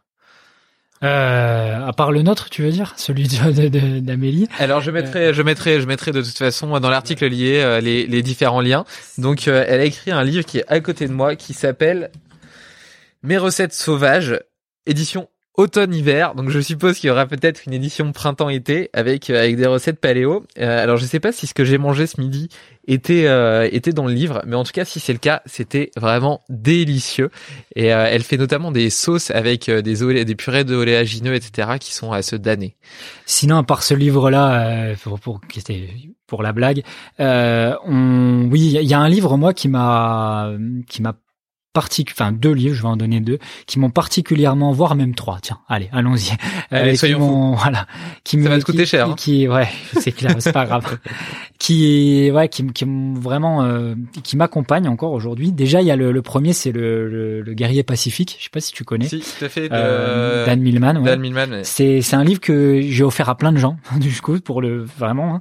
Speaker 5: Euh, à part le nôtre, tu veux dire, celui de, de, de, d'Amélie.
Speaker 4: Alors je mettrai, euh... je mettrai, je mettrai de toute façon dans l'article lié euh, les les différents liens. Donc euh, elle a écrit un livre qui est à côté de moi qui s'appelle Mes recettes sauvages, édition automne-hiver, donc je suppose qu'il y aura peut-être une édition printemps-été avec euh, avec des recettes paléo. Euh, alors je sais pas si ce que j'ai mangé ce midi était euh, était dans le livre, mais en tout cas si c'est le cas, c'était vraiment délicieux. Et euh, elle fait notamment des sauces avec euh, des olé- des purées d'oléagineux, et cetera qui sont à se damner.
Speaker 5: Sinon, à part ce livre-là, euh, pour pour pour la blague, euh, on oui, il y a un livre moi qui m'a qui m'a Partic- enfin deux livres, je vais en donner deux, qui m'ont particulièrement, voire même trois. Tiens, allez, allons-y.
Speaker 4: Allez, euh, soyons
Speaker 5: qui m'ont,
Speaker 4: fous.
Speaker 5: Voilà, qui
Speaker 4: ça
Speaker 5: me,
Speaker 4: va te coûter
Speaker 5: qui,
Speaker 4: cher. Hein.
Speaker 5: Qui, ouais, c'est clair, c'est pas grave. Qui, ouais, qui, qui m'ont vraiment, euh, qui m'accompagnent encore aujourd'hui. Déjà, il y a le, le premier, c'est le, le, le Guerrier Pacifique. Je sais pas si tu connais.
Speaker 4: Si, tout à fait. De...
Speaker 5: Euh, Dan Millman. Ouais.
Speaker 4: Dan Millman. Ouais.
Speaker 5: C'est, c'est un livre que j'ai offert à plein de gens, du coup, pour le, vraiment. Hein.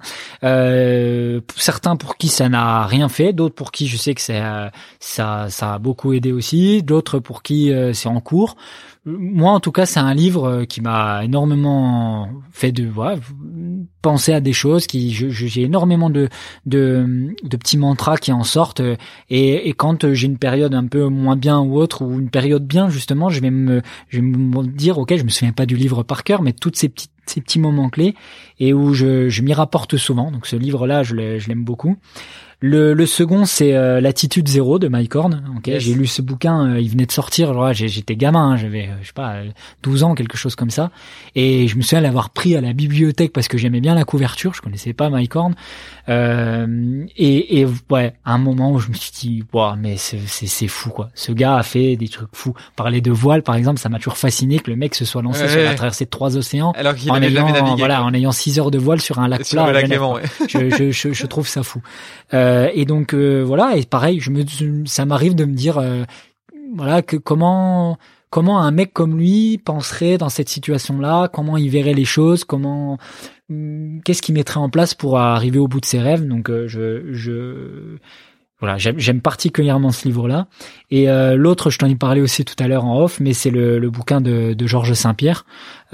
Speaker 5: Euh, certains pour qui ça n'a rien fait, d'autres pour qui je sais que ça, ça, ça a beaucoup aidé aussi, d'autres pour qui euh, c'est en cours. Moi, en tout cas, c'est un livre qui m'a énormément fait de voilà, penser à des choses. Qui, je, j'ai énormément de, de, de petits mantras qui en sortent. Et, et quand j'ai une période un peu moins bien ou autre, ou une période bien, justement, je vais me, je vais me dire, ok, je me souviens pas du livre par cœur, mais toutes ces petites ces petits moments clés et où je, je m'y rapporte souvent. Donc ce livre-là, je, je l'aime beaucoup. Le, le second, c'est euh, Latitude Zéro de Mike Horn. Okay, yes. J'ai lu ce bouquin, euh, il venait de sortir. Genre, j'étais gamin, hein, j'avais, euh, je sais pas, douze ans, quelque chose comme ça. Et je me souviens l'avoir pris à la bibliothèque parce que j'aimais bien la couverture. Je connaissais pas Mike Horn. Euh, et, et ouais, à un moment où je me suis dit, wow, mais c'est, c'est, c'est fou quoi. Ce gars a fait des trucs fous. Parler de voile, par exemple, ça m'a toujours fasciné que le mec se soit lancé ouais, sur la traversée de trois océans.
Speaker 4: Alors qu'il
Speaker 5: en
Speaker 4: avait
Speaker 5: ayant,
Speaker 4: jamais navigué.
Speaker 5: Voilà, quoi. En ayant six heures de voile sur un lac
Speaker 4: sur
Speaker 5: plat.
Speaker 4: Le lac Léman, ouais.
Speaker 5: je, je, je, je trouve ça fou. Euh, et donc euh, voilà, et pareil, je me, ça m'arrive de me dire, euh, voilà, que comment, comment un mec comme lui penserait dans cette situation-là, comment il verrait les choses, comment, hum, qu'est-ce qu'il mettrait en place pour arriver au bout de ses rêves. Donc euh, je, je Voilà, j'aime, j'aime particulièrement ce livre-là. Et euh, l'autre, je t'en ai parlé aussi tout à l'heure en off, mais c'est le, le bouquin de, de Georges Saint-Pierre,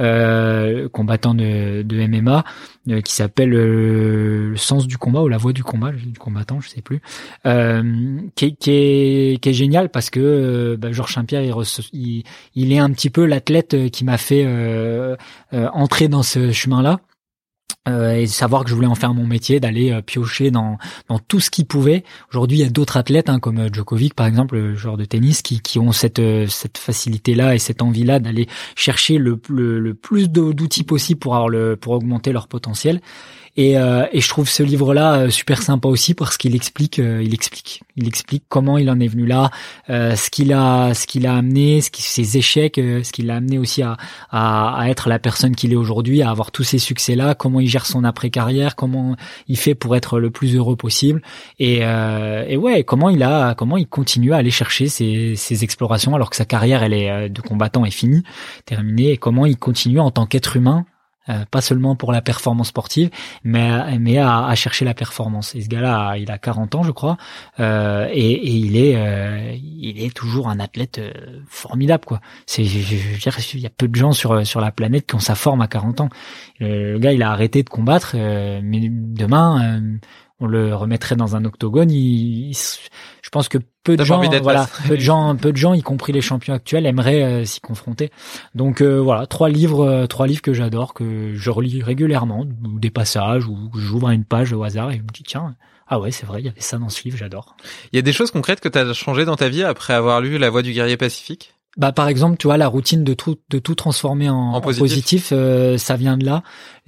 Speaker 5: euh, combattant de, de M M A, euh, qui s'appelle euh, Le sens du combat ou La voix du combat, du combattant, je sais plus, euh, qui, qui est qui est génial parce que euh, bah, Georges Saint-Pierre, il, reço- il, il est un petit peu l'athlète qui m'a fait euh, euh, entrer dans ce chemin-là. Euh, et savoir que je voulais en faire mon métier, d'aller euh, piocher dans dans tout ce qu'il pouvait. Aujourd'hui, il y a d'autres athlètes hein, comme Djokovic par exemple, le joueur de tennis, qui qui ont cette euh, cette facilité-là et cette envie-là d'aller chercher le le, le plus d'outils possible pour avoir le pour augmenter leur potentiel. Et, euh, et je trouve ce livre-là super sympa aussi parce qu'il explique, euh, il explique, il explique comment il en est venu là, euh, ce qu'il a, ce qu'il a amené, ce qui, ses échecs, euh, ce qui l'a amené aussi à, à, à être la personne qu'il est aujourd'hui, à avoir tous ces succès-là, comment il gère son après-carrière, comment il fait pour être le plus heureux possible, et, euh, et ouais, comment il a, comment il continue à aller chercher ses, ses explorations alors que sa carrière, elle est de combattant est finie, terminée, et comment il continue en tant qu'être humain. Euh, pas seulement pour la performance sportive, mais mais à, à chercher la performance. Et ce gars-là, il a quarante ans, je crois, euh, et, et il est euh, il est toujours un athlète euh, formidable, quoi. C'est, je, je veux dire, il y a peu de gens sur sur la planète qui ont sa forme à quarante ans. Le, le gars, il a arrêté de combattre, euh, mais demain, euh, on le remettrait dans un octogone. Il, il, je pense que peu de gens, voilà, peu de gens, peu de gens, y compris les champions actuels, aimeraient euh, s'y confronter. Donc euh, voilà, trois livres, euh, trois livres que j'adore, que je relis régulièrement, ou des passages, ou j'ouvre une page au hasard et je me dis tiens, ah ouais, c'est vrai, il y avait ça dans ce livre, j'adore.
Speaker 4: Il y a des choses concrètes que tu as changées dans ta vie après avoir lu La Voix du guerrier pacifique?
Speaker 5: Bah par exemple, tu vois, la routine de tout de tout transformer en, en positif, en positif euh, ça vient de là.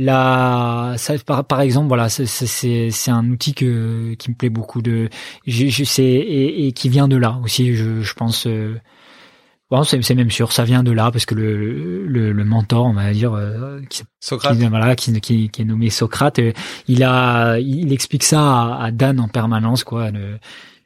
Speaker 5: Là, ça par, par exemple, voilà, c'est c'est c'est un outil que qui me plaît beaucoup de je, je sais et, et qui vient de là aussi, je je pense euh, bon, c'est c'est même sûr, ça vient de là parce que le le, le mentor, on va dire euh, qui,
Speaker 4: Socrate,
Speaker 5: qui, voilà, qui, qui qui est nommé Socrate, euh, il a il explique ça à, à Dan en permanence, quoi. Le,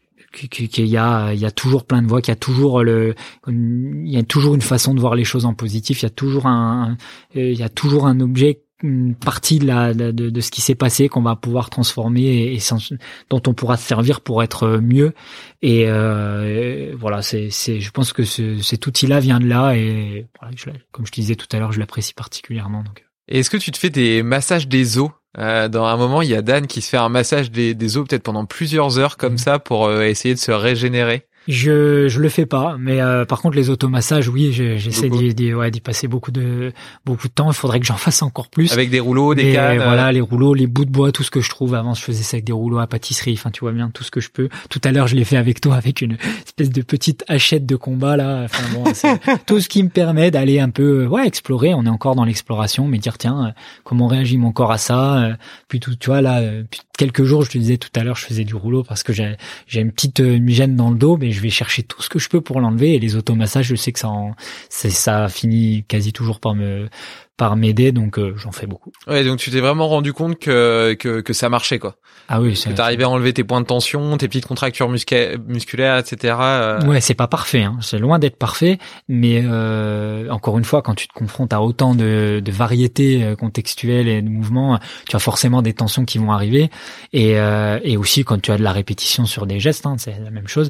Speaker 5: qu'il y a il y a toujours plein de voix, qu'il y a toujours le il y a toujours une façon de voir les choses en positif, il y a toujours un il y a toujours un objet, une partie de la de, de ce qui s'est passé qu'on va pouvoir transformer et, et sans, dont on pourra se servir pour être mieux, et, euh, et voilà, c'est c'est je pense que ce, cet outil-là vient de là, et voilà, je, comme je te disais tout à l'heure, je l'apprécie particulièrement. Donc
Speaker 4: et est-ce que tu te fais des massages des os? Euh, dans un moment, il y a Dan qui se fait un massage des, des os peut-être pendant plusieurs heures comme mmh. ça pour euh, essayer de se régénérer.
Speaker 5: Je je le fais pas, mais euh, par contre les automassages, oui, je, j'essaie d'y, d'y, ouais, d'y passer beaucoup de beaucoup de temps. Il faudrait que j'en fasse encore plus.
Speaker 4: Avec des rouleaux, des
Speaker 5: mais,
Speaker 4: cannes.
Speaker 5: Euh, voilà, les rouleaux, les bouts de bois, tout ce que je trouve. Avant, je faisais ça avec des rouleaux à pâtisserie. Enfin, tu vois bien, tout ce que je peux. Tout à l'heure, je l'ai fait avec toi, avec une espèce de petite hachette de combat là. Enfin bon, c'est tout ce qui me permet d'aller un peu, ouais, explorer. On est encore dans l'exploration, mais dire tiens, euh, comment réagit mon corps à ça. Euh, puis tout, tu vois là, euh, quelques jours, je te disais tout à l'heure, je faisais du rouleau parce que j'ai j'ai une petite euh, une gêne dans le dos, mais je vais chercher tout ce que je peux pour l'enlever, et les automassages, je sais que ça en, c'est, ça finit quasi toujours par me par m'aider, donc euh, j'en fais beaucoup.
Speaker 4: Ouais, donc tu t'es vraiment rendu compte que que que ça marchait, quoi.
Speaker 5: Ah oui, c'est
Speaker 4: que t'arrivais à enlever tes points de tension, tes petites contractures musca- musculaires, et cetera.
Speaker 5: Ouais, c'est pas parfait, hein. C'est loin d'être parfait, mais euh, encore une fois, quand tu te confrontes à autant de, de variétés contextuelles et de mouvements, tu as forcément des tensions qui vont arriver, et euh, et aussi quand tu as de la répétition sur des gestes, hein, c'est la même chose.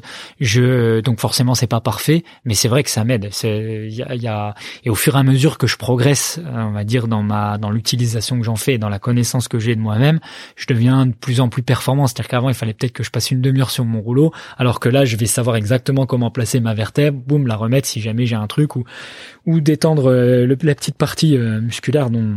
Speaker 5: Je donc forcément c'est pas parfait, mais c'est vrai que ça m'aide. C'est il y a, y a et au fur et à mesure que je progresse, on va dire dans ma dans l'utilisation que j'en fais, dans la connaissance que j'ai de moi-même, je deviens de plus en plus performant. C'est-à-dire qu'avant il fallait peut-être que je passe une demi-heure sur mon rouleau, alors que là je vais savoir exactement comment placer ma vertèbre, boum, la remettre si jamais j'ai un truc, ou ou détendre euh, le, la petite partie euh, musculaire dont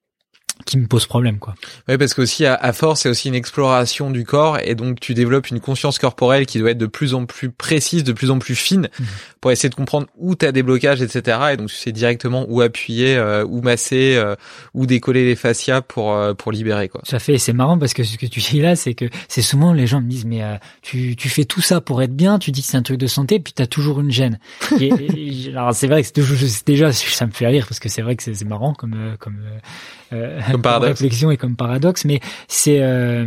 Speaker 5: qui me pose problème, quoi.
Speaker 4: Ouais, parce qu'aussi à, à force, c'est aussi une exploration du corps, et donc tu développes une conscience corporelle qui doit être de plus en plus précise, de plus en plus fine, mmh. pour essayer de comprendre où t'as des blocages, et cetera. Et donc tu sais directement où appuyer, euh, où masser, euh, où décoller les fascias pour euh, pour libérer, quoi.
Speaker 5: Ça fait, c'est marrant parce que ce que tu dis là, c'est que c'est souvent les gens me disent mais euh, tu tu fais tout ça pour être bien, tu dis que c'est un truc de santé, puis t'as toujours une gêne. Et, et, alors c'est vrai que c'est toujours, c'est déjà ça me fait rire parce que c'est vrai que c'est, c'est marrant comme comme euh,
Speaker 4: comme,
Speaker 5: comme réflexion et comme paradoxe, mais c'est euh,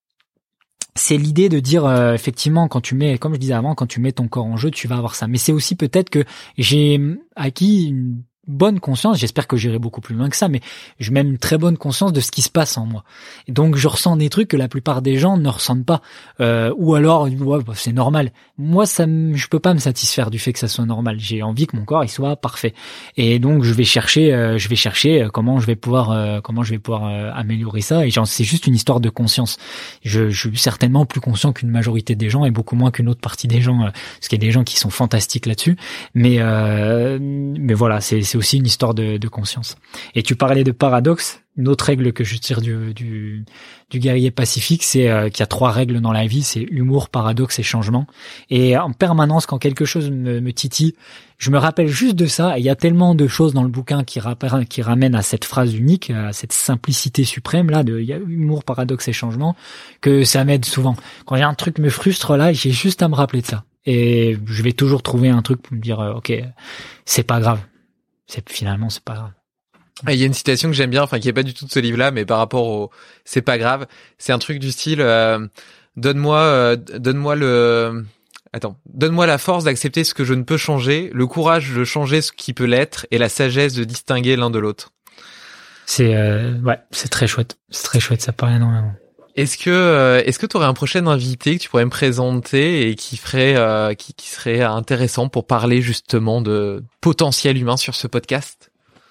Speaker 5: c'est l'idée de dire euh, effectivement, quand tu mets, comme je disais avant, quand tu mets ton corps en jeu, tu vas avoir ça. Mais c'est aussi peut-être que j'ai acquis une bonne conscience, j'espère que j'irai beaucoup plus loin que ça, mais je mets une très bonne conscience de ce qui se passe en moi. Et donc je ressens des trucs que la plupart des gens ne ressentent pas, euh, ou alors ouais, bah, c'est normal. Moi, ça, me, je peux pas me satisfaire du fait que ça soit normal. J'ai envie que mon corps il soit parfait. Et donc je vais chercher, euh, je vais chercher euh, comment je vais pouvoir, euh, comment je vais pouvoir euh, améliorer ça. Et genre c'est juste une histoire de conscience. Je, je suis certainement plus conscient qu'une majorité des gens et beaucoup moins qu'une autre partie des gens, euh, parce qu'il y a des gens qui sont fantastiques là-dessus. Mais euh, mais voilà, c'est c'est c'est aussi une histoire de, de conscience. Et tu parlais de paradoxe. Une autre règle que je tire du, du, du guerrier pacifique, c'est euh, qu'il y a trois règles dans la vie, c'est humour, paradoxe et changement. Et en permanence, quand quelque chose me, me titille, je me rappelle juste de ça. Et il y a tellement de choses dans le bouquin qui, rappellent, qui ramènent à cette phrase unique, à cette simplicité suprême là, de il y a humour, paradoxe et changement, que ça m'aide souvent. Quand il y a un truc me frustre là, j'ai juste à me rappeler de ça. Et je vais toujours trouver un truc pour me dire, euh, ok, c'est pas grave. C'est finalement c'est pas grave.
Speaker 4: Il y a une citation que j'aime bien, enfin qui est pas du tout de ce livre-là, mais par rapport au c'est pas grave, c'est un truc du style euh, donne-moi euh, donne-moi le attends, donne-moi la force d'accepter ce que je ne peux changer, le courage de changer ce qui peut l'être et la sagesse de distinguer l'un de l'autre.
Speaker 5: C'est euh, ouais, c'est très chouette. C'est très chouette, ça parle énormément.
Speaker 4: Est-ce que euh, est-ce que tu aurais un prochain invité que tu pourrais me présenter et qui ferait euh, qui qui serait intéressant pour parler justement de potentiel humain sur ce podcast?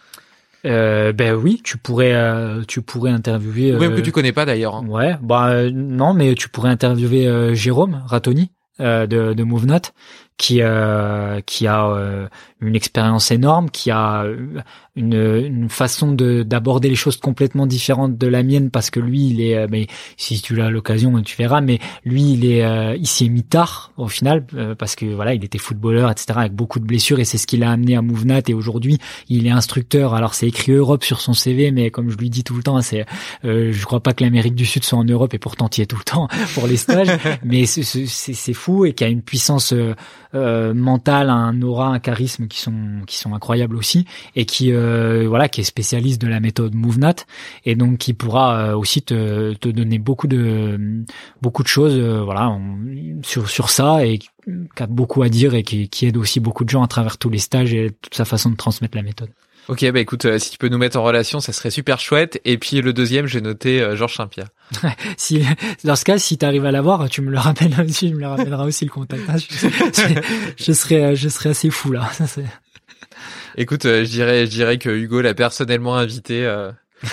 Speaker 5: Euh, ben oui, tu pourrais, euh, tu pourrais interviewer.
Speaker 4: Ou même
Speaker 5: euh,
Speaker 4: que tu connais pas d'ailleurs. Hein.
Speaker 5: Ouais, bah euh, non, mais tu pourrais interviewer euh, Jérôme Ratoni euh, de, de MoveNote, qui euh, qui a euh, une expérience énorme, qui a une, une façon de d'aborder les choses complètement différente de la mienne, parce que lui, il est, euh, mais si tu as l'occasion, tu verras, mais lui, il est, euh, il s'y est mis tard au final, euh, parce que voilà, il était footballeur, et cetera, avec beaucoup de blessures, et c'est ce qui l'a amené à MoveNote. Et aujourd'hui, il est instructeur. Alors c'est écrit Europe sur son C V, mais comme je lui dis tout le temps, c'est, euh, je crois pas que l'Amérique du Sud soit en Europe, et pourtant il y est tout le temps pour les stages. Mais c'est, c'est, c'est fou, et qui a une puissance euh, euh, mentale, un aura, un charisme qui sont qui sont incroyables aussi, et qui euh, voilà, qui est spécialiste de la méthode MoveNote, et donc qui pourra euh, aussi te te donner beaucoup de beaucoup de choses euh, voilà on, sur sur ça, et qui a beaucoup à dire, et qui qui aide aussi beaucoup de gens à travers tous les stages et toute sa façon de transmettre la méthode.
Speaker 4: Ok, bah écoute, euh, si tu peux nous mettre en relation, ça serait super chouette. Et puis le deuxième, j'ai noté euh, Georges Saint-Pierre.
Speaker 5: Si dans ce cas, si t'arrives à l'avoir, tu me le rappelles aussi, je me le rappellerai aussi le contact. Je, je, je serais, je serais assez fou là. Ça, c'est...
Speaker 4: Écoute, euh, je dirais, je dirais que Hugo l'a personnellement invité. Euh...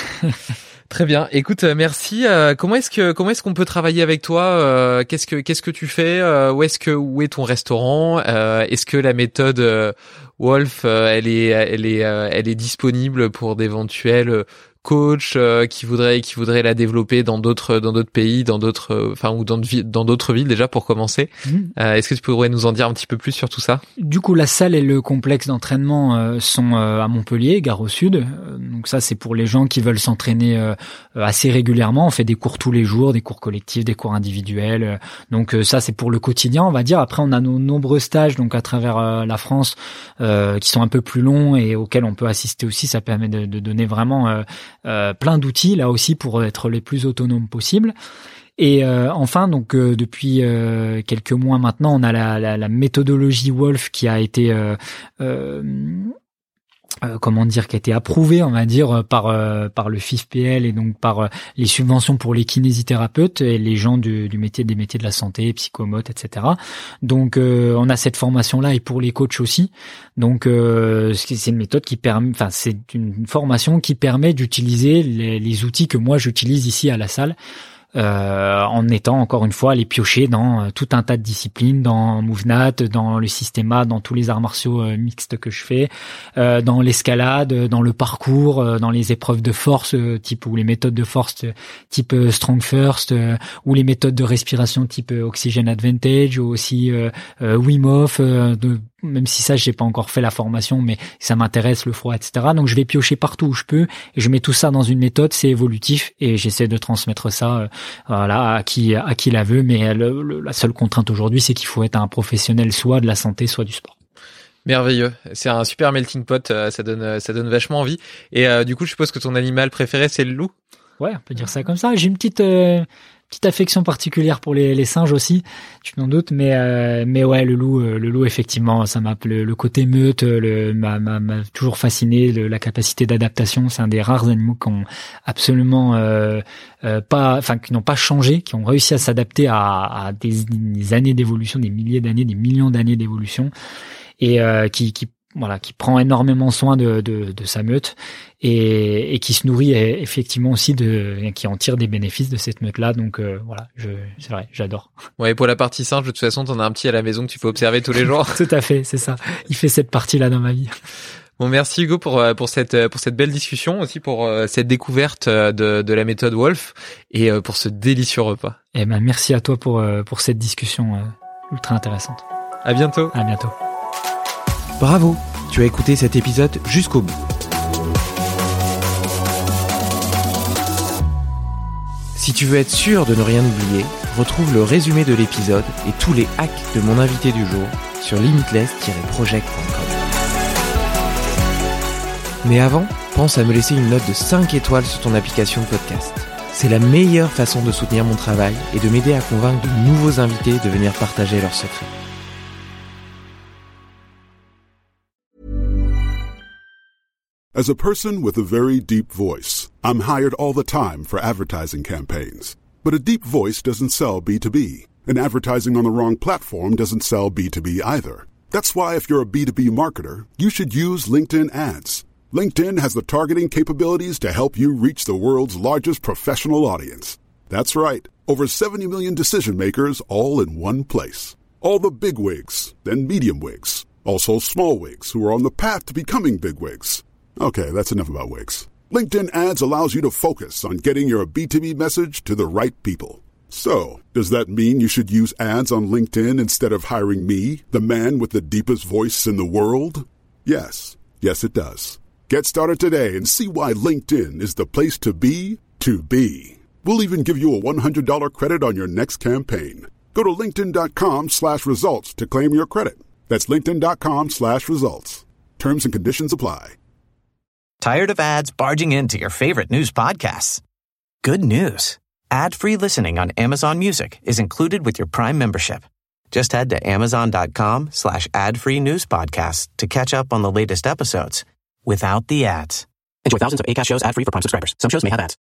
Speaker 4: Très bien. Écoute, euh, merci. Euh, comment est-ce que, comment est-ce qu'on peut travailler avec toi euh, Qu'est-ce que, qu'est-ce que tu fais euh, Où est-ce que, où est ton restaurant euh, Est-ce que la méthode euh, Wolf, euh, elle est, elle est, euh, elle est disponible pour d'éventuels coachs euh, qui voudraient, qui voudraient la développer dans d'autres, dans d'autres pays, dans d'autres, enfin ou dans, dans d'autres villes déjà pour commencer. Mmh. Euh, est-ce que tu pourrais nous en dire un petit peu plus sur tout ça?
Speaker 5: Du coup, la salle et le complexe d'entraînement euh, sont euh, à Montpellier, gare au sud. Euh, donc ça, c'est pour les gens qui veulent s'entraîner euh, assez régulièrement. On fait des cours tous les jours, des cours collectifs, des cours individuels. Euh, donc euh, ça, c'est pour le quotidien, on va dire. Après, on a nos nombreux stages donc à travers euh, la France euh, qui sont un peu plus longs et auxquels on peut assister aussi. Ça permet de, de donner vraiment euh, Euh, plein d'outils là aussi pour être les plus autonomes possibles. Et euh, enfin, donc euh, depuis euh, quelques mois maintenant, on a la, la, la méthodologie Wolf qui a été euh, euh, Euh, comment dire, qui a été approuvé, on va dire, par euh, par le F I F P L, et donc par euh, les subventions pour les kinésithérapeutes et les gens du, du métier des métiers de la santé, psychomotes, et cetera. Donc euh, on a cette formation là, et pour les coachs aussi. Donc euh, c'est une méthode qui permet, enfin c'est une formation qui permet d'utiliser les, les outils que moi j'utilise ici à la salle. Euh, en étant encore une fois les piocher dans euh, tout un tas de disciplines, dans MoveNote, dans le systéma, dans tous les arts martiaux euh, mixtes que je fais, euh, dans l'escalade, dans le parcours, euh, dans les épreuves de force euh, type, ou les méthodes de force euh, type euh, Strong First, euh, ou les méthodes de respiration type euh, Oxygen Advantage, ou aussi euh, euh, Wim Hof, euh, de même si ça j'ai pas encore fait la formation, mais ça m'intéresse, le froid, et cetera. Donc je vais piocher partout où je peux, et je mets tout ça dans une méthode, c'est évolutif, et j'essaie de transmettre ça euh, voilà à qui à qui la veut. Mais le, le, la seule contrainte aujourd'hui, c'est qu'il faut être un professionnel soit de la santé, soit du sport.
Speaker 4: Merveilleux, c'est un super melting pot, ça donne ça donne vachement envie. Et euh, du coup, je suppose que ton animal préféré c'est le loup.
Speaker 5: Ouais, on peut dire ça comme ça. J'ai une petite euh, petite affection particulière pour les, les singes aussi, tu m'en doutes, mais euh, mais ouais, le loup, euh, le loup effectivement, ça m'a le, le côté meute, le m'a m'a, m'a toujours fasciné, le, la capacité d'adaptation. C'est un des rares animaux qui ont absolument euh, euh, pas, enfin qui n'ont pas changé, qui ont réussi à s'adapter à, à des, des années d'évolution, des milliers d'années, des millions d'années d'évolution, et euh, qui qui voilà, qui prend énormément soin de, de, de sa meute, et, et qui se nourrit effectivement aussi de, qui en tire des bénéfices de cette meute-là. Donc euh, voilà, je, c'est vrai, j'adore.
Speaker 4: Ouais, pour la partie singe, de toute façon, t'en as un petit à la maison que tu peux observer tous les jours.
Speaker 5: Tout à fait, c'est ça. Il fait cette partie-là dans ma vie.
Speaker 4: Bon, merci Hugo pour pour cette pour cette belle discussion, aussi pour cette découverte de de la méthode Wolf et pour ce délicieux repas.
Speaker 5: Eh ben merci à toi pour pour cette discussion ultra intéressante.
Speaker 4: À bientôt.
Speaker 5: À bientôt.
Speaker 4: Bravo, tu as écouté cet épisode jusqu'au bout. Si tu veux être sûr de ne rien oublier, retrouve le résumé de l'épisode et tous les hacks de mon invité du jour sur limitless tiret project point com. Mais avant, pense à me laisser une note de cinq étoiles sur ton application de podcast. C'est la meilleure façon de soutenir mon travail et de m'aider à convaincre de nouveaux invités de venir partager leurs secrets.
Speaker 6: As a person with a very deep voice, I'm hired all the time for advertising campaigns. But a deep voice doesn't sell B two B, and advertising on the wrong platform doesn't sell B two B either. That's why if you're a B two B marketer, you should use LinkedIn ads. LinkedIn has the targeting capabilities to help you reach the world's largest professional audience. That's right, over seventy million decision makers all in one place. All the big wigs, then medium wigs, also small wigs who are on the path to becoming big wigs. Okay, that's enough about wigs. LinkedIn ads allows you to focus on getting your B two B message to the right people. So, does that mean you should use ads on LinkedIn instead of hiring me, the man with the deepest voice in the world? Yes. Yes, it does. Get started today and see why LinkedIn is the place to be to be. We'll even give you a one hundred dollars credit on your next campaign. Go to linkedin.com slash results to claim your credit. That's linkedin.com slash results. Terms and conditions apply.
Speaker 1: Tired of ads barging into your favorite news podcasts? Good news. Ad-free listening on Amazon Music is included with your Prime membership. Just head to amazon.com slash ad-free news podcasts to catch up on the latest episodes without the ads. Enjoy thousands of Acast shows ad-free for Prime subscribers. Some shows may have ads.